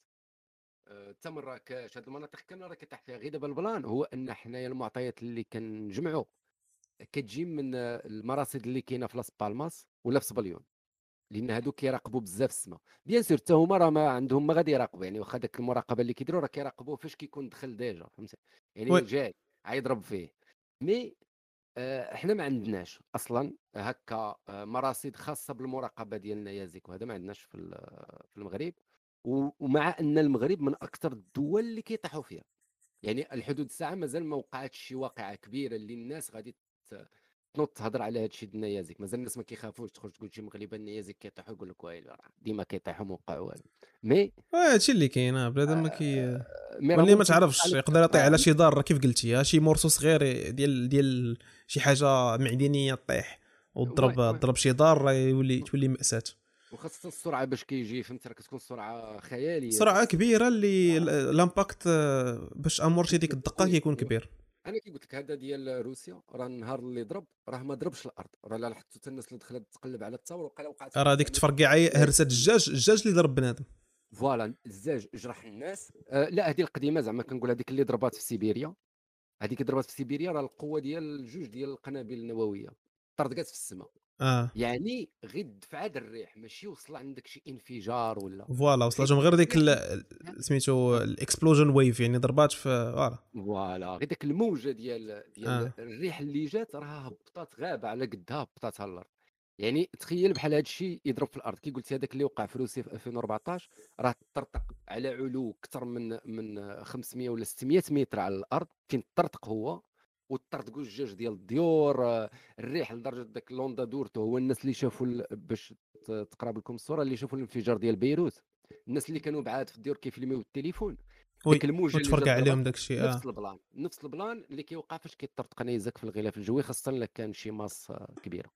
حتى آه مراكش. هاد المناطق كامله راه كيطيح فيها. غير دابا البلان هو ان حنايا المعطيات اللي كنجمعوا كتجي من المراصد اللي كاينه في لاس بالماس ولا في سبليون، لان هادو كيراقبوا بزاف السما. بيان سور حتى هما راه ما عندهم ما غادي يراقبوا، يعني واخا داك المراقبه اللي كيديروا راه كيراقبوه فاش كيكون دخل ديجا، فهمتي يعني وي. جاي غيضرب فيه. مي آه احنا ما عندناش اصلا هكا آه مراصد خاصه بالمراقبه ديال النيازك، وهذا ما عندناش في في المغرب. ومع ان المغرب من اكثر الدول اللي كيطيحوا فيها، يعني الحدود الساعه مازال ما وقعتش شي واقعه كبيره اللي الناس غادي تنوض تهضر على هذا الشيء ديال النيازك. مازال الناس ما كيخافوش تخرج تقول شي مغربان النيازك كيطيحوا، يقول لك ويلي ديما كيطيحوا ما وقع والو. مي هادشي اللي كاين بنادم ما كي مي راه واللي ما ممكن تعرفش على- يقدر يطيح آه، على شي دار كيف قلتي، شي مورسو صغير ديال ديال شي حاجه معدنيه طيح وضرب وي- وي. ضرب شي دار راه يولي تولي مأساة. وخاصه السرعه باش كيجي، فهمت راه كتكون سرعه خياليه. سرعه كبيره اللي الامباكت باش امورتي ديك الدقه كيكون كبير. انا كي قلت لك هذا ديال روسيا راه النهار اللي ضرب راه ما ضربش الارض، راه لا لاحظتوا حتى الناس اللي دخلت تقلب على التصاور وقال وقعت راه ديك تفرقع هرسه الدجاج الدجاج اللي ضرب بنادم. فوالا الزاج جرح الناس. آه لا هذه القديمه زعما كنقول هذيك اللي ضربات في سيبيريا، هذيك ضربات في سيبيريا راه القوه ديال جوج ديال القنابل النوويه طردقات في السماء. اه يعني غير دفعه د الريح ماشي وصل عندك شي انفجار ولا فوالا وصلتهم غير ديك سميتو الاكسبلوجن ويف، يعني ضربات في فوالا فوالا غير ديك الموجه ديال ديال آه. الريح اللي جات راه هبطات غابه على قدها هبطات على الارض. يعني تخيل بحال هذا الشيء يضرب في الارض. كي قلت هذاك اللي وقع في روسيا في ألفين وأربعطاش راه طرطق على علو اكثر من من خمسمية ولا ستمية متر على الارض، فين طرطق هو وطردقوا الجوج ديال الديور. آه، الريح لدرجه داك لوندا دورتو. هو الناس اللي شافوا ال- باش ت- تقرب لكم الصوره اللي شافوا الانفجار ديال بيروت، الناس اللي كانوا بعاد في الديور كيفيلميو بالتليفون، وي ديك الموجه اللي وتفرقع جات عليهم ضربات داكشي. اه نفس البلان نفس البلان اللي كيوقع فاش كيطرطق نيزك في الغلاف الجوي، خاصه الا كان شي ماس آه، كبيره.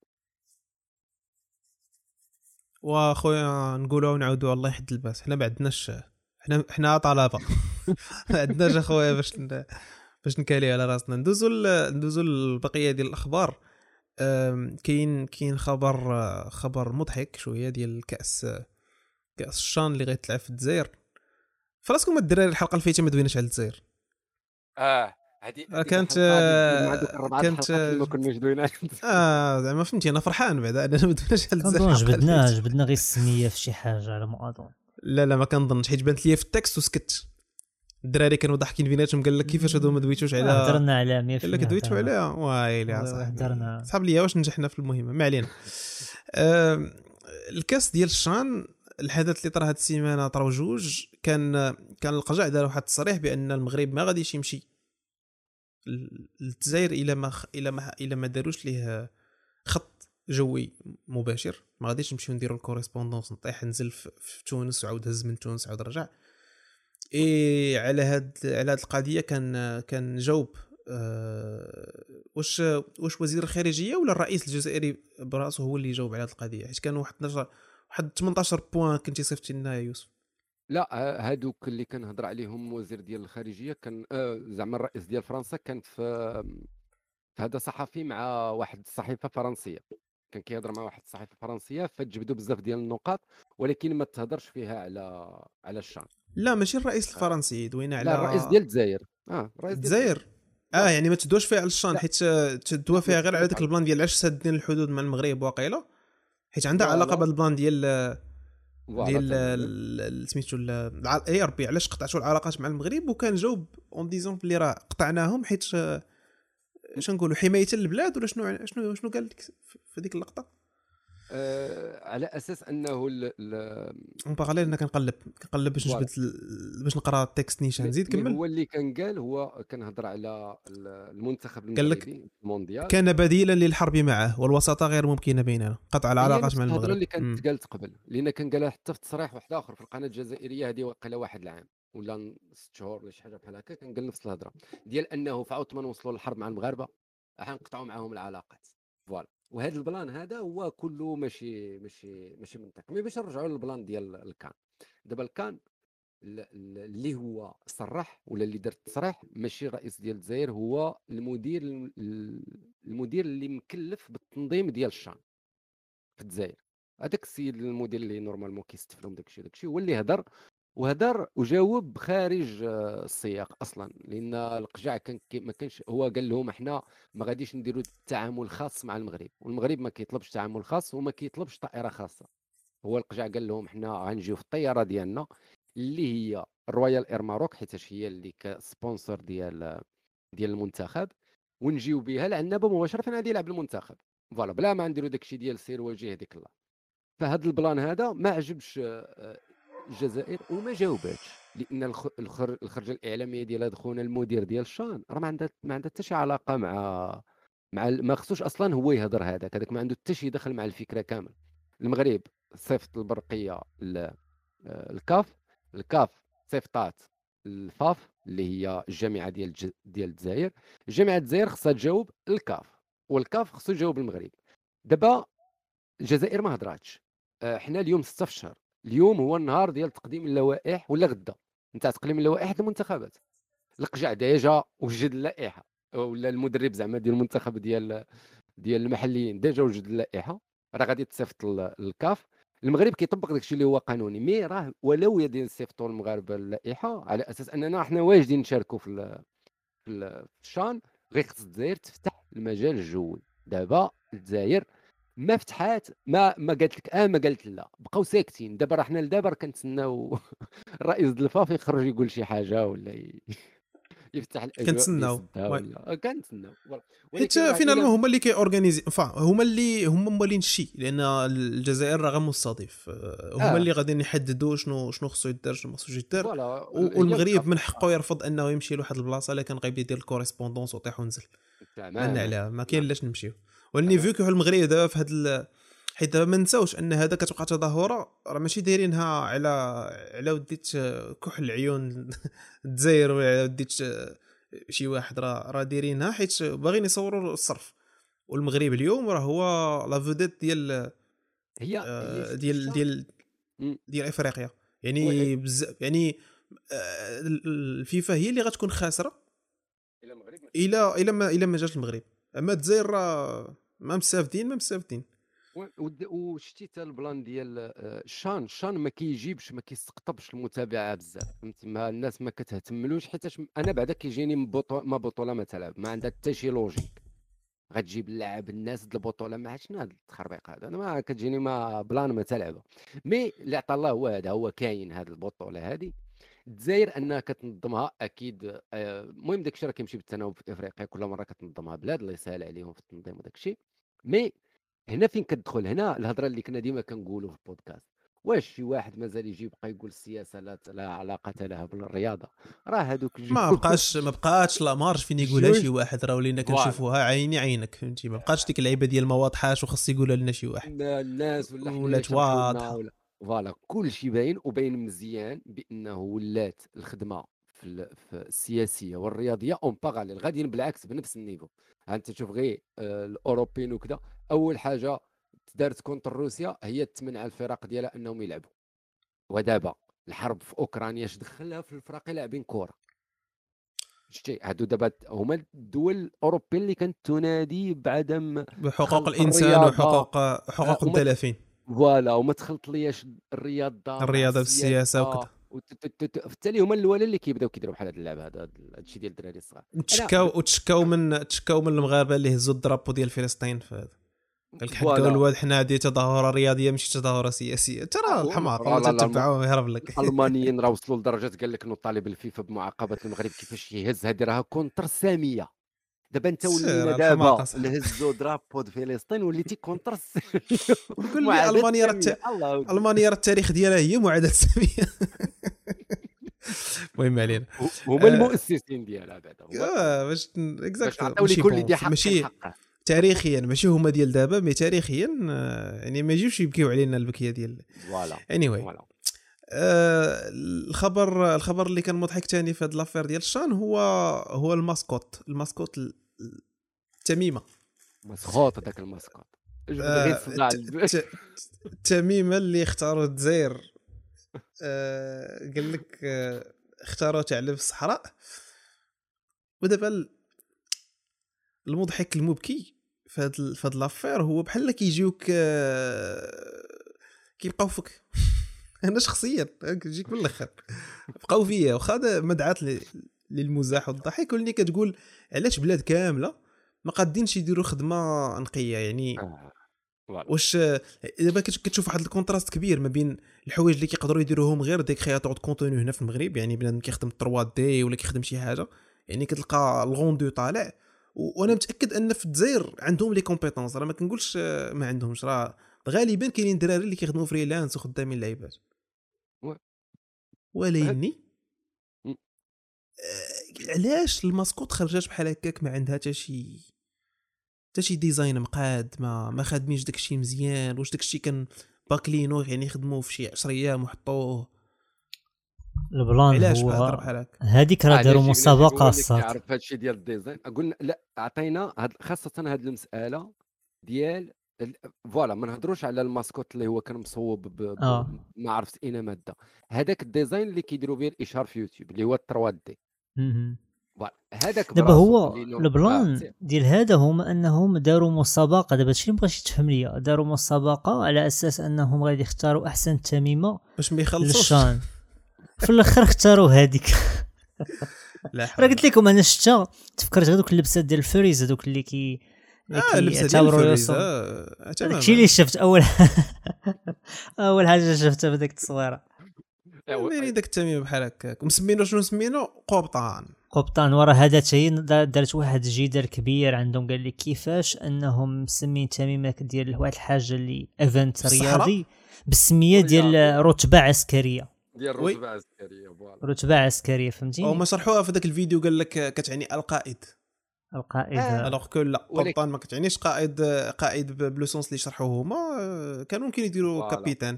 واخويا نقولوا ونعاودوا الله يحد الباس، حنا ما عندناش، حنا حنا طلبه ما عندناش اخويا باش ن... باش نكالي على راسنا. ندوزو ل... ندوزو للبقيه ديال الاخبار. أم... كاين كاين خبر خبر مضحك شويه ديال كاس كاس الشان اللي غيتلعب في الجزائر. فراسكم الدراري الحلقه الفايته ما دويناش على الجزائر. اه هذه كانت كانت ما كناش دوينا. اه زعما فهمتي انا فرحان بعدا انا ما دويناش على الجزائر. كنظن جبدناه جبدنا غير السميه في شي حاجه على ما اظن. لا لا ما كنظنش، حيت بانت لي في التكست وسكت. الدراري كانوا ضاحكين بيناتهم قال لك كيفاش هادو ما دويتوش على هضرنا على مية في المية. الا كدويتوا عليها وايلي يا صاحبي هضرنا صحاب ليا واش نجحنا في المهمه ما علينا. آه الكاس ديال الشان الحدث اللي طرا هاد السيمانه طراو جوج. كان كان القجع دار واحد التصريح بان المغرب ما غاديش يمشي للجزائر الا ما الا ما الا ما داروش ليه خط جوي مباشر. ما غاديش نمشيو نديروا الكوريسبوندونس نطيح نزل في تونس وعاود هز من تونس عاود رجع. اي على هاد على هاد القضيه كان كان جاوب أه واش واش وزير الخارجيه ولا الرئيس الجزائري براسه هو اللي يجاوب على هاد القضيه، حيت كانوا واحد اثناش واحد ثمنطاش بوين كنتي صيفطي لنا يا يوسف. لا هادوك اللي كنهضر عليهم وزير ديال الخارجيه كان آه زعما الرئيس ديال فرنسا كان في في هذا صحفي مع واحد الصحيفه فرنسيه، كان كيهضر مع واحد الصحيفه فرنسيه فتجبدوا بزاف ديال النقاط، ولكن ما تهضرش فيها على على الشان. لا ماشي الرئيس الفرنسي دوينا على لا الرئيس ديال الجزائر. اه الرئيس ديال الجزائر. اه يعني ما تدوش فيها على الشان، حيت تدوا فيها غير على داك لا. البلان ديال علاش سادين الحدود مع المغرب واقيلا، حيت عندها علاقه بهذا البلان ديال ديال فوالا ال- سميتو ال- الع- اي ربي علاش قطعتوا العلاقات مع المغرب، وكان جاوب اون ديزون بلي راه قطعناهم حيت آه، اش نقولوا حمايه للبلاد ولا شنو شنو شنو قال لك في هذيك اللقطه. آه على اساس انه ال- ال- اون باراليل انا كنقلب كنقلب باش فوالا. نجبد ال- باش نقرا التكست نيشان. مي زيد مي كمل. هو اللي كان قال، هو كنهضر على ال- المنتخب قال لك المغربي في المونديال. كان بديلا للحرب معه والوساطه غير ممكنه بيننا، قطع هي العلاقات نفس مع الهضره المغرب. اللي كانت مم. تقالت قبل، لان كان قالها حتى في تصريح واحد اخر في القناه الجزائريه هذه، وقيله واحد العام ولا ست شهور ولا شي حاجه بحال هكا، كان قال نفس الهضره ديال انه في عوض ما نوصلوا للحرب مع المغاربه حنقطعوا معاهم العلاقات. فوالا. وهذا البلان هذا هو كله ماشي ماشي ماشي منطقي. مي باش نرجعوا للبلان ديال الكان، دابا الكان ال- ال- اللي هو صرح ولا اللي دار التصريح ماشي الرئيس ديال الجزائر، هو المدير الم- المدير اللي مكلف بالتنظيم ديال الشان في الجزائر. هذاك السيد المدير اللي نورمالمون كيستفلهم داكشي داكشي هو اللي هدر وهدر وجاوب خارج آه، السياق اصلا، لان القجع كان كي- ما كانش. هو قال لهم احنا ما غاديش نديروا التعامل خاص مع المغرب، والمغرب ما كيطلبش تعامل خاص وما كيطلبش طائره خاصه. هو القجع قال لهم احنا غنجيو في الطياره ديالنا اللي هي الرويال اير ماروك، حيت هي اللي كسبونسر ديال ديال المنتخب، ونجيو بها لعنابه مباشره فين غادي يلعب المنتخب. فوالا، بلا ما نديروا داكشي ديال سير وجه هذيك الله. فهاد البلان هذا ما عجبش آه، الجزائر وما جاوباتش، لان الخ- الخر- الخرجه الاعلاميه ديال هذا خونا المدير ديال الشان راه ما عندها ما عندها حتى شي علاقه مع مع ال- ما خصوش اصلا هو يهضر هذاك هذاك ما عنده حتى شي دخل مع الفكره كامل. المغرب صيفط البرقيه ل- آه، الكاف، الكاف صيفطات الفاف اللي هي الجامعه ديال الج- ديال الجزائر، جامعه الجزائر خصها تجاوب الكاف، والكاف خصو يجاوب المغرب. دابا الجزائر ما هضراتش. آه، حنا اليوم ستة في الشهر، اليوم هو النهار ديال تقديم اللوائح ولا غدا نتاع تقديم اللوائح المنتخبات. القجع ديجا وجد اللائحه، ولا المدرب زعما ديال المنتخب ديال ديال المحليين ديجا وجد اللائحه، راه غادي تصيفط للكاف. المغرب كيطبق داكشي اللي هو قانوني، مي راه ولو غادي نصيفطوا المغاربه اللائحه على اساس اننا حنا واجدين نشاركوا في ال- في ال- في الشان، غير خص الجزائر تفتح المجال الجوي. دابا الجزائر ما فتحات، ما ما قالت لك اه ما قالت لا، بقاو ساكتين. دابا راه حنا لدابا راه كنتسناو الرئيس د الفاف يخرج يقول شي حاجه ولا ي... يفتح الاجواء كنتسناو بيسدها وي. ولا آه، كنتسناو فوالا. حيت ولكن راه فينالمون الا هما اللي كيورغانيزي فا هما اللي هما موالين الشيء، لان الجزائر راه غير مستضيف. آه، هما اه اللي غاديين يحددوا شنو شنو خصو يدار شنو ما خصوش يدار. فوالا و- ال- هي والمغرب الكاف من حقه يرفض انه يمشي لواحد البلاصه الا كان غيبدا يدير الكوريسبوندونس وطيح ونزل. عنا تماما. عليها ما كاين نعم لاش نمشيو. ولاني تماما. فيو كو المغرب دابا في هاد ال... حيت دابا ما نساوش ان هذا كتبقى تظاهره راه ماشي دايرينها على على وديت كحل عيون الجزائر، ولا على وديت شي واحد، راه راه دايرينها حيت باغيين يصوروا الصرف. والمغرب اليوم راه هو لا فوديت ديال هي هي آه، ست ديال الشهر. ديال مم. ديال افريقيا. وي يعني بزاف يعني آه، الفيفا هي اللي غتكون خاسره الى المغرب ما تمشي. الى الى ما الى ما جاش المغرب. اما الجزائر راه ما مستافدين ما مستافدين. و- ود- وشتي حتى البلان ديال آه، الشان الشان ما كيجيبش ما كيستقطبش المتابعه بزاف، فهمتي؟ ما الناس ما كتهتملوش، حيتاش انا بعدا كيجيني من بطو... ما بطوله ما تلعب ما عندها حتى شي لوجيك. غتجيب اللاعب الناس د البطوله ما عرفتش شنو هذا التخربيق هذا، انا ما كتجيني ما بلان ما تلعبها. مي اللي عطا الله هو هذا، هو كاين هذه البطوله هذه. الجزائر انها كتنظمها اكيد. آه، المهم داك الشيء راه كيمشي بالتناوب في افريقيا، كل مره كتنظمها بلاد الله يسهل عليهم في التنظيم وداك الشيء. مي هنا فين كتدخل هنا الهضره اللي كنا ديما كنقولوا في البودكاست، واش شي واحد مازال يجي يبقى يقول السياسه لا لا علاقه لها بالرياضه؟ راه هذوك ما جوج بقاش ما بقاتش لا مارج فين يقولها جوج شي واحد، راه ولينا فوالا. كنشوفوها عيني عينك، فهمتي؟ ما بقاتش ديك اللعيبه ديال ما واضحاش وخص يقولها لنا شي واحد. الناس ولا حنا ولات يشرحوا لنا واضحه. ولا فوالا. كل شيء باين وباين مزيان بانه ولات الخدمه في, ال... في السياسيه والرياضيه اون باراليل غاديين بالعكس بنفس النيفو. ها انت تشوف غير آه، الاوروبيين وكذا، اول حاجه دارت كونتر روسيا هي تمنع الفرق ديالها انهم يلعبوا. ودابا الحرب في اوكرانيا اش دخلها في الفرق لاعبين كره؟ شتي هادو دابا هما الدول الاوروبيه اللي كانت تنادي بعدم بحقوق خلط الانسان الرياضه. وحقوق آه، حقوق وما الدلافين، فوالا وما تخلط لياش الرياضه مع الرياضه بالسياسه السياسه. وكذا. وبالتالي هما الاولى اللي كيبداو كيديروا بحال هذا اللعب هذا هذا الشيء ديال الدراري الصغار. انا وتشكاو وتشكاو من تشكاو من المغاربه اللي هزوا الدرابو ديال فلسطين في هذا. قال لك حق الواد حنا هذه تظاهره رياضيه ماشي تظاهره سياسيه ترى الحماق والله تتبعوه يهرب لك. الالمانيين راه وصلوا لدرجه قال لك انه طالب الفيفا بمعاقبه المغرب كيفاش يهز هذه راها كونتر ساميه. دابا انت ولينا دابا نهزوا درابو د فلسطين وليتي كونتر الساميه. قول لي المانيا راه المانيا راه التاريخ ديالها هي معاداه الساميه. المهم علينا هما المؤسسين ديالها بعدا اه باش اكزاكت ماشي كل دي حق ماشي تاريخيا ماشي هما ديال دابا مي تاريخيا يعني ما يجيوش يبكيو علينا البكيه ديال فوالا anyway فوالا. آه الخبر الخبر اللي كان مضحك ثاني في هذا لافير ديال الشان هو هو الماسكوت الماسكوت التميمه مسخوط هذاك الماسكوت آه التميمه اللي اختاروا الجزائر آه قال لك آه اختاروا تعلم في الصحراء. ودابا المضحك المبكي في هذا في هذا لافير هو بحال كيجيوك آه كيبقاو فيك. انا شخصيا كيجيك من الاخر بقاو فيا واخا مدعات للمزاح والضحك ولني كتقول علاش بلاد كامله ما قادينش يديروا خدمه نقيه يعني آه. واش دابا كتشوف واحد الكونتراست كبير ما بين الحوايج اللي كيقدروا يديروهم غير ديك خياطه كونتوني هنا في المغرب يعني بنادم كيخدم ثلاثة دي ولا كيخدم شي حاجه يعني كتلقى الغوندو طالع. وانا متاكد ان في الجزائر عندهم لي كومبيتونس راه ما كنقولش ما عندهمش راه غالبا كاينين دراري اللي كيخدموا فريلانس وخدامين لعيبات وليني آه علاش الماسكوت خرجات بحال هكاك ما عندها حتى شي حتى شي ديزاين مقاد ما ما خادمينش داكشي مزيان. واش داكشي كان باكلينو يعني يخدموه في شي عشرة ايام وحطوه البلان هو هذيك راه داروا مسابقه الصاد عارف هادشي ديال الديزاين قلنا لا عطينا هاد خاصه هاد المساله ديال فوالا ما نهضروش على الماسكوت اللي هو كان مصوب ب... ب... آه. ما عرفت اين ماده هذاك الديزاين اللي كيديروا به الاشهار في يوتيوب اللي هو ثلاثة دي فوالا هذاك دابا هو البلان آه. ديال هذا هما انهم داروا مسابقه. دابا هادشي اللي بغيتي تفهم ليا داروا مسابقه على اساس انهم غادي يختاروا احسن تميمه باش ما يخلصوش للشان. في الاخر اختاروا هذيك. لا راه قلت لكم انا شتا تفكرت هذوك اللبسات ديال الفريز هذوك اللي كي اه لبسات ديال الفريز اه داكشي اللي شفت اول اول حاجه شفتها في ديك التصويره يعني داك التميم بحال هكاك ومسمينو شنو سمينو قبطان قبطان. ورا هذا تاي دارت واحد الجدال كبير عندهم قال لك كيفاش انهم مسمين تميمه ديال واحد الحاجه اللي ايفنت رياضي بالسميه ديال رتبه عسكريه ديال رتبه عسكريه فوالا رتبه عسكريه فهمتيني. او ما شرحوها في ذاك الفيديو قال لك كتعني القائد القائد الوغ كو لا قبطان ما كتعنيش قائد قائد بلو سونس اللي شرحوه هما كانوا ممكن يديروا كابيتان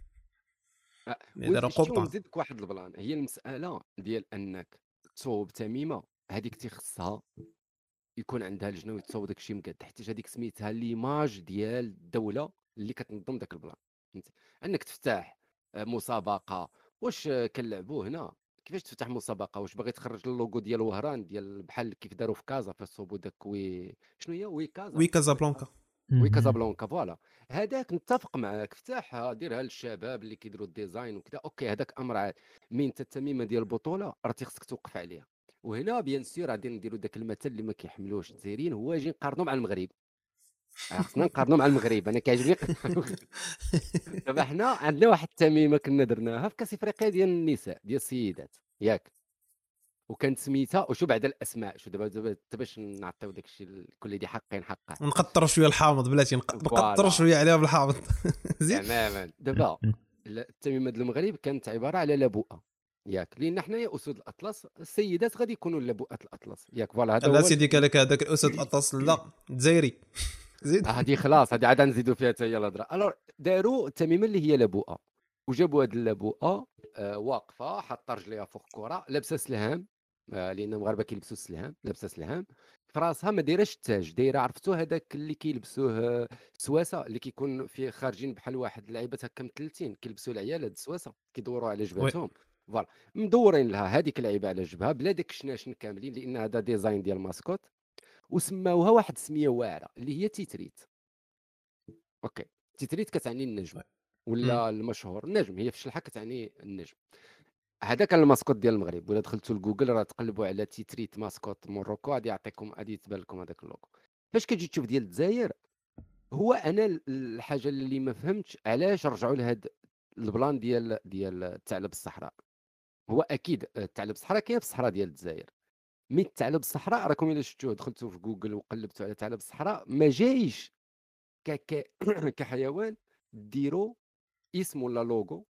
داروا قبطان. نزيدك واحد البلان هي المساله ديال انك تصوب تميمه هذيك تيخصها يكون عندها لجنه وتصوب داكشي مقاد حيت هذيك سميتها ليماج ديال الدوله اللي كتنظم داك البلان. انك تفتح مسابقه واش كنلعبوا هنا كيفاش تفتح مسابقه واش باغي تخرج اللوغو ديال وهران ديال بحال كيف داروا في كازا في صوبوا داك وي شنو هي وي كازا وي كازابلانكا وي كازابلانكا فوالا هذاك نتفق معاك فتحها ديرها للشباب اللي كيديروا الديزاين وكذا اوكي هذاك امر عاد من التميمه ديال البطوله راه تيخصك توقف عليها. وهنا بيان سور غادي نديروا داك المثل اللي ما كيحملوش الجزائريين هو اجي نقارنوا مع المغرب. خصنا نقارنوا مع المغرب انا كيعجبني. دابا حنا عندنا واحد التميمه كنا درناها في كاس افريقيا ديال النساء ديال السيدات ياك وكانت سميتها وشو بعد الاسماء شو دابا دابا باش نعطيو داكشي كل دي حقين حقه ونقطروا شويه الحامض بلاتي نقطروا شويه عليها بالحامض زين تماما. دابا التميمه ديال المغرب كانت عباره على لبوءه ياك لان حنايا اسود الاطلس السيدات غادي يكونوا لبوءات الاطلس ياك فوالا هذا هو لا سيدي قالك هذاك الاسود الاطلس لا جزائري زيد هذه خلاص هذه عاد نزيدوا فيها حتى هي الهضره. الوغ داروا التميمه اللي هي لبوءه وجابوا هذه اللبوءه آه واقفه حاطه رجليها فوق الكره لابسه سلهام آه لان المغاربه كيلبسوا السلهام لابسه سلهام في راسها ما دايراش التاج دايره عرفتوا هذاك اللي كيلبسوه سواسه اللي كيكون فيه خارجين بحال واحد اللعيبات هكا متلتين كيلبسوا العيال هاد السواسه كيدوروا على جبهتهم فوالا مدورين لها هذيك اللعيبه على جبهها بلا داك الشناشن كاملين لان هذا ديزاين ديال ماسكوت وسماوها واحد السميه واعره اللي هي تيتريت. اوكي تيتريت كتعني النجم ولا م. المشهور النجم هي في الشلحه كتعني النجم. هذا كان الماسكوت ديال المغرب ولا دخلتوا لجوجل راه تقلبوا على تيتريت ماسكوت موروكو غادي يعطيكم غادي يتبان لكم هذاك اللوغو. فاش كتجي تشوف ديال الجزائر هو انا ال- الحاجه اللي ما فهمتش علاش رجعوا لهاد البلان ديال ديال الثعلب الصحراء. هو اكيد الثعلب الصحراء كاين في الصحراء ديال الجزائر، مي الثعلب الصحراء راكم الا شفتوه دخلتوا في جوجل وقلبتوا على ثعلب الصحراء ما جايش ك ك كحيوان ديروا اسم ولا لوغو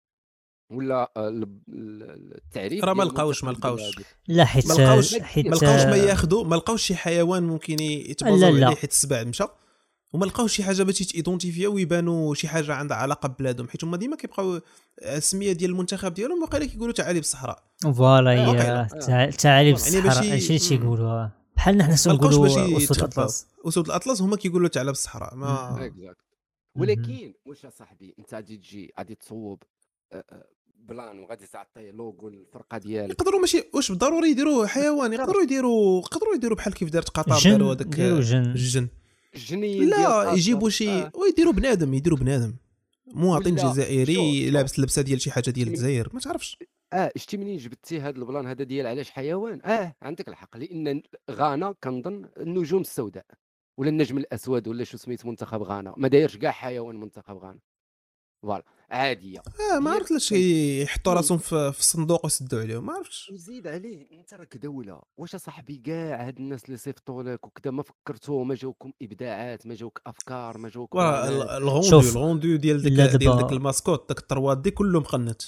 ولا آه، ال- ال- التعريف راه ما ديال لقاوش ما منتخب لقاوش البلاد. لا حيت ما لقاوش ما حيت ما كاينش. لقاوش ما ياخذوا، ما لقاوش شي حيوان ممكن لا يتبازوا عليه لا حيت السبع مشى، وما لقاوش شي حاجه باش يتيدونتيفيو ويبانوا شي حاجه عندها علاقه ببلادهم، حيت هما ديما كيبقاو السميه ديال المنتخب ديالهم وقيلا كيقولوا تعالي بالصحراء. فوالا اه هي واقيلا. اه الثعالب فوالا. يعني باش الصحراء هادشي اللي ي- مم. تيقولوا بحال نحن ما لقاوش باش تنقولوا اسود يتخباو. الاطلس. اسود الاطلس هما كيقولوا تعالى بالصحراء ما اكزاكت. مهم. ولكن واش يا صاحبي انت غادي تجي غادي تصوب آه، آه، بلان وغادي تعطيه لوغو الفرقه ديالك. يقدروا ماشي واش بالضروري يديروا حيوان، يقدروا يديروا يقدروا يديروا بحال كيف دارت قطر داروا جن هذاك ديروا جن الجن. الجنين ديال لا قطر يجيبوا شي اه ويديروا بنادم، يديروا بنادم مواطن ولا شوف جزائري شوف لابس لبسه ديال شي حاجه ديال شتي من الجزائر ما تعرفش. اه شتي منين جبتي هذا البلان هذا ديال علاش حيوان. اه عندك الحق، لان غانا كنظن النجوم السوداء ولا النجم الاسود ولا شو سميت منتخب غانا ما دايرش كاع حيوان منتخب غانا. فوالا عاديه اه ما هي عرفت علاش كان- يحطوا مم. راسهم في, في الصندوق ويسدوا عليهم ما عرفتش. وزيد عليه انت راك دوله، واش صاحبي كاع هاد الناس اللي صيفطوا لك وكذا ما فكرتوا، ما جاوكم ابداعات، ما جاوك افكار، ما جاوك بلانات. الغوندو شوف الغوندو ديال ديك لا ديال ديك دابا الماسكوت داك الطروات دي كله مقنت.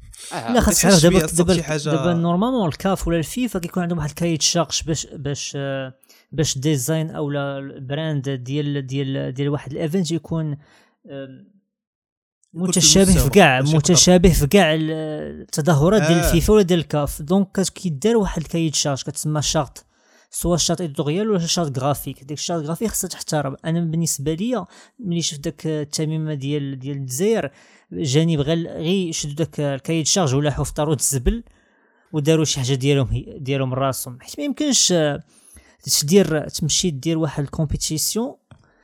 اه لا خاص كتحس تعرف دابا بيه تصط دابا شي حاجه. دابا نورمالمون الكاف ولا الفيفا كيكون عندهم واحد الكايت شاقش باش باش آه، باش ديزاين او البراند ديال ديال ديال واحد الايفنت يكون آم، يكون في متشابه في المستوى كاع باش يقدر. متشابه في كاع ال- التظاهرات ديال آه. الفيفا ولا ديال الكاف. دونك كت- كيدار واحد الكايت شارج كتسمى شارت، سواء شارت اديتوريال ولا شارت غرافيك. ديك الشارت غرافيك خصها تحترم. انا بالنسبه ليا ملي شفت داك التميمه ديال ديال الجزائر جاني بغى غير يشدوا داك الكايت شارج ولا حفطروا الزبل وداروا شي حاجه ديالهم هي ديالهم راسهم، حيت ما يمكنش آه، تدير تمشي دير واحد الكومبيتيسيون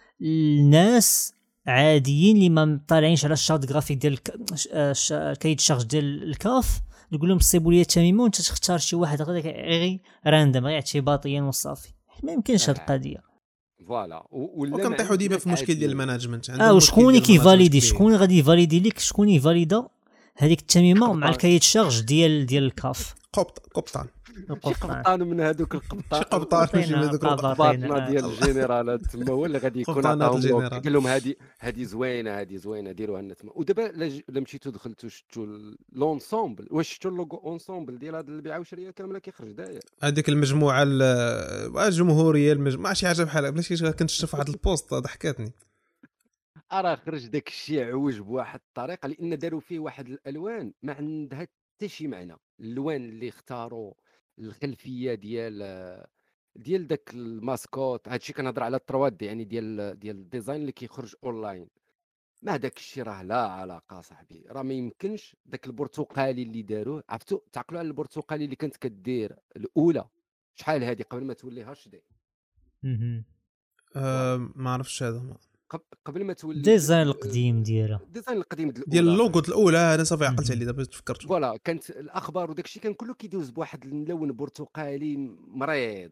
الناس عاديين اللي ما طالعينش على الشارت غرافيك ديال الك- آه، ش- الكايت شارج ديال الكاف، نقول لهم صيبوا لي التميمه وانت تختار شي واحد غير غير راندم غير اعتباطيا وصافي. ما يمكنش هاد آه. القضيه. فوالا و- ولا وكنطيحوا مع ديما الناس في مشكل ديال عاديين. الماناجمنت. اه وشكون اللي كيفاليدي شكون غادي يفاليدي لك شكون يفاليدا هذيك التميمه مع قبطان. الكايت شارج ديال ديال الكاف. قبط قبطان شي القبطان. قبطان من هذوك القبطان شي قبطان شي قبطينا، من هذوك قبطينا. الباطنه ديال الجنرالات تما هو اللي غادي يكون قبطانات عطاهم لوك الجنرال. قال لهم هذه هذه زوينه هذه زوينه ديروها لنا تما. ودابا لا ج- لا مشيتوا دخلتوا شفتوا ال- لونسومبل، واش شفتوا اللوغو اونسومبل ديال هذا البيعه والشريه كامله كيخرج داير. هذيك المجموعه ال- الجمهوريه المجموعه شي حاجه بحال بلاش كنت شفت واحد البوست ضحكاتني. راه خرج داك الشيء عوج بواحد الطريقه، لان داروا فيه واحد الالوان ما عندها حتى شي معنى. الالوان اللي اختاروا الخلفيه ديال ديال داك الماسكوت، هادشي كنهضر على الترواد يعني ديال ديال الديزاين اللي كيخرج اونلاين. ما داك الشيء راه لا علاقه صاحبي، راه ما يمكنش. داك البرتقالي اللي داروه، عرفتوا تعقلوا على البرتقالي اللي كانت كدير الاولى شحال هذه قبل ما تولي هاش دي. مهم. أه ما عرفتش هذا قب- قبل ما تولي الديزاين ال- القديم ديالها. الديزاين القديم ديال ديال الأولى اللوغو صاحبي. الاولى انا صافي عقلت مهم. عليه دابا تفكرت. فوالا كانت الاخبار وداك الشيء كان كله كيدوز بواحد الملون برتقالي مريض.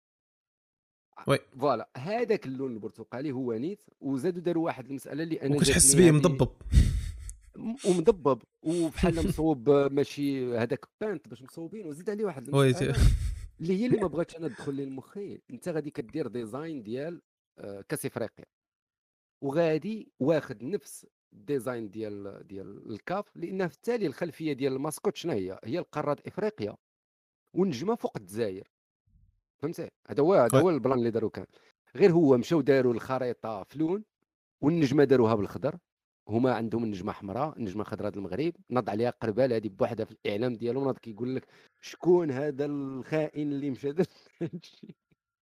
وي فوالا هذاك اللون البرتقالي هو نيت، وزادوا داروا واحد المساله اللي انا وكتحس جاتني بيه هذه- مضبب. م- ومضبب وبحال مصوب ماشي هذاك بانت باش مصوبين، وزيد عليه واحد وي المساله اللي هي اللي ما بغاتش انا تدخل لي المخي. انت غادي كدير ديزاين ديال آه، كاس افريقيا، وغادي واخد نفس الديزاين ديال ديال الكاف، لان في التالي الخلفيه ديال الماسكوت شنو هي؟ هي القاره افريقيا والنجمه فوق الجزائر. فهمتي؟ هذا هو هذا وي. هو البلان اللي داروا. كان غير هو مشاو داروا الخريطه في لون والنجمه داروها بالخضر. هما عندهم النجمه حمراء النجمه خضراء المغرب، نض عليها قربال هذه بوحدها في الاعلام ديالهم، ناض كيقول لك شكون هذا الخائن اللي مشى دار هادشي.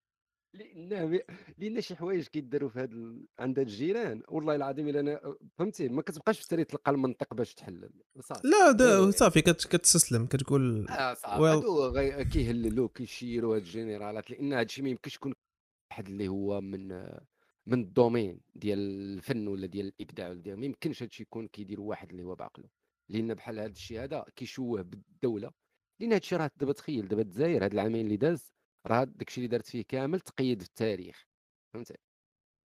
لان لان شي حوايج كيداروا في هذا ال... عند هاد الجيران والله العظيم الا انا فهمتي ما كتبقاش في تلقى المنطق باش تحلل صافي. لا دا إيه. صافي كت- كتستسلم كتقول اه صافي well. هادو غي- كيهللوا كيشيروا هاد الجنرالات، لان هادشي ما يمكنش يكون واحد اللي هو من من الدومين ديال الفن ولا ديال الابداع ولا ديال ما يمكنش هادشي يكون كيديروا واحد اللي هو بعقله. لان بحال هاد الشيء هذا كيشوه بالدوله، لان هادشي راه دابا تخيل دابا الجزائر هاد العامين اللي داز راه داكشي اللي دارت فيه كامل تقيد في التاريخ. فهمتي؟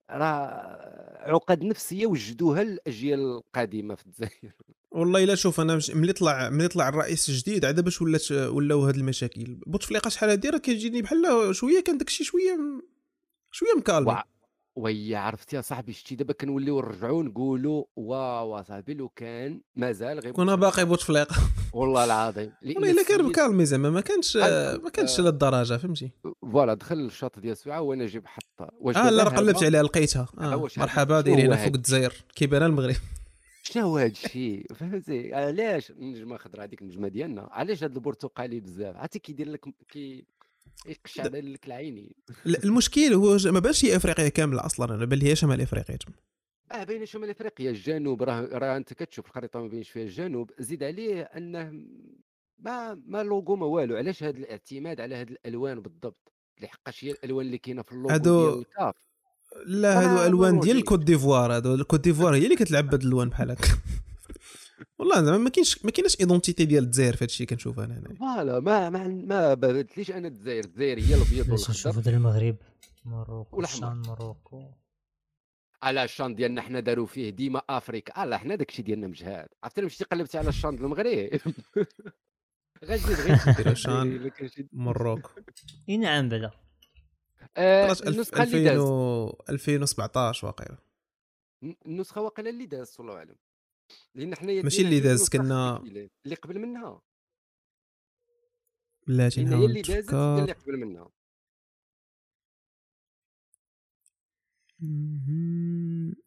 راه عقد نفسيه وجدوها للاجيال القادمه في الجزائر. والله الا شوف انا مش- ملي طلع ملي طلع الرئيس الجديد عاد باش ولات ولاو هاد المشاكل. بوتفليقه شحال هادي راه كيجيني بحال شويه كان داكشي شويه شويه مكالمي. وع- ويا عرفتي يا صاحبي، شتي دابا كنوليو نرجعوا نقولوا واو صاحبي لو كان مازال غير كنا بوتفليقه. باقي بوتفليقه. والله العظيم لان والله الا كان السيد مكالمي زعما ما كانش دخل ما كانش آه، لهالدرجه فهمتي. فوالا دخل الشاط ديال سويعه وانا جيب حط واش اه لا دابا راه قلبت هذا عليها لقيتها دابا اه واش هذا مرحبا شنو هو دايرين هذا فوق الشيء؟ الجزائر كيبان المغرب. شنو هو هذا الشيء فهمتي؟ علاش النجمه خضراء هذيك النجمه ديالنا علاش هذا البرتقالي بزاف عرفتي كيدير لك كي يقشع لك العينين. لا، المشكل هو ج- ما بانش هي افريقيا كامله اصلا، انا بان لي هي شمال افريقيا تما. اه باين شمال افريقيا الجنوب راه راه انت كتشوف الخريطه ما بينش فيها الجنوب، زيد عليه انه ما ما لوغو ما والو. علاش هذا الاعتماد على هذه الالوان بالضبط؟ لحقاش هي الالوان اللي كاينه في اللوغو ديال هادو الكاف لا هادو ما ما الوان ديال الكوت لوجيكش. ديفوار، هادو الكوت ديفوار هي اللي كتلعب بهاد الالوان بحال هكا. والله زعما ما كاينش ما كايناش ايدونتيتي ديال الجزائر في هادشي كنشوف انا هنا. فوالا ما ما ما بردتليش انا الجزائر. الجزائر هي الابيض باش والاخضر نشوفوا ديال المغرب، مروكو، والاحمر. الشام، مروكو. على الشان ديالنا حنا داروا فيه ديما افريكا، اه لا حنا داكشي ديالنا مجهاد. عرفتي لما مشيتي قلبتي على الشان ديال المغرب غتجي غير ديروا شان تشدي الا كان شي مروكو. اي نعم بدا. آه طلعت ألف النسخه اللي ألفين دازت و ألفين وسبعطاش واقيلا. النسخه واقيلا اللي دازت والله اعلم، لان حنايا ماشي دينا اللي جوج داز نسخ كنا اللي اللي قبل منها، بلاتي لان هي نحاول اللي دازت هي اللي نتفكر. قبل منها. مهم.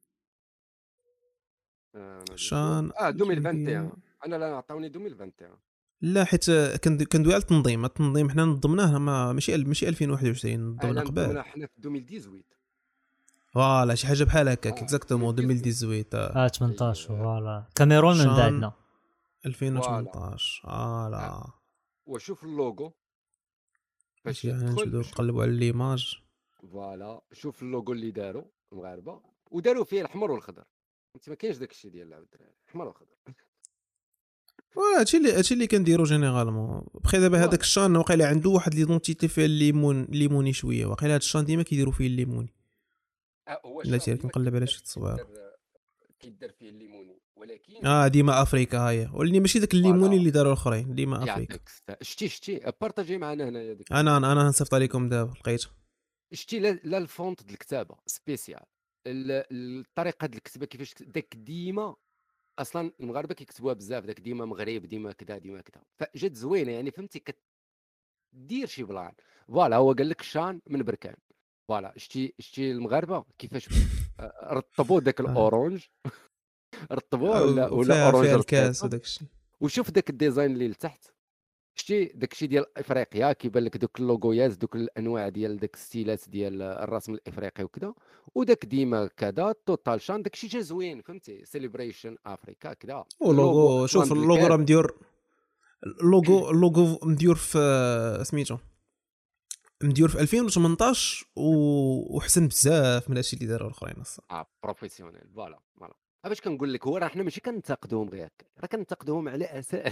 آه انا نشوف شان اه الجزائرية. ألفين وواحد وعشرين انا لا عطاوني ألفين وواحد وعشرين. لا حيت كند- كندوي على التنظيم التنظيم حنا نظمناه ما ماشي ال- ماشي ألفين وواحد وعشرين اه نظمنا لا قبل. نضمنا حنا في ألفين وثمانية عشر. فوالا شي حاجه بحال هكاك اه اكزاكتومون ألفين وثمانية عشر. ألفين وثمنطاش. اه ثمنطاش اييه فوالا، كاميرون من شان بعدنا. فوالا. ألفين وثمنطاش آه. فوالا. وشوف اللوغو فاش ماشي تدخل نشدو شوف. نقلبوا على ليماج. فوالا شوف اللوغو اللي داروا المغاربه وداروا فيه الاحمر والخضر. انت ما كاينش داك الشيء ديال الدراري احمر والخضر. واه هادشي اللي هادشي اللي كنديرو جينيرالمون بخي. دابا هذاك فوالا الشان واقيلا عنده واحد ليدونتيتي فيها الليمون ليموني شويه، واقيلا هاد الشان ديما كيديروا فيه الليموني. آه هو لا الشان تير ديما كنقلب على كيدار شي تصوير. كيدار كيدار فيه الليموني ولكن اه ديما افريكا هاهي، ولكن ماشي داك الليموني فوالا اللي داروا الاخرين ديما افريكا. يعطيك الصحة. شتي شتي بارطاجي معنا هنايا ديك انا ال... انا انا نصيفط عليكم دابا لقيتها. شتي لا, لا الفونت د الكتابه سبيسيال ال- الطريقه د الكتابه كيفاش كت- داك ديما اصلا المغاربه كيكتبوها بزاف داك ديما مغرب ديما كذا ديما كذا فجات زوينه يعني فهمتي كدير شي بلان. فوالا هو قال لك الشان من بركان. فوالا شتي شتي المغاربه كيفاش آه، رطبوا داك آه. الاورانج رطبوه ولا ولا وفيها اورانج فيها الكاس رطيته. وداك الشيء. وشوف داك الديزاين اللي لتحت شتي داكشي ديال افريقيا كيبان لك دوك اللوغويات دوك الانواع ديال داك الستيلات ديال الرسم الافريقي وكذا. وداك ديما كذا توتال شان داكشي جا زوين فهمتي سيليبريشن افريكا كذا. اللوغو ولوغو اصلا شوف د اللوغو راه الكاس مديور. اللوغو اللوغو مديور في سميتو مديور في ألفين وثمنطاش و- وحسن بزاف من هادشي اللي داروا الاخرين الصراحه. اه بروفيسيونيل. فوالا فوالا باش كنقول لك هو راه حنا ماشي كنتقدوهم غير هكا راه كنتقدوهم على اساس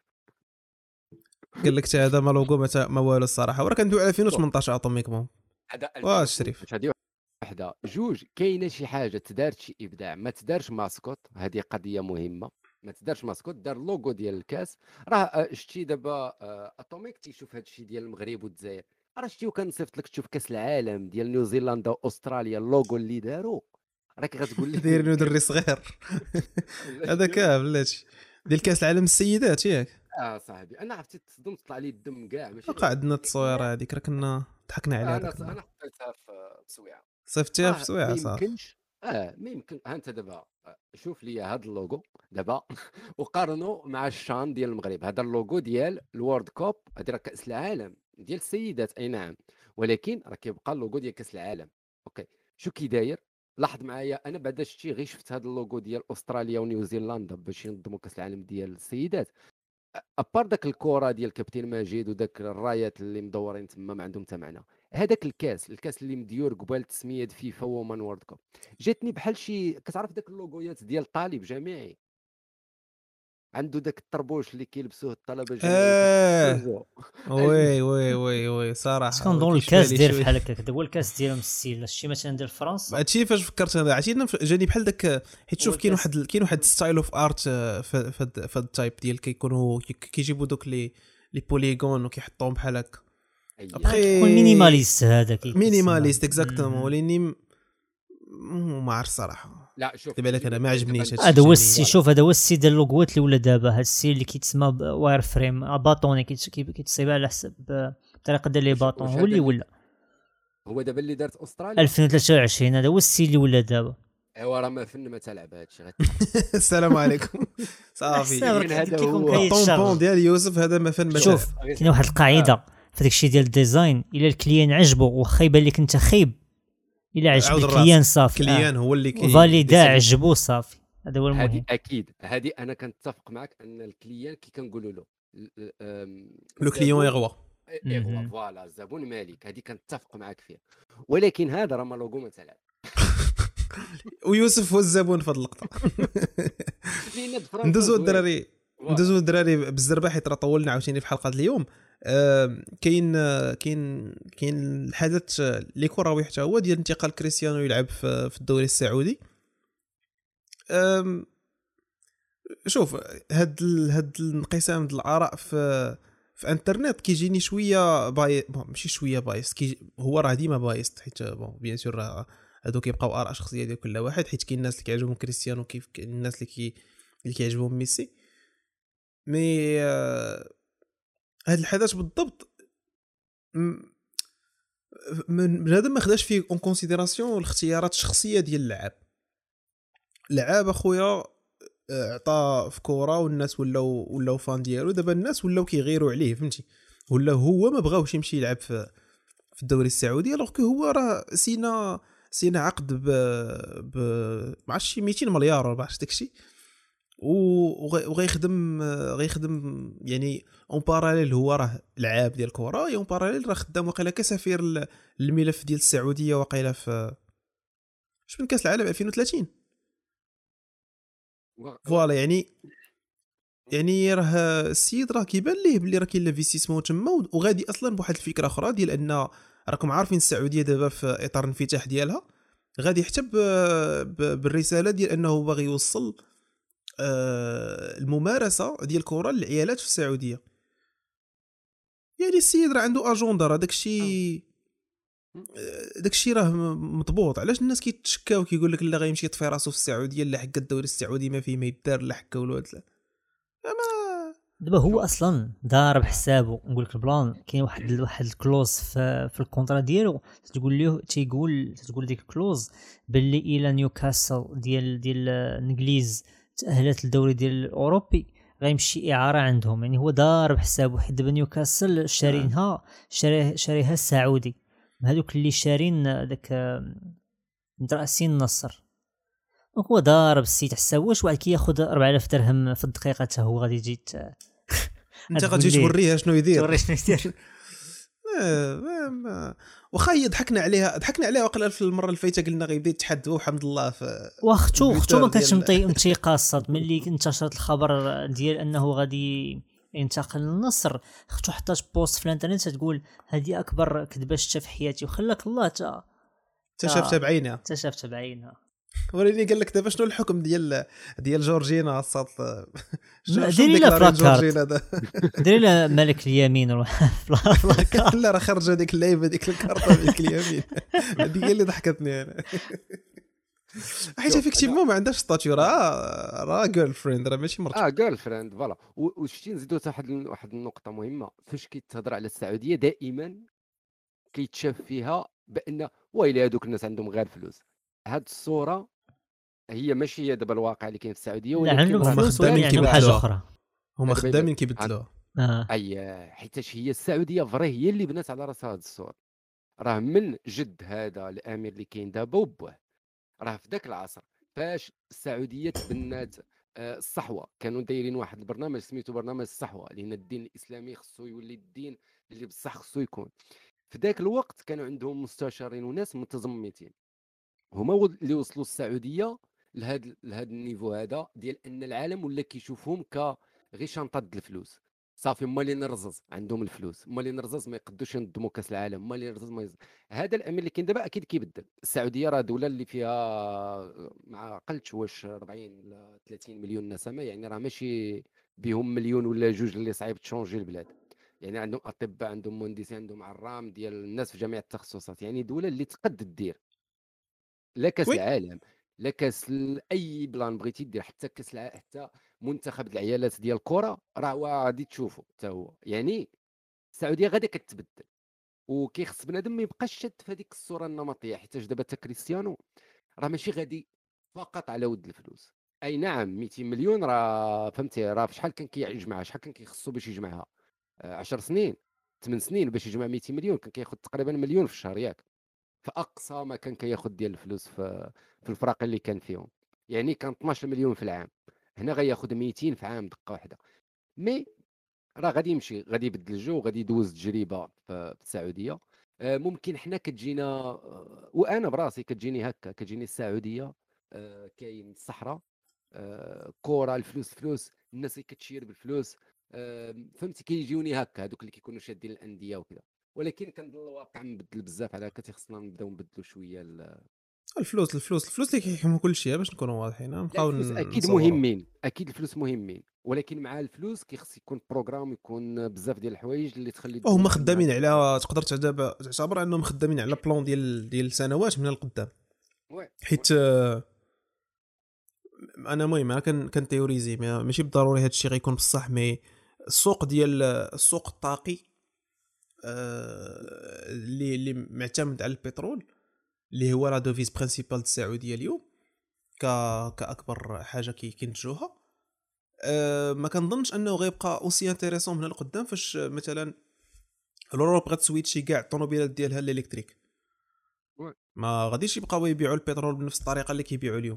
قال لك حتى هذا ما لوغو ما, تا- ما والو الصراحه، وراه كندوي على ألفين وثمنطاش اتوميكمون. هذا واش شريف ألفين وثمانية عشر هذه وحده. جوج كاينه شي حاجه تدارت شي ابداع ما تدارش ماسكوت. هذه قضيه مهمه. ما تدارش ماسكوت دار اللوغو ديال الكاس. راه آه، شتي دابا آه، اتوميك تيشوف هذا الشيء ديال المغرب والجزائر. راه شتي وكنصيفط لك تشوف كاس العالم ديال نيوزيلندا واستراليا اللوغو اللي داروا راك غتقول لي دايرينو دري صغير. هذاك بلاتي ديال كاس العالم السيدات ياك. اه صاحبي انا عرفتي تصدمت طلع لي الدم كاع ماشي وقع غير عندنا هكا. التصويره هذيك راه كنا ضحكنا عليها آه ذاك انا النهار. انا حطيتها في سويعه. صيفطتيها في راه ما سويعه صافي. يمكنش اه ما يمكن ها انت دابا آه، شوف لي هذا اللوغو دابا وقارنوا مع الشان ديال المغرب. هذا اللوغو ديال الورد كوب هذه راه كاس العالم ديال السيدات اي نعم ولكن راه كيبقى اللوغو ديال كاس العالم. اوكي شو كي داير لاحظ معايا. انا بعدا شتي غير شفت هذا اللوغو ديال استراليا ونيوزيلندا باش ينظموا كاس العالم ديال السيدات. ابار داك الكره ديال كابتن ماجد وداك الرايات اللي مدورين تما ما عندهم حتى معنى. هذاك الكاس الكاس اللي مديور قبال تسميه فيفا وومان وورد كوب جاتني بحال شي كتعرف داك اللوغويات ديال طالب جامعي عنده داك الطربوش اللي كيلبسوه الطلبه الجامعيين اه كيلبسوه. وي وي وي وي صراحه كنظن ما كاينش الكاس بالي ديال شويه. بحال هكاك هذا هو الكاس ديالهم الستيل شي مثلا ديال فرنسا هادشي فاش فكرت انا عرفتي جاني بحال داك، حيت شوف هو كاين الكاس. واحد كاين واحد ستايل اوف ارت في هاد التايب ديال كيكونوا كي- كيجيبوا دوك لي لي بوليغون وكيحطوهم بحال هكا أي. آه، ابخي كيكون مينيماليست هذا كي- مينيماليست كيتسمى. اكزاكتومون، مم. وليني م- ما عرف صراحه. لا شوف دابا بالك نجيب انا لك ما دابا عجبنيش انت- هادشي هذا هو جاني. السي شوف هذا هو السي ديال اللوغوات اللي ولا دابا هذا السي اللي كيتسمى ب- واير فريم آه، باطوني كيت- كي- كيتصيب على حسب آه، الطريقه ديال لي وش- باطون وش هو هذا اللي اللي- ولا هو دابا اللي دارت استراليا. ألفين وثلاثة وعشرين هذا هو السي اللي ولا دابا. ايوا راه ما فن ما تلعب هذا الشيء. السلام عليكم صافي. حساب كاين هذا كيكون هو. كيتشارج. الطونبون ديال يوسف هذا ما فن ما شوف تعرف. كاين واحد القاعده في داك الشيء ديال الديزاين الا الكليان عجبو واخا يبان لك انت خايب الا عجب عاود الكليان الراس صافي كليان هو اللي كي فاليدا ديسيدي. عجبو صافي هذا هو هذه المهم. اكيد هذه انا كنتفق معك ان الكليان كي كنقولوا له ال- أم، لو كليون الزبون- يغوى. ايوا مهم. فوالا الزبون مالك، هذه كنتفق معك فيها. ولكن هذا راه ما لوغو ما تلعب. ويوسف هو الزبون في هذه اللقطه. لينا بفرنسا ندوزو زوين. الدراري فوالا. ندوزو الدراري بالزربه حيت راه طولنا عاوتاني في حلقه اليوم. آه، كاين آه، كاين كاين الحدث آه، اللي كروي حتى هو ديال انتقال كريستيانو يلعب في في الدوري السعودي. آم، شوف هاد ال- هاد الانقسام ديال الاراء في في انترنت كيجيني شويه باي بون ماشي شويه بايست كي هو راه ديما بايست حيت بون بيان سور راه هادو كيبقاو اراء شخصيه ديال كل واحد، حيت كاين الناس اللي كيعجبهم كريستيانو كيف كاين الناس اللي كي اللي كيعجبهم ميسي. مي آه، هاد الحدث بالضبط م- من بنادم ما خداش فيه اون كونسيديراسيون الاختيارات الشخصيه ديال اللعاب. لعاب اخويا آه، عطى في كوره والناس ولاو ولاو فان ديالو، دابا الناس ولاو كيغيروا عليه فهمتي، ولا هو ما بغاوش يمشي يلعب في في الدوري السعودي الوغ كو هو راه سينا سينا عقد ب ب ما عرفتش شي مئتين مليار ولا ما عرفتش داكشي، و- وغيخدم غيخدم يعني اون باراليل هو راه لعاب ديال الكره، اون باراليل راه خدام واقيلا كسفير ل- الملف ديال السعوديه واقيلا في شنو كاس العالم ألفين وثلاثين. و- فوالا يعني يعني راه السيد راه كيبان ليه بلي راه كاين لافيستيسمون تما، وغادي اصلا بواحد الفكره اخرى ديال ان راكم عارفين السعوديه دابا في اطار الانفتاح ديالها، غادي حتى ب- ب- بالرساله ديال انه باغي يوصل آه، الممارسه ديال الكره للعيالات في السعوديه. يعني السيد راه عنده اجوندا، راه داكشي آه، داكشي راه م- مضبوط. علاش الناس كيتشكاو كيقول لك لا غيمشي يطفي راسو في السعوديه لا حق الدوري السعودي ما فيه ما يدار لا حكا ولا لا ما دابا هو اصلا ضارب حسابه نقول لك البلان كاين واحد واحد الكلوز في في الكونترا ديالو تقول له تيقول تقول ديك الكلوز باللي الى نيوكاسل ديال ديال الانجليز تاهلت للدوري ديال الاوروبي غيمشي اعاره عندهم. يعني هو ضارب حسابه حيت دابا نيوكاسل شارينها شاري شاريها السعودي هذوك اللي شارين داك من راسين النصر. دونك هو ضارب السيت حساب واش واحد كياخذ أربعة آلاف درهم في الدقيقه حتى هو غادي يجي انت غتقول غادي ليه. توريه شنو يدير. توري شنو يدير. آه، ما- ما- واخا هي ضحكنا عليها ضحكنا عليها وقيلا في المره اللي فايته قلنا غيبدا يتحدى وحمد الله في واختو اختو ما التويتر كانش ديال- مطي متي قاصد ملي انتشرت الخبر ديال انه غادي ينتقل للنصر. اختو حطات بوست في الانترنت تقول هذه اكبر كذبه شفتها في حياتي وخلاك الله تا انت شافتها بعينها. تا شفتها بعينها. وريني قال لك دابا شنو الحكم ديال ديال جورجينا الصاط شنو ديري لها ديكلاري بلاكارد. جورجينا دا ديري لها ملك اليمين ولا بلاكارد. لا راه خرج هذيك اللعيبه ديك الكارطه ديك اليمين هذيك هي اللي ضحكتني انا حيت افيكتيفمون ما عندهاش ستاتيو راه راه جيرل فريند راه ماشي مرت. اه جيرل فريند فوالا. و- وشتي نزيدو حتى واحد ال- واحد النقطه مهمه فاش كيتهضر على السعوديه دائما كيتشاف فيها بان ويلي هذوك الناس عندهم غير فلوس. هاد الصوره هي ماشي هي دابا الواقع اللي كاين في السعوديه، لا ولكن عندهم هما فلوس خدامين ولكن عندهم حاجه كيبدلوها. اخرى. هما هذا خدامين بيبان. كيبدلوها. اه اي حيتاش هي السعوديه فري هي اللي بنات على راسها هاد الصور. راه من جد هذا الامير اللي كاين دابا وبوه راه في ذاك العصر فاش السعوديه تبنات آه، الصحوه كانوا دايرين واحد البرنامج سميتو برنامج الصحوه لان الدين الاسلامي خصو يولي الدين اللي بصح خصو يكون. في ذاك الوقت كانوا عندهم مستشارين وناس متزمتين هما ول- اللي وصلوا السعوديه لهاد لهاد النيفو هذا ديال ان العالم ولا كيشوفهم ك غير شنطه د الفلوس. صافي هما اللي نرزز عندهم الفلوس، هما اللي نرزز ما يقدوش ينظموا كاس العالم، هما اللي نرزز ما يز... هذا الامر اللي كاين دابا اكيد كيبدل. السعوديه راه دوله اللي فيها ما عقلتش واش أربعين ولا ثلاثين مليون نسمه، يعني راه ماشي بهم مليون ولا جوج اللي صعيب تشونجي البلاد. يعني عندهم اطباء، عندهم مهندسين، عندهم عرام ديال الناس في جميع التخصصات، يعني دوله اللي تقد دير لا كاس وي. العالم، لا كاس ال- اي بلان بغيتي دير، حتى كاس الع... حتى منتخب العيالات ديال الكره راه وا- غادي تشوفوا حتى هو. يعني السعوديه غادا كتبدل، وكيخص بنادم ما يبقاش شاد في هذيك الصوره النمطيه، حيت دابا تا كريستيانو راه ماشي غادي فقط على ود الفلوس. اي نعم مئتين مليون راه فهمتي، راه فشحال كان كيجمعها، شحال كان كيخصو باش يجمعها؟ عشر سنين، ثمان سنين باش يجمع مئتين مليون، كان كياخذ تقريبا مليون في الشهر ياك. فاقصى ما كان كياخذ ديال الفلوس في في الفرق اللي كان فيهم، يعني كان اثناش مليون في العام. هنا غياخذ مئتين في عام دقه واحده. مي راه غادي يمشي، غادي يبدل الجو، غادي يدوز تجربه في في السعوديه. آه، ممكن حنا كتجينا، آه، وانا براسي كتجيني هكا، كتجيني السعوديه آه، كاين الصحراء، آه، كره الفلوس، فلوس الناس اللي كتشير بالفلوس. آه، فهمتي كيجيوني هكا هذوك اللي كيكونوا شادين الانديه وكذا. ولكن كنظن الواقع مبدل بزاف، على هكا تيخصنا نبداو نبدلوا شويه ال- الفلوس الفلوس الفلوس اللي كيحكموا كل شيء باش نكونوا واضحين، لا نبقاو الفلوس اكيد نصوروا. مهمين، اكيد الفلوس مهمين، ولكن مع الفلوس كيخص يكون بروغرام، يكون بزاف ديال الحوايج اللي تخلي وهما الدوله انها خدامين تقدر. على، تقدر تعتبر تعتبر انهم خدامين على بلون ديال ديال سنوات من القدام. وي وي. حيت آه، انا المهم انا كان كان تيوريزي ما- ماشي بالضروري هذا الشيء غيكون بصح، مي السوق ديال السوق الطاقي آه، اللي اللي معتمد على البترول، اللي هو لا دوفيز برينسيبال السعوديه اليوم، ك كاكبر حاجه كي كينتجوها. أه ما كنظنش انه غيبقى اوسي انتريسون من القدام، فاش مثلا الاوروب غتسويتشي كاع الطوموبيلات ديالها الالكتريك، وي. ما غاديش يبقاو يبيعوا البترول بنفس الطريقه اللي كيبيعوا اليوم.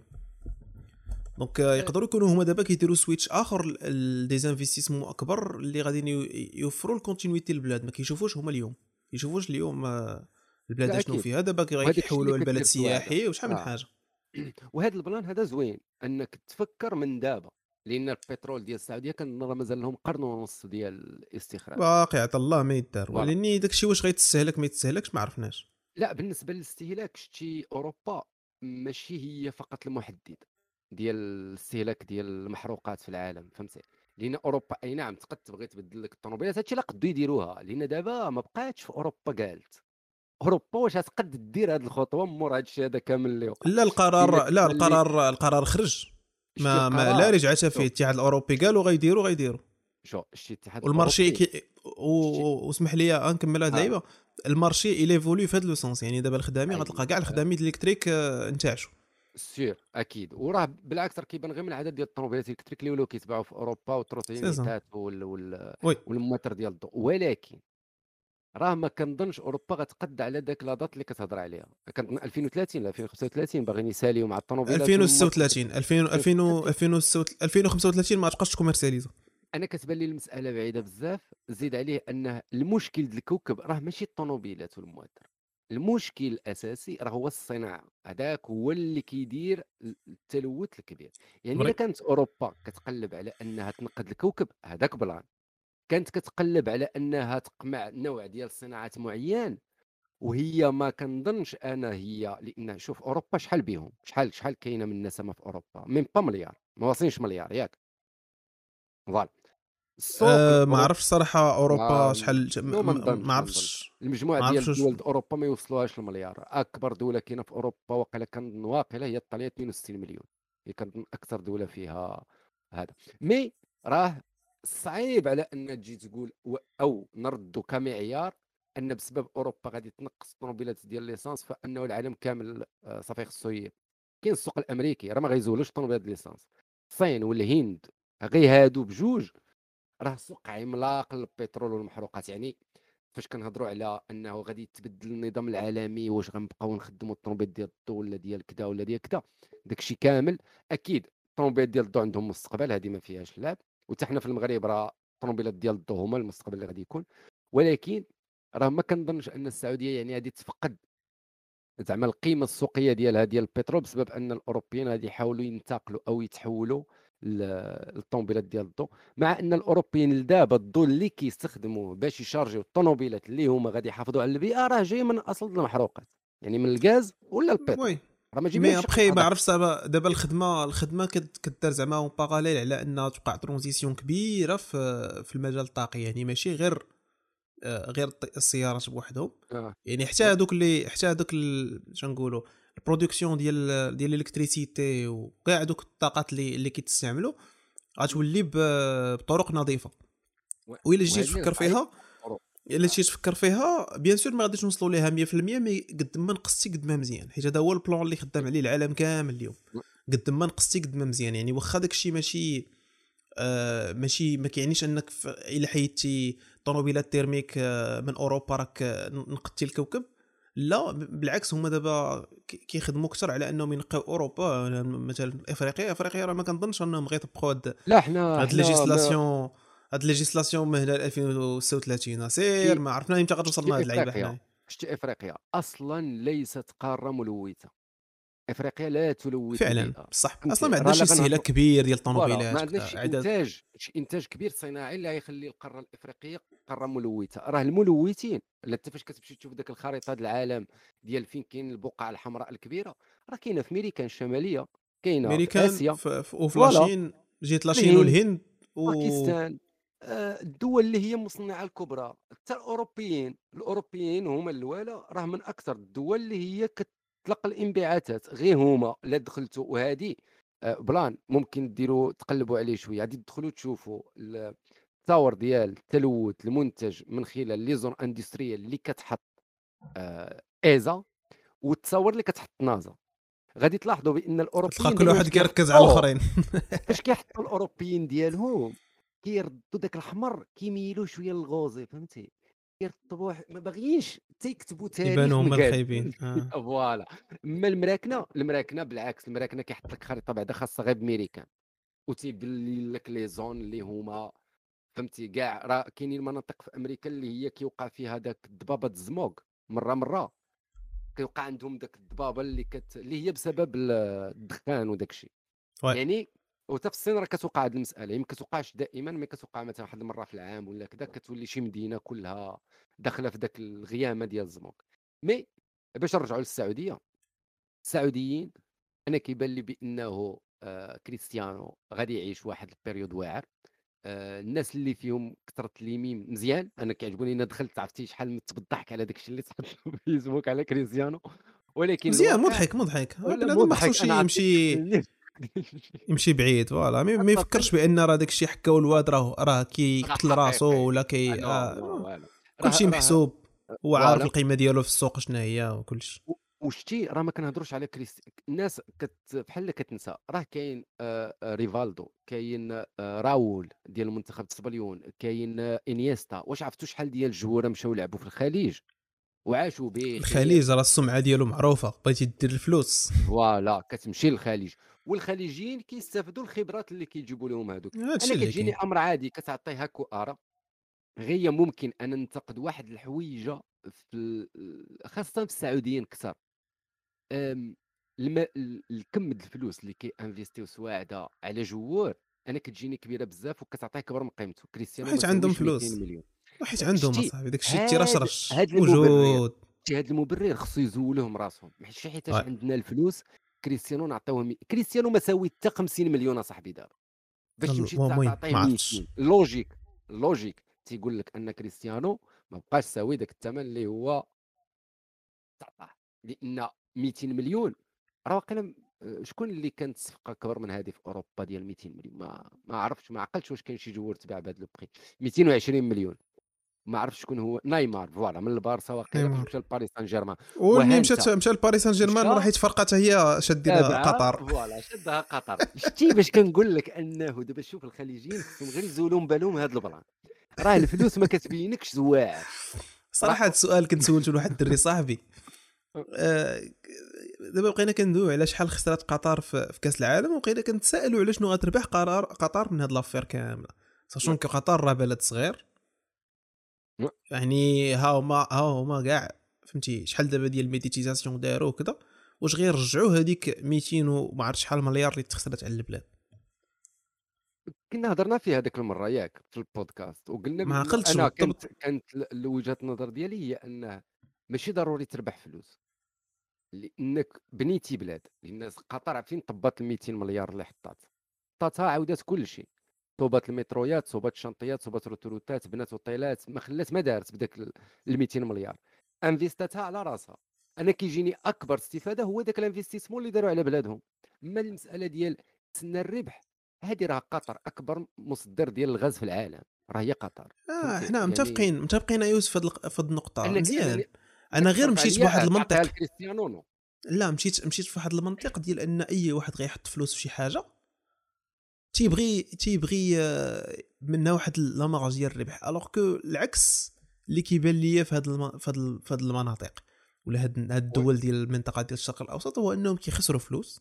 دونك آه، آه، يقدروا يكونوا هما دابا كيديروا سويتش اخر لديزانفستيسمون اكبر اللي غادي يوفروا الكونتينيتي للبلاد. ما كيشوفوش هما اليوم، كيشوفوش اليوم آه، البلاد لا شنو اكيد. فيها دابا، وهذاك الشيء اللي كيحولوا البلد كدير سواده. سياحي وشحال من اه حاجه. وهذا البلان هذا زوين انك تفكر من دابا، لان البترول ديال السعوديه كان راه مازال لهم قرن ونص ديال الاستخراج. باقي عطا الله ما يدار، فوالا. ولاني داكشي واش غيتسهلك ما يتسهلكش ما عرفناش. لا بالنسبه للاستهلاك شتي اوروبا ماشي هي فقط المحدد ديال الاستهلاك ديال المحروقات في العالم، فهمتي؟ لان اوروبا اي نعم تقد تبغي تبدل لك الطوموبيلات، هادشي لا قدو يديروها، لان دابا ما بقاتش في اوروبا قالت. اوروبا واش غتقد دير هاد الخطوه مور هادشي هذا كامل اللي وقع؟ لا الا القرار، لا كتبان لي القرار القرار خرج. شتي ما, ما لا القرار. رجعه فيه. شوف الاتحاد الاوروبي قالوا غيديروا غيديروا شوف شتي الاتحاد والمارشي الاوروبي. كي شتي و- واسمح لي نكمل هاد ها اللعيبه. المارشي الي فولي في هذا لو سونس، يعني دابا الخدامي غتلقى كاع اييه الخدامي الالكتريك آه، انتعشوا. سير اكيد. وراه بالعكس راه كيبان غير من العدد ديال الطوموبيلات الالكتريك اللي ولاو كيتباعوا في اوروبا، سي سا والتروتينيتات وال وال وي. والمواتر ديال الضوء. ولكن راه ما كنظنش اوروبا غتقد على داك لا دات اللي كتهضر عليها. كنظن ألفين وثلاثين لا ألفين وخمسة وثلاثين باغيين يساليو مع الطوموبيلات والمواتر ديال ألفين وستة وثلاثين ألفين ألفين ألفين وستة وثلاثين. ألفين وخمسة وثلاثين ما تبقاش كوميرسياليزا. انا كتبان لي المساله بعيده بزاف. زيد عليه ان المشكل ديال الكوكب راه ماشي الطوموبيلات والمواتر، المشكل الاساسي راه هو الصناعه. هذاك هو اللي كيدير التلوث الكبير. يعني الا فري. كانت اوروبا كتقلب على انها تنقذ الكوكب، هذاك بلان. كانت كتقلب على انها تقمع نوع ديال صناعات معين، وهي ما كنظنش انا هي، لان شوف اوروبا شحال بهم، شحال شحال كاينه من النسمه في اوروبا، من با مليار، ما واصلينش مليار ياك. فوالا. السوق أه ما الاوروبي عرفتش صراحه اوروبا ما شحال نو ما ما ما نظنش ما نظنش عرفتش. المجموع ما ديال عرفتش واش- الدول د اوروبا ما يوصلوهاش المليار. اكبر دوله كاينه في اوروبا واقيلا كنظن واقيلا هي ايطاليا اثنين وستين مليون، هي كنظن اكثر دوله فيها هذا. مي راه صعيب على ان تجي تقول و- او نردوا كمعيار ان بسبب اوروبا غادي تنقص الطوموبيلات ديال ليسانس فانه العالم كامل آه، صافي خصو ي- كاين السوق الامريكي راه ما غيزولوش الطوموبيلات ديال ليسانس. الصين والهند غير هادو بجوج راه سوق عملاق للبترول والمحروقات. يعني فاش كنهضروا على انه غادي يتبدل النظام العالمي، واش غنبقاو نخدموا الطوموبيل ديال الضوء ولا ديال كذا ولا ديال كذا، داكشي كامل اكيد الطوموبيل ديال الضوء عندهم مستقبل، هذه ما فيهاش لعب. وحتى حنا في المغرب راه الطوموبيلات ديال الضوء هما المستقبل اللي غادي يكون. ولكن راه ما كنظنش ان السعوديه يعني غادي تفقد زعما القيمه السوقيه ديالها ديال البترول بسبب ان الاوروبيين غادي يحاولوا ينتقلوا او يتحولوا للطوموبيلات ديال الضو، مع ان الاوروبيين دابا الضو اللي كيستخدموه باش يشارجيو الطوموبيلات اللي هما غادي يحافظوا على البيئه راه جاي من اصل المحروقات، يعني من الغاز ولا البترول، وي راه ما مي جبناهش بشكل ابخي ما طبيعي. عرفتش دابا دابا الخدمه الخدمه كت- كدار زعما اون باراليل على ان توقع ترانزيسيون كبيره في في المجال الطاقي، يعني ماشي غير آه، غير الط- السيارات بوحدهم، اه يعني حتى هذوك اللي حتى هذوك شنقولوا البرودكسيون ديال ديال الالكتريسيتي وكاع دوك الطاقات اللي اللي كيتستعملوا غتولي ب- بطرق نظيفه. و- وإلا جيت وهاد اللي تفكر صعيب فيها أوروبا. الا جيت تفكر فيها بيان سور ما غاديش نوصلوا ليها مية في المية، مي قد ما نقصتي قد ما مزيان، حيت هذا هو البلان اللي خدام عليه العالم كامل اليوم. قد ما نقصتي قد ما مزيان، يعني واخا داك الشيء ماشي آه ماشي ما كيعنيش انك ف- الا حيدتي طوموبيلات تيرميك آه من اوروبا راك آه، نقدتي الكوكب. لا بالعكس، هما دابا كي- كيخدموا اكثر على انهم ينقيو اوروبا. آه، مثلا افريقيا افريقيا راه ما كنظنش انهم غيطبقوا هاد لا حنا هاد حنا ما ليجيسلاسيون هاد ليجيسلاسيون من هنا ألفين وستة وثلاثين سير شتي ما عرفنا امتى غتوصلنا شتي هاد اللعيبه افريقيا حنايا. شتي افريقيا اصلا ليست قاره ملوثه، افريقيا لا تلوث فعلا البيئه، بصح فهمتي؟ اصلا ما راه عندناش لا شي استهلاك غنهضروا كبير ديال فوالا، ما الطوموبيلات عندناش شي عدد. انتاج شي انتاج كبير صناعي اللي غيخلي القاره الافريقيه قاره ملوثه. راه الملوثين لا انت فاش كتمشي تشوف داك الخريطه ديال العالم ديال فين كاين البقعه الحمراء الكبيره، راه كاينه في امريكا الشماليه، كاينه في ميريكان اسيا، ف- ف- وفي فوالا، لاشين، جيت لاشين الهند، والهند و باكستان، آه، الدول اللي هي المصنعه الكبرى، حتى الاوروبيين الاوروبيين هما الاولى، راه من اكثر الدول اللي هي كتطلق الانبعاثات، غير هما لا دخلتوا. وهذه آه، بلان ممكن ديروا تقلبوا عليه شويه، غادي تدخلوا تشوفوا التصاور ديال التلوث المنتج من خلال لي زون اندستريال اللي كتحط آه، ايزا، والتصاور اللي كتحط نازا، غادي تلاحظوا بان تلقى الاوروبيين كل دائما واحد فاش كيركز على كيحطوا الاخرين. فاش كيحطوا الاوروبيين ديالهم كيردوا داك الاحمر، كيميلوا شويه للغوزي، فهمتي؟ كيرطبوا ح- ما باغيينش تيكتبوا تاريخ يبانوا هما مقاد. الخايبين آه. فوالا. اما المراكنه المراكنه بالعكس، المراكنه كيحط لك خريطه بعدا خاصه غير بميريكان، وتيبين لك لي زون اللي هما، فهمتي؟ كاع راه كاينين مناطق في امريكا اللي هي كيوقع فيها داك الضبابه الزموغ، مره مره كيوقع عندهم داك الضبابه اللي كت اللي هي بسبب ال- الدخان وداك الشيء، وي يعني. وحتى في الصين راه كتوقع هذه المساله، هي ما كتوقعش دائما، ما كتوقع مثلا واحد المره في العام ولا كذا، كتولي شي مدينه كلها داخله في داك الغيامه ديال الزموغ. مي باش نرجعوا للسعوديه، السعوديين انا كيبان لي بانه آه كريستيانو غادي يعيش واحد البيريود واعر. آه الناس اللي فيهم كثره اليمين مزيان، انا كيعجبوني، انا دخلت عرفتي شحال مت بالضحك على داك الشيء اللي صحاب في فيسبوك على كريستيانو، ولكن مزيان، الواقع مضحك مضحك آه، ولا بنادم ما مضحك. خصوش انا عرفتي يمشي يمشي بعيد، فوالا ما ما يفكرش بان راه داك الشيء حكا والواد راه راه راه كيقتل راسو حقيقي. ولا آه، كي نو آه نو آه. والو. كل راه شيء راه محسوب، هو عارف فوالا. القيمه ديالو في السوق شنو هي وكل شيء. و- وشتي راه ما كنهضروش على كريست، الناس كت بحال اللي كتنسى، راه كاين آه آه، ريفالدو، كاين آه راول ديال المنتخب السبليون، كاين آه انيستا. واش عرفتوا شحال ديال الجواره مشاو لعبوا في الخليج وعاشوا بخير؟ الخليج راه السمعه ديالو معروفه، بغيتي دير الفلوس فوالا، كتمشي للخليج، والخليجيين كيستافدوا الخبرات اللي كيجيبوا لهم هذوك. هادشي انا اللي كتجيني كاين. امر عادي كتعطيه هكا ارى، غير ممكن ان ننتقد واحد الحويجه في ال- خاصه في السعوديين كثر. أم، الم... ال- الكم د الفلوس اللي كي انفيستيو سواعده على جوار، انا كتجيني كبيره بزاف وكتعطيه كبر من قيمته. كريستيانو ما حيت عندهم ساويش مئتين فلوس، مليون. حيت أه، عندهم شتي اصاحبي داكشي هاد تيرشرش هاد المبرر، وجود. شتي هاد المبرر خصو يزولوهم راسهم، ماشي حيتاش وي. عندنا الفلوس كريستيانو نعطيوه مي... كريستيانو ما ساوي حتى خمسين مليون اصاحبي دابا باش تمشي المهم تعطيه ما عرفتش. مئتين. لوجيك لوجيك تيقول لك ان كريستيانو ما بقاش ساوي داك الثمن اللي هو تعطاه، لان مئتين مليون راه واقيلا آه، شكون اللي كانت الصفقه كبر من هذه في اوروبا ديال مئتين مليون؟ ما ما عرفتش، ما عقلتش واش كاين شي جوار تباع بهذا البخي. مئتين وعشرين مليون، ما عرفتش شكون هو. نيمار فوالا من البارسا واقيلا باش نيمار مشى لباريس سان جيرمان. ومنين مشات وهانتا مشى لباريس سان جيرمان مشى راحت فرقات هي شادين تابعه، قطر. فوالا شدها قطر. شتي باش كنقول لك انه دابا شوف الخليجيين خصهم غير يزولوا من بالهم هذا البلان، راه الفلوس ما كتبينكش زواعر. صراحه هذا السؤال كنت سولته لواحد الدري صاحبي. آه، دابا بقينا كندويو على شحال خسرت قطر في في كاس العالم، وبقينا كنتسائلوا على شنو غتربح قرار قطر من هاد لافير كامله، ساشون كو قطر راه بلد صغير، يعني ها هما ها هما كاع فهمتي شحال دابا ديال الميديتيزاسيون داروا وكذا، واش غير رجعوا هذيك مئتين وما عرفت شحال مليار اللي تخسرت على البلاد. كنا هضرنا فيها هذيك المره ياك في البودكاست وقلنا ما عقلتش انا بالضبط. كانت كانت وجهه النظر ديالي هي انه ماشي ضروري تربح فلوس، لانك بنيتي بلاد. لان قطر عارفين طبات ال مئتين مليار اللي حطات حطاتها عاودات كل شيء، صوبات المترويات، صوبات الشنطيات، صوبات الروتروتات، بنات اوتيلات، ما خلات ما دارت بداك ال مئتين مليار، انفيستاتها على راسها. انا كيجيني اكبر استفاده هو داك الانفستيسمون اللي داروا على بلادهم. اما المساله ديال تسنى الربح، هذه راه قطر اكبر مصدر ديال الغاز في العالم، راه هي قطر. اه فهمتي؟ احنا يعني متفقين متفقين يا يوسف في هاد- في هاد النقطه انك مزيان. انك انا غير تصرف مشيت عليا بواحد تعطيها المنطق، لكريستيانو نو. لا مشيت مشيت في واحد المنطق ديال ان اي واحد غيحط فلوس في شي حاجه تيبغي تيبغي آه، منها واحد لا مارج ديال الربح، الوغ كو العكس اللي كيبان ليا في هاد الم... في هاد في هاد المناطق ولا هاد هاد الدول ديال المنطقه ديال الشرق الاوسط هو انهم كيخسروا فلوس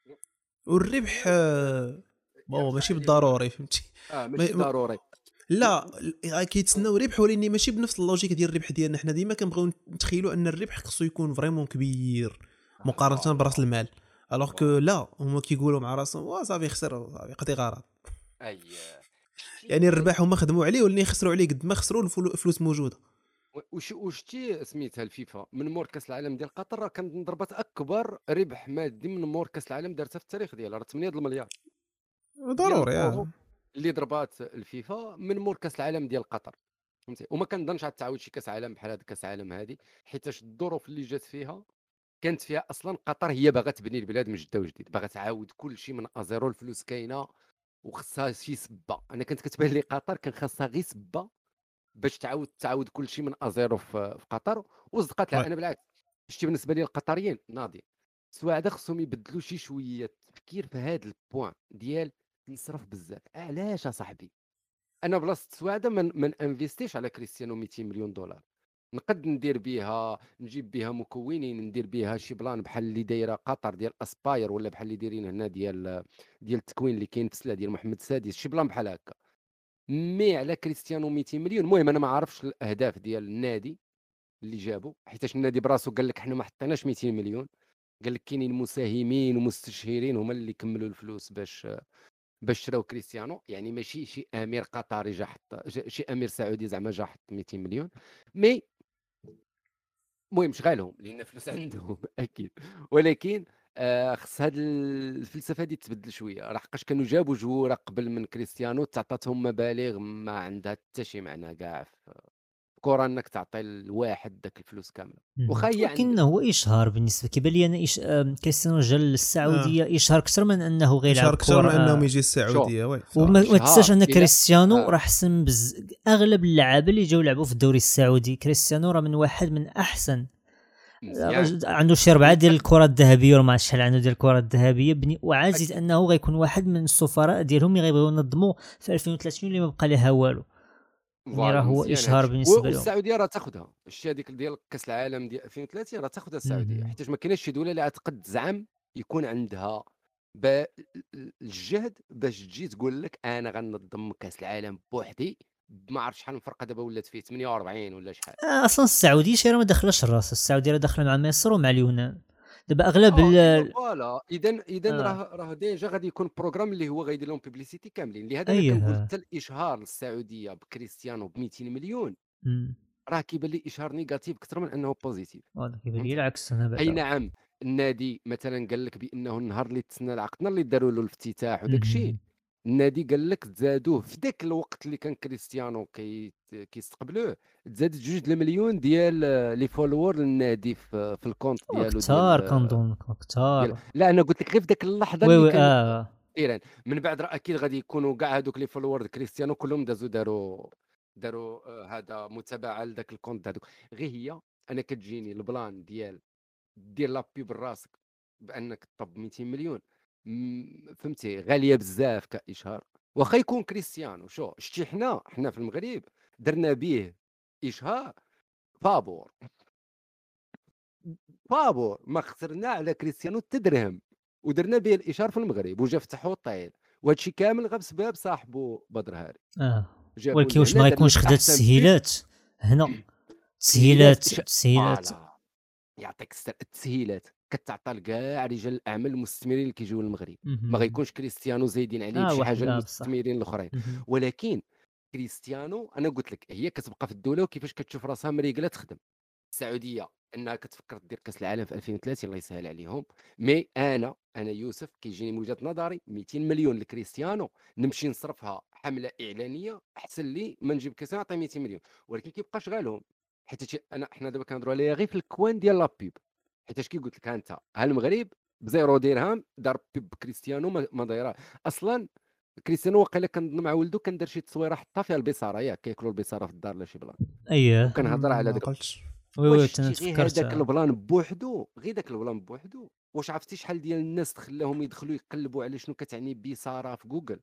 والربح آه، بون ماشي بالضروري فهمتي. اه ماشي ما- ضروري. لا ال- كيتسناو ربح ولكن ماشي بنفس اللوجيك ديال الربح ديالنا. حنا ديما كنبغيو نتخيلوا ان الربح خصو يكون فريمون كبير مقارنه براس المال، الوغ كو لا هما كيقولوا مع راسهم وا صافي خسر صافي قضي غرض. اي يعني الربح هما خدموا عليه ولكن يخسروا عليه قد ما خسروا الفلوس موجوده. وش وشتي سميتها الفيفا من مور كاس العالم ديال قطر راه كانت ضربت اكبر ربح مادي من مور كاس العالم دارتها في التاريخ ديالها، راه ثمانية المليار ديال ضروري الاورو آه. اللي ضربات الفيفا من مور كاس العالم ديال قطر. فهمتي؟ وما كنظنش غتعاود شي كاس عالم بحال هذا كاس العالم هذه، حيتاش الظروف اللي جات فيها كانت فيها اصلا قطر هي باغا تبني البلاد من جده وجديد، باغا تعاود كل شيء من ازيرو، الفلوس كاينه وخصها شي سبه. انا كنت كتبان لي قطر كان خاصها غير سبه باش تعاود تعاود كل شيء من ازيرو في في قطر وصدقات لها. وي. انا بالعكس شتي بالنسبه لي القطريين ناضي سواعده خصهم يبدلوا شي شويه التفكير في هذا البوان ديال نصرف بزاف. علاش اصاحبي انا بلاصه سواعده من من انفيستيش على كريستيانو مئتين مليون دولار، نقد ندير بها نجيب بها مكونين، ندير بها شي بلان بحال اللي دايره قطر ديال اسباير ولا بحال اللي دايرين هنا ديال ديال التكوين اللي كاين في سلا ديال محمد السادس، شي بلان بحال هكا. مي على كريستيانو مئتين مليون، المهم انا ما عارفش الاهداف ديال النادي اللي جابوا، حيتاش النادي براسو قال لك حنا ما حطيناش مئتين مليون، قال لك كاينين مساهمين ومستشهرين هما اللي كملوا الفلوس باش باش شراو كريستيانو. يعني ماشي شي امير قطري جا حط جا- شي امير سعودي زعما جا حط مئتين مليون. مي المهم شغالهم لان فلوس عندهم اكيد، ولكن آه خص هاد الفلسفه هذه تبدل شويه، راه حقاش كانوا جابوا جوره قبل من كريستيانو تعطاتهم مبالغ ما عندها حتى شي معنى كاع في الكره انك تعطي الواحد داك الفلوس كامله. واخا هي ولكن عند هو اشهار بالنسبه كيبان لي انا إش... آم، كريستيانو جا للسعوديه اشهار اكثر من انه غير يلعب يشارك اكثر من كره انهم آه. يجي السعوديه. وي وما شهار ما تنساش ان إلا- كريستيانو آه. راه حسن بز... اغلب اللعابه اللي جاوا لعبوا في الدوري السعودي كريستيانو راه من واحد من احسن مزيان عنده شي ربعه ديال الكره الذهبيه ولا ما عرفتش شحال عنده ديال الكره الذهبيه بني، وعاجز انه غيكون واحد من السفراء ديالهم اللي غيبغيو ينظموا في ألفين وثلاثين اللي ما بقى لها والو. يعني راه هو اشهار بالنسبه لهم. والسعوديه راه تاخذها الشيء هذيك ديال كاس العالم ديال ألفين وثلاثين راه تاخذها السعوديه، حيت ما كايناش شي دوله اللي غتقد تزعم يكون عندها ب... الجهد باش تجي تقول لك انا غنظم كاس العالم بوحدي. ما عرفتش شحال الفرقه دابا ولات فيه ثمانية وأربعين ولا شحال. آه اصلا السعوديه شي راه ما داخلاش الراس، السعوديه راه داخله مع مصر ومع اليونان دابا اغلب اه ال... فوالا اذا اذا آه. راه راه ديجا غادي يكون بروغرام اللي هو غيدير لهم بيبليسيتي كاملين. لهذا انا أيه. كنقول حتى الاشهار للسعوديه بكريستيانو ب مئتين مليون مم. راه كيبان لي اشهار نيجاتيف اكثر من انه بوزيتيف. واضح كيبان لي فهمتي؟ العكس انا اي بعدا. نعم النادي مثلا قال لك بانه النهار اللي تسنى العقد اللي داروا له الافتتاح وداك الشيء، مم. النادي قال لك تزادوه في ذاك الوقت اللي كان كريستيانو كي كيستقبلوه، تزادت جوج المليون ديال لي فولور للنادي في, في الكونت ديالو كتار ديال كنظن ديال كتار. لا انا قلت لك غير في ذاك اللحظه وي اللي وي كان اه ايران. من بعد راه اكيد غادي يكونوا كاع هذوك لي فولور كريستيانو كلهم دازوا داروا داروا آه، هذا متابعه لذاك الكونت هذوك. غير هي انا كتجيني البلان ديال دير لابي براسك بانك طب مئتين مليون، م- فهمتي غاليه بزاف كاشهار. واخا يكون كريستيانو شو شتي حنا حنا في المغرب درنا به اشهار فابور فابور ما خسرنا على كريستيانو التدرهم، ودرنا به الاشهار في المغرب وجا فتحوا الطيل، وهادشي كامل غير بسبب صاحبو بدر هاري. اه جابوا ولكن واش لهنا ما دار غيكونش لك خدات احسن بريك التسهيلات هنا؟ تسهيلات تسهيلات ش- تسهيلات فوالا يعطيك الس- التسهيلات كتعطى لكاع رجال الاعمال المستثمرين اللي كيجيو للمغرب. ما مهم. غيكونش كريستيانو زايدين عليه اه بشي واحد حاجه اه بصح. المستثمرين الاخرين. مهم. ولكن كريستيانو انا قلت لك هي كتبقى في الدوله وكيفاش كتشوف راسها مريقله تخدم. السعوديه انها كتفكر دير كاس العالم في ألفين وثلاثين الله يسهل عليهم. مي انا انا يوسف كيجيني من وجهه نظري مئتين مليون لكريستيانو نمشي نصرفها حمله اعلانيه احسن لي ما نجيب كاس نعطي مئتين مليون. ولكن كيبقى شغالهم حيت هادشي- انا حنا دابا كنهضروا عليها غير في الكوان ديال لابيب. حيت اش كي قلت لك ها انت ها المغرب بزيرو درهم دار بيب كريستيانو ما ما دايره اصلا. كريستيانو واقيلا كنظن مع ولده كان دار شي تصويره حطها فيها البصاره ياك كياكلوا البصاره في الدار لا شي بلان. اييه وكنهضر على ما داك قلتش. وي وي واش انا شتي غير تفكرت هذاك البلان بوحدو غير داك البلان بوحدو واش عرفتي شحال ديال الناس تخلاهم يدخلوا يقلبوا على شنو كتعني بصاره في جوجل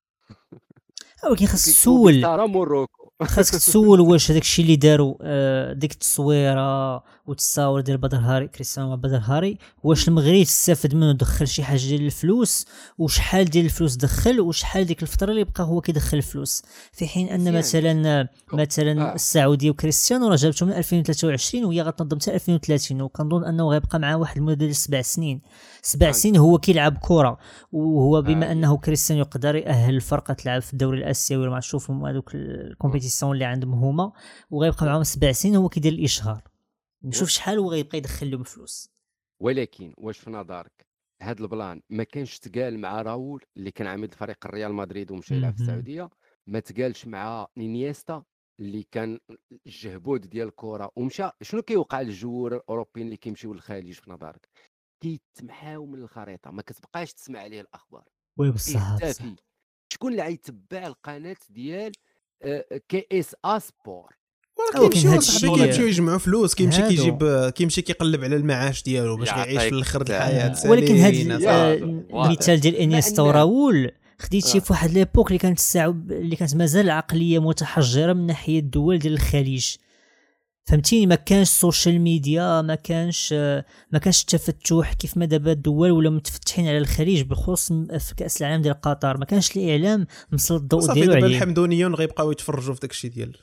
ولكن خاص كيكتبوا تسول بصاره موروكو. خاصك تسول واش هذاك الشيء اللي داروا آه، ديك التصويره والتصاور ديال بدر هاري كريستيانو بدر هاري واش المغرب استفاد منه دخل شي حاجه ديال الفلوس وشحال ديال الفلوس دخل وشحال ديك الفتره اللي بقى هو كيدخل الفلوس في حين ان مزيان. مثلا مثلا آه. السعوديه وكريستيانو راه جابتهم من ألفين وثلاثة وعشرين وهي غتنظم حتى ألفين وثلاثين وكنظن انه غيبقى معاه واحد المده ديال سبع سنين سبع آه. سنين هو كيلعب كره وهو بما آه. انه كريستيانو يقدر يأهل الفرقه تلعب في الدوري الاسيوي ولا ما نشوفهم هذوك الكومبيتيسيون اللي عندهم هما وغيبقى معاهم سبع سنين هو كيدير الاشهار نشوف شحال هو غيبقى يدخل لهم فلوس. ولكن واش في نظرك هاد البلان ما كانش تقال مع راول اللي كان عامل فريق الريال مدريد ومشى يلعب في مهم. السعوديه؟ ما تقالش مع نينيستا اللي كان الجهبود ديال الكره ومشى؟ شنو كيوقع للجوار الاوروبيين اللي كيمشيو للخليج في نظرك؟ كيتمحاو من الخريطه ما كتبقاش تسمع عليه الاخبار وي بصح بصح كيختفي. شكون اللي غيتبع القناه ديال آه، كي اس ا سبور؟ ولكن ولكن كيمشيو هاد صاحبي الشيء- كيمشيو يجمعوا فلوس كيمشي هادو. كيجيب كيمشي كيقلب على المعاش ديالو باش يعطيك يعيش في الاخر د الصحة. الحياه ولكن هاد سالينا ال- صاحبي. آه، صافي. المثال ديال بما انيستا أن- وراول خديتي آه. في واحد ليبوك اللي كانت السعب اللي كانت مازال العقليه متحجره من ناحيه الدول ديال الخليج فهمتيني ما كانش السوشيال ميديا ما كانش آه، ما كانش التفتح كيف ما دابا الدول ولا متفتحين على الخليج بخصوص م- في كاس العالم ديال قطر ما كانش الاعلام مسلط الضوء صافي ديالو دابا عليه. الحمدونيون غيبقاو يتفرجوا في داك الشيء ديال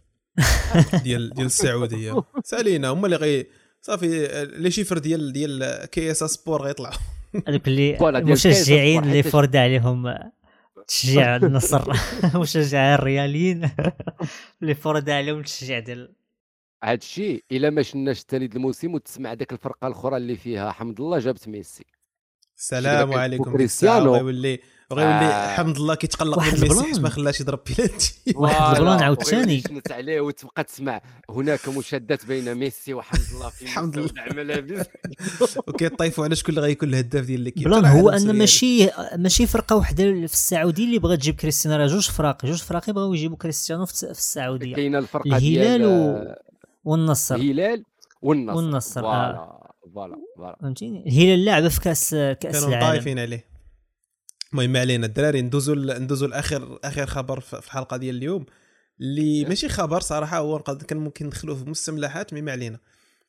ديال ديال السعوديه سالينا هما اللي غي صافي لي شيفر ديال ديال كي اس سبور غيطلعوا هذوك اللي فوالا ديال المشجعين كايس اللي أصبح فرض عليهم تشجيع النصر مشجعين الرياليين اللي فرض عليهم التشجيع ديال هاد الشيء الا ما شناش الثاني الموسم وتسمع داك الفرقه الاخرى اللي فيها حمد الله جابت ميسي. السلام دابا عليكم كيكون ديك الساعه كريستيانو. وغيولي وغيولي آه. حمد الله كيتقلق واحد من ميسي البلان. حيت ما خلاش يضرب بلانتي واحد فوالا، البلان عاوتاني. وغيولي يشنت عليه وتبقى تسمع هناك مشادات بين ميسي وحمد الله في حمد الله. مستودع ملابس. وكيطيفوا على شكون اللي غيكون الهداف ديال ليكيب. بلان ترى هو هذا ان مسير. ماشي ماشي فرقه وحده في السعوديه اللي بغات تجيب كريستيانو راه جوج فراق جوج فراق بغاو يجيبوا كريستيانو في في السعوديه كاينه الفرقه الهلال ديال و... والنصر الهلال والنصر. والنصر، فوالا فوالا فوالا. فهمتيني الهلال لعبه في كاس كاس كانوا العالم. طايفين عليه. المهم ما علينا الدراري ندوزو ل- ندوزو لاخر اخر خبر في في الحلقه ديال اليوم اللي ماشي خبر صراحه هو نقدر كان ممكن ندخلوه في مستملحات مي ما علينا.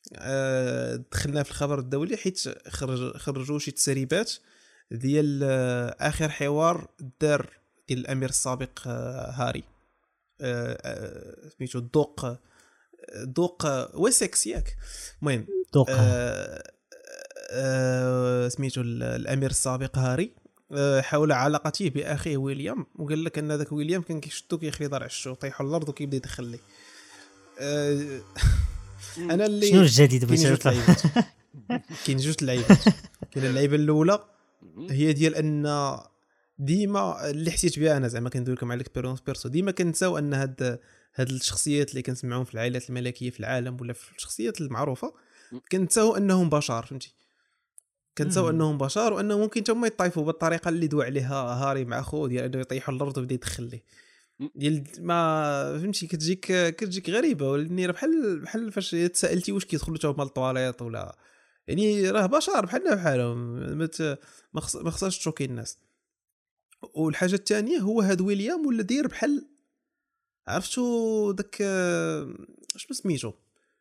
آه، دخلنا في الخبر الدولي حيت خرج خرجوا شي تسريبات ديال آه، اخر حوار دار ديال الامير السابق آه، هاري آه، آه، سميتو الذوق ذوق ويسكس ياك. المهم توقع آه، آه، سميتو ال- الامير السابق هاري آه، حول علاقته باخيه ويليام وقال لك ان ذاك ويليام كان كيشدو كيخلي دار عشو طيحوا الارض وكيبدا يدخل ليه. آه، انا اللي شنو الجديد كاين جوج بغيتي لعيبات كاين جوج لعيبات كاين اللعيبه الاولى هي ديال ان ديما اللي حسيت بها انا زعما كندوي لكم على الاكسبيريونس بيرسو ديما كنساو ان هاد هاد الشخصيات اللي كنسمعوهم في العائلات الملكيه في العالم ولا في الشخصيات المعروفه كنساو انهم بشر فهمتي كنساو مم. انهم بشر وانه ممكن حتى هما يطيفوا بالطريقه اللي دوا عليها هاري مع اخوه ديال انه يطيحوا الارض ويبدا يدخل ليه ديال ما فهمتي كتجيك كتجيك غريبه ولاني راه بحال بحال فاش تسالتي واش كيدخلوا حتى هما للطواليط ولا يعني راه بشر بحالنا بحالهم ما ت- ما خص- ما خصهاش تشوكي الناس. والحاجه الثانيه هو هاد ويليام ولا داير بحال عرفتو داك آه، شنو سميتو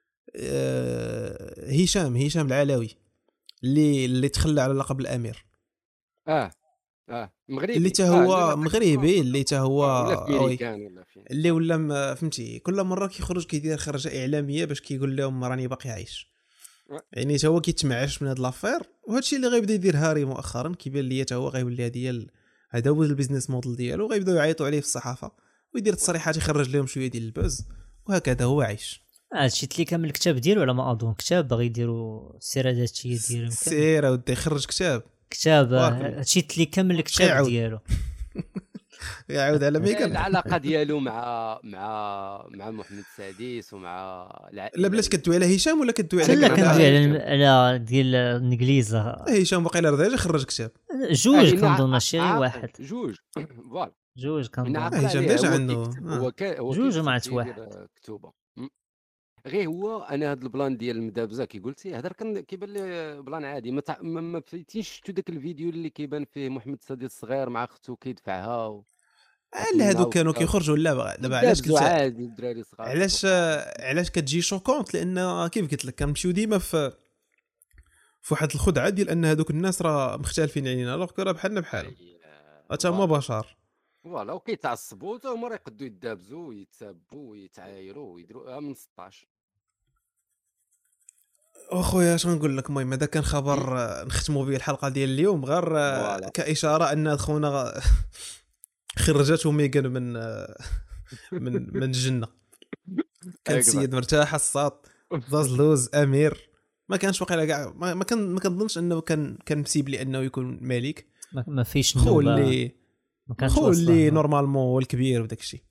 آه، هشام هشام العلاوي اللي اللي تخلى على لقب الامير اه اه مغربي اللي تا آه، هو لا، مغربي اللي تا هو ولا في وي. ميريكان ولا فين. اللي ولا م- فهمتي كل مره كيخرج كيدير خرجه اعلاميه باش كيقول لهم راني باقي عايش يعني تا هو كيتمعش من هاد لافير، وهذا الشيء اللي غيبدا يدير هاري مؤخرا كيبان ليا تا هو غيولي هذه ال... هذا هو البيزنس موديل ديالو، غيبداو يعيطوا عليه في الصحافه ويدير تصريحات يخرج لهم شويه ديال البوز، وهكذا هو عايش. هادشي تلي كامل الكتاب ديالو على ما اظن، كتاب باغي يديروا السيره الذاتيه ديالو يمكن سير ودي يخرج كتاب كتاب واكل. هادشي تلي كامل الكتاب يعاود. ديالو يعاود على ميغان. العلاقه ديالو مع مع مع محمد السادس ومع العائله. لا بلاش كدوي على هشام ولا كدوي على لا كان كندوي على- على على ديال الانجليز هشام باقي راه خرج كتاب. جوج إن كنظن ع- ماشي غير عاقل. واحد، جوج فوالا جوج إن كنظن عاقل هشام عليه، ديجا هو عنده. كيكتب- آه. هو كا- هو جوج كيكتب مع تيدير واحد. كتوبه. م. غير هو انا هذا البلان ديال المدابزه كي قلتي هذا كان كيبان لي بلان عادي. ما تع- ما ما فهمتيش شفتوا داك الفيديو اللي كيبان فيه محمد السادس الصغير مع اختو كيدفعها و... لا هادو كانوا كيخرجوا لا دابا علاش دابزو قلت عادي الدراري صغار. علاش علاش كتجي شوكونت؟ لان كيف قلت لك كنمشيو ديما في في واحد الخدعه ديال ان هادوك الناس راه مختلفين علينا، الوغ راه بحالنا بحالهم، حتى هما بشر. فوالا وكيتعصبوا حتى هما راه يقدوا يدابزوا ويتسابوا ويتعايروا ويديروا من ستطاش. اخويا اش غنقول لك؟ المهم هذا كان خبر آه، نختموا به الحلقه ديال اليوم، غير آه، فوالا. كاشاره ان خونا غ- خرجته ميغان من آه، من من الجنه. كان هكذا. السيد مرتاح الساط زازلوز امير، ما كانش واقيلا كاع ما ما كان ما كنظنش انه كان كان مسيب لانه يكون ملك. ما- ما فيش خو نوبه، اللي ما كانش خو واصله اللي النوبة. نورمالمون هو الكبير وداك الشيء.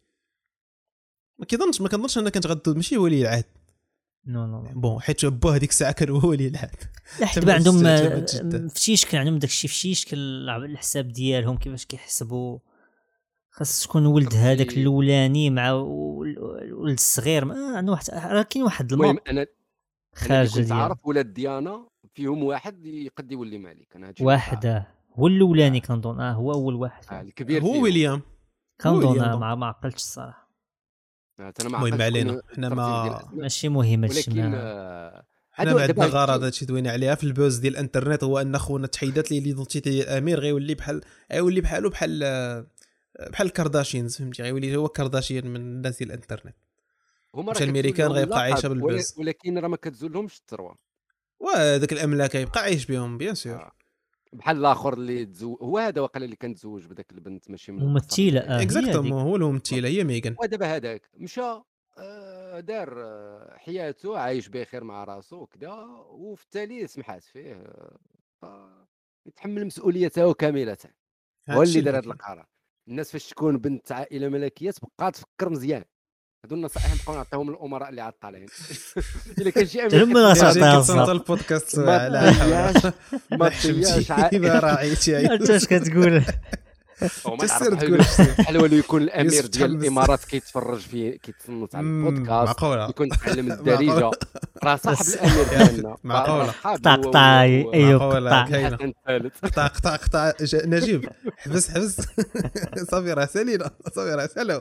ما كيظنش ما كنظنش انها كانت غدود ماشي ولي العهد. نو نو نو. بون حيت با هذيك الساعه كان هو ولي العهد. لا حيت تم دابا عندهم استجابة جداً. في شيشكل، عندهم داكشي في شيشكل الحساب ديالهم كيفاش كيحسبوا. خاص تكون ولد خاص هذاك ي- الأولاني مع ول- ولد الصغير، ما عنده واحد راه كاين واحد المهم الماب انا انا اللي خارج كنت ديال عارف ولاد ديانا فيهم واحد يقد يولي مالك. انا هادشي واحد آه، هو الاولاني كنظن، اه هو اول واحد آه الكبير هو فيهم. ويليام. كنظن ويليام آه، دونك. ما ما عقلتش الصراحه. آه، انا ما المهم عقلتش علينا، شكون حنا الترتيب ما- ديال الأسماء. ماشي مهم هادشي ولكن ما- آه، حنا هادو ما دابا عندنا غرض هادشي- هادشي دوينا عليها في البوز ديال الانترنت، هو ان خونا تحيدات لي ليدونتيتي ديال الامير غيولي بحال غيولي بحالو بحال بحال الكارداشينز، فهمتي؟ غيولي هو كارداشيان من الناس ديال الانترنت. هما مشى راه الأمريكان كتزول لهم غيبقى عايشة اللقب، بالبوز. ولا- ولكن راه ما كتزولهمش الثروه. وهذاك الاملاك يبقى عايش بهم بيان سور. آه. بحال الاخر اللي تزوج، هو هذا واقيلا اللي كان تزوج بداك البنت ماشي من ممثله القصر. اه هي اكزاكتومون هذيك. هو الممثله هي ميغان. ودابا هذاك مشى آه، دار آه، حياته عايش بخير مع راسو وكذا، وفي التالي سمحات فيه آه، ف- يتحمل مسؤوليته كامله. هو اللي دار هذا القرار. الناس فاش تكون بنت عائله ملكيه تبقى تفكر مزيان. هادو النصائح نبقاو نعطيهم للامراء اللي عطالين. الا كان شي امير تما حكم- نصائح. جاي صح. كتصنت البودكاست ما على تضيعش ما ما تضيعش حشمتي عائله. ما راعيتي انت اش كتقول؟ وما تسير نعرف تقول بحال بحال ولو يكون الامير يوسف ديال تحمس. الامارات كيتفرج فيه كيتصنت على مم، البودكاست، معقوله يكون تعلم الدارجه، معقولة. راه صاحب بس- الامير ديالنا. معقولة. قطع قطع ايوب معقولة، قطع. كاينة. الحسن الثالث. قطع قطع قطع جا- نجيب حبس حبس. صافي راه سالينا، صافي راه سالو.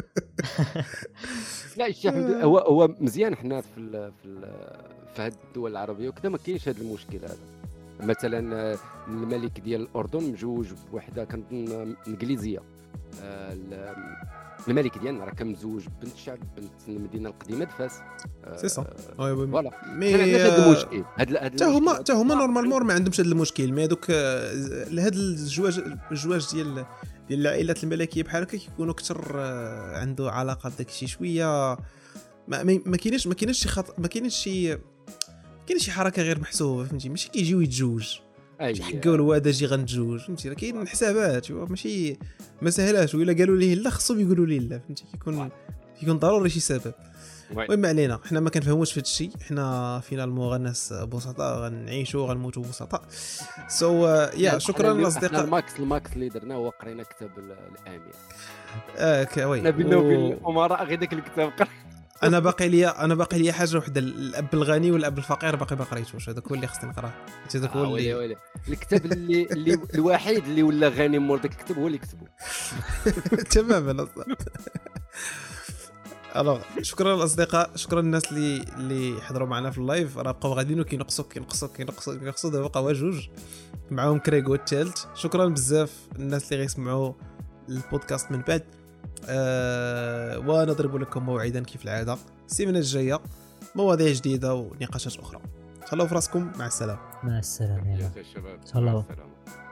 لا الشيخ حمد- هو هو مزيان. حنا في ال في ال في هاد الدول العربيه وكذا ما كاينش هذا المشكل هذا. مثلا آه، الملك ديال الاردن مجوج بوحده كنظن انجليزيه. آه، ال- الملك ديالنا راه كان مزوج بنت شعب، بنت المدينه القديمه دفاس. آه، سي سون. فوالا مي حنا عندناش هذا المشكل. هاد هاد حتى هما المشكل- حتى هما نورمالمون ما عندهمش هذا المشكل. مي هذوك هاد الزواج الزواج ديال ديال العائلات الملكيه بحال هكا كيكونوا اكثر آه، عنده علاقه بداك الشيء شويه. ما ما ما كاينش ما كاينش شي خط... ما كاينش شي كاين شي حركه غير محسوبه، فهمتي؟ ماشي كيجيو يتزوج أي. شي حكاو له هذا جي غنتزوج، فهمتي؟ راه كاين حسابات، ماشي ما سهلاش. وإلا قالوا ليه لا خصهم يقولوا ليه لا، فهمتي؟ كيكون كيكون ضروري شي سبب. وي. المهم علينا، حنا ما كنفهموش في هذا الشيء. حنا فينالمون غناس بسطاء غنعيشوا غنموتوا بسطاء. سو يا شكرا حنا للاصدقاء. الماكس الماكس اللي درناه هو قرينا كتاب ال- الامير. اه ك- وي حنا بينا وبين و- الامراء غير داك الكتاب قرينا. انا باقي ليا انا باقي ليا حاجه وحده، الاب الغني والاب الفقير باقي ما قريتوش. هذاك هو اللي خصني نقراه. هذاك هو آه، ويلي اللي ويلي. الكتاب اللي اللي الوحيد اللي ولا غني مور داك الكتاب هو اللي كتبه. تماما اصلا. الوغ شكرا للاصدقاء، شكرا للناس اللي اللي حضروا معنا في اللايف. راه بقاو غاديين وكينقصوا كينقصوا كينقصوا كينقصوا دابا بقاو جوج معاهم كريغو الثالث. شكرا بزاف الناس اللي غيسمعوا البودكاست من بعد. أه ونضرب لكم موعدا كيف العاده السيمانه الجايه، مواضيع جديده ونقاشات اخرى. خلوا في راسكم، مع السلامه. مع السلامه. تحياتي الشباب، تهلاو. مع السلامه.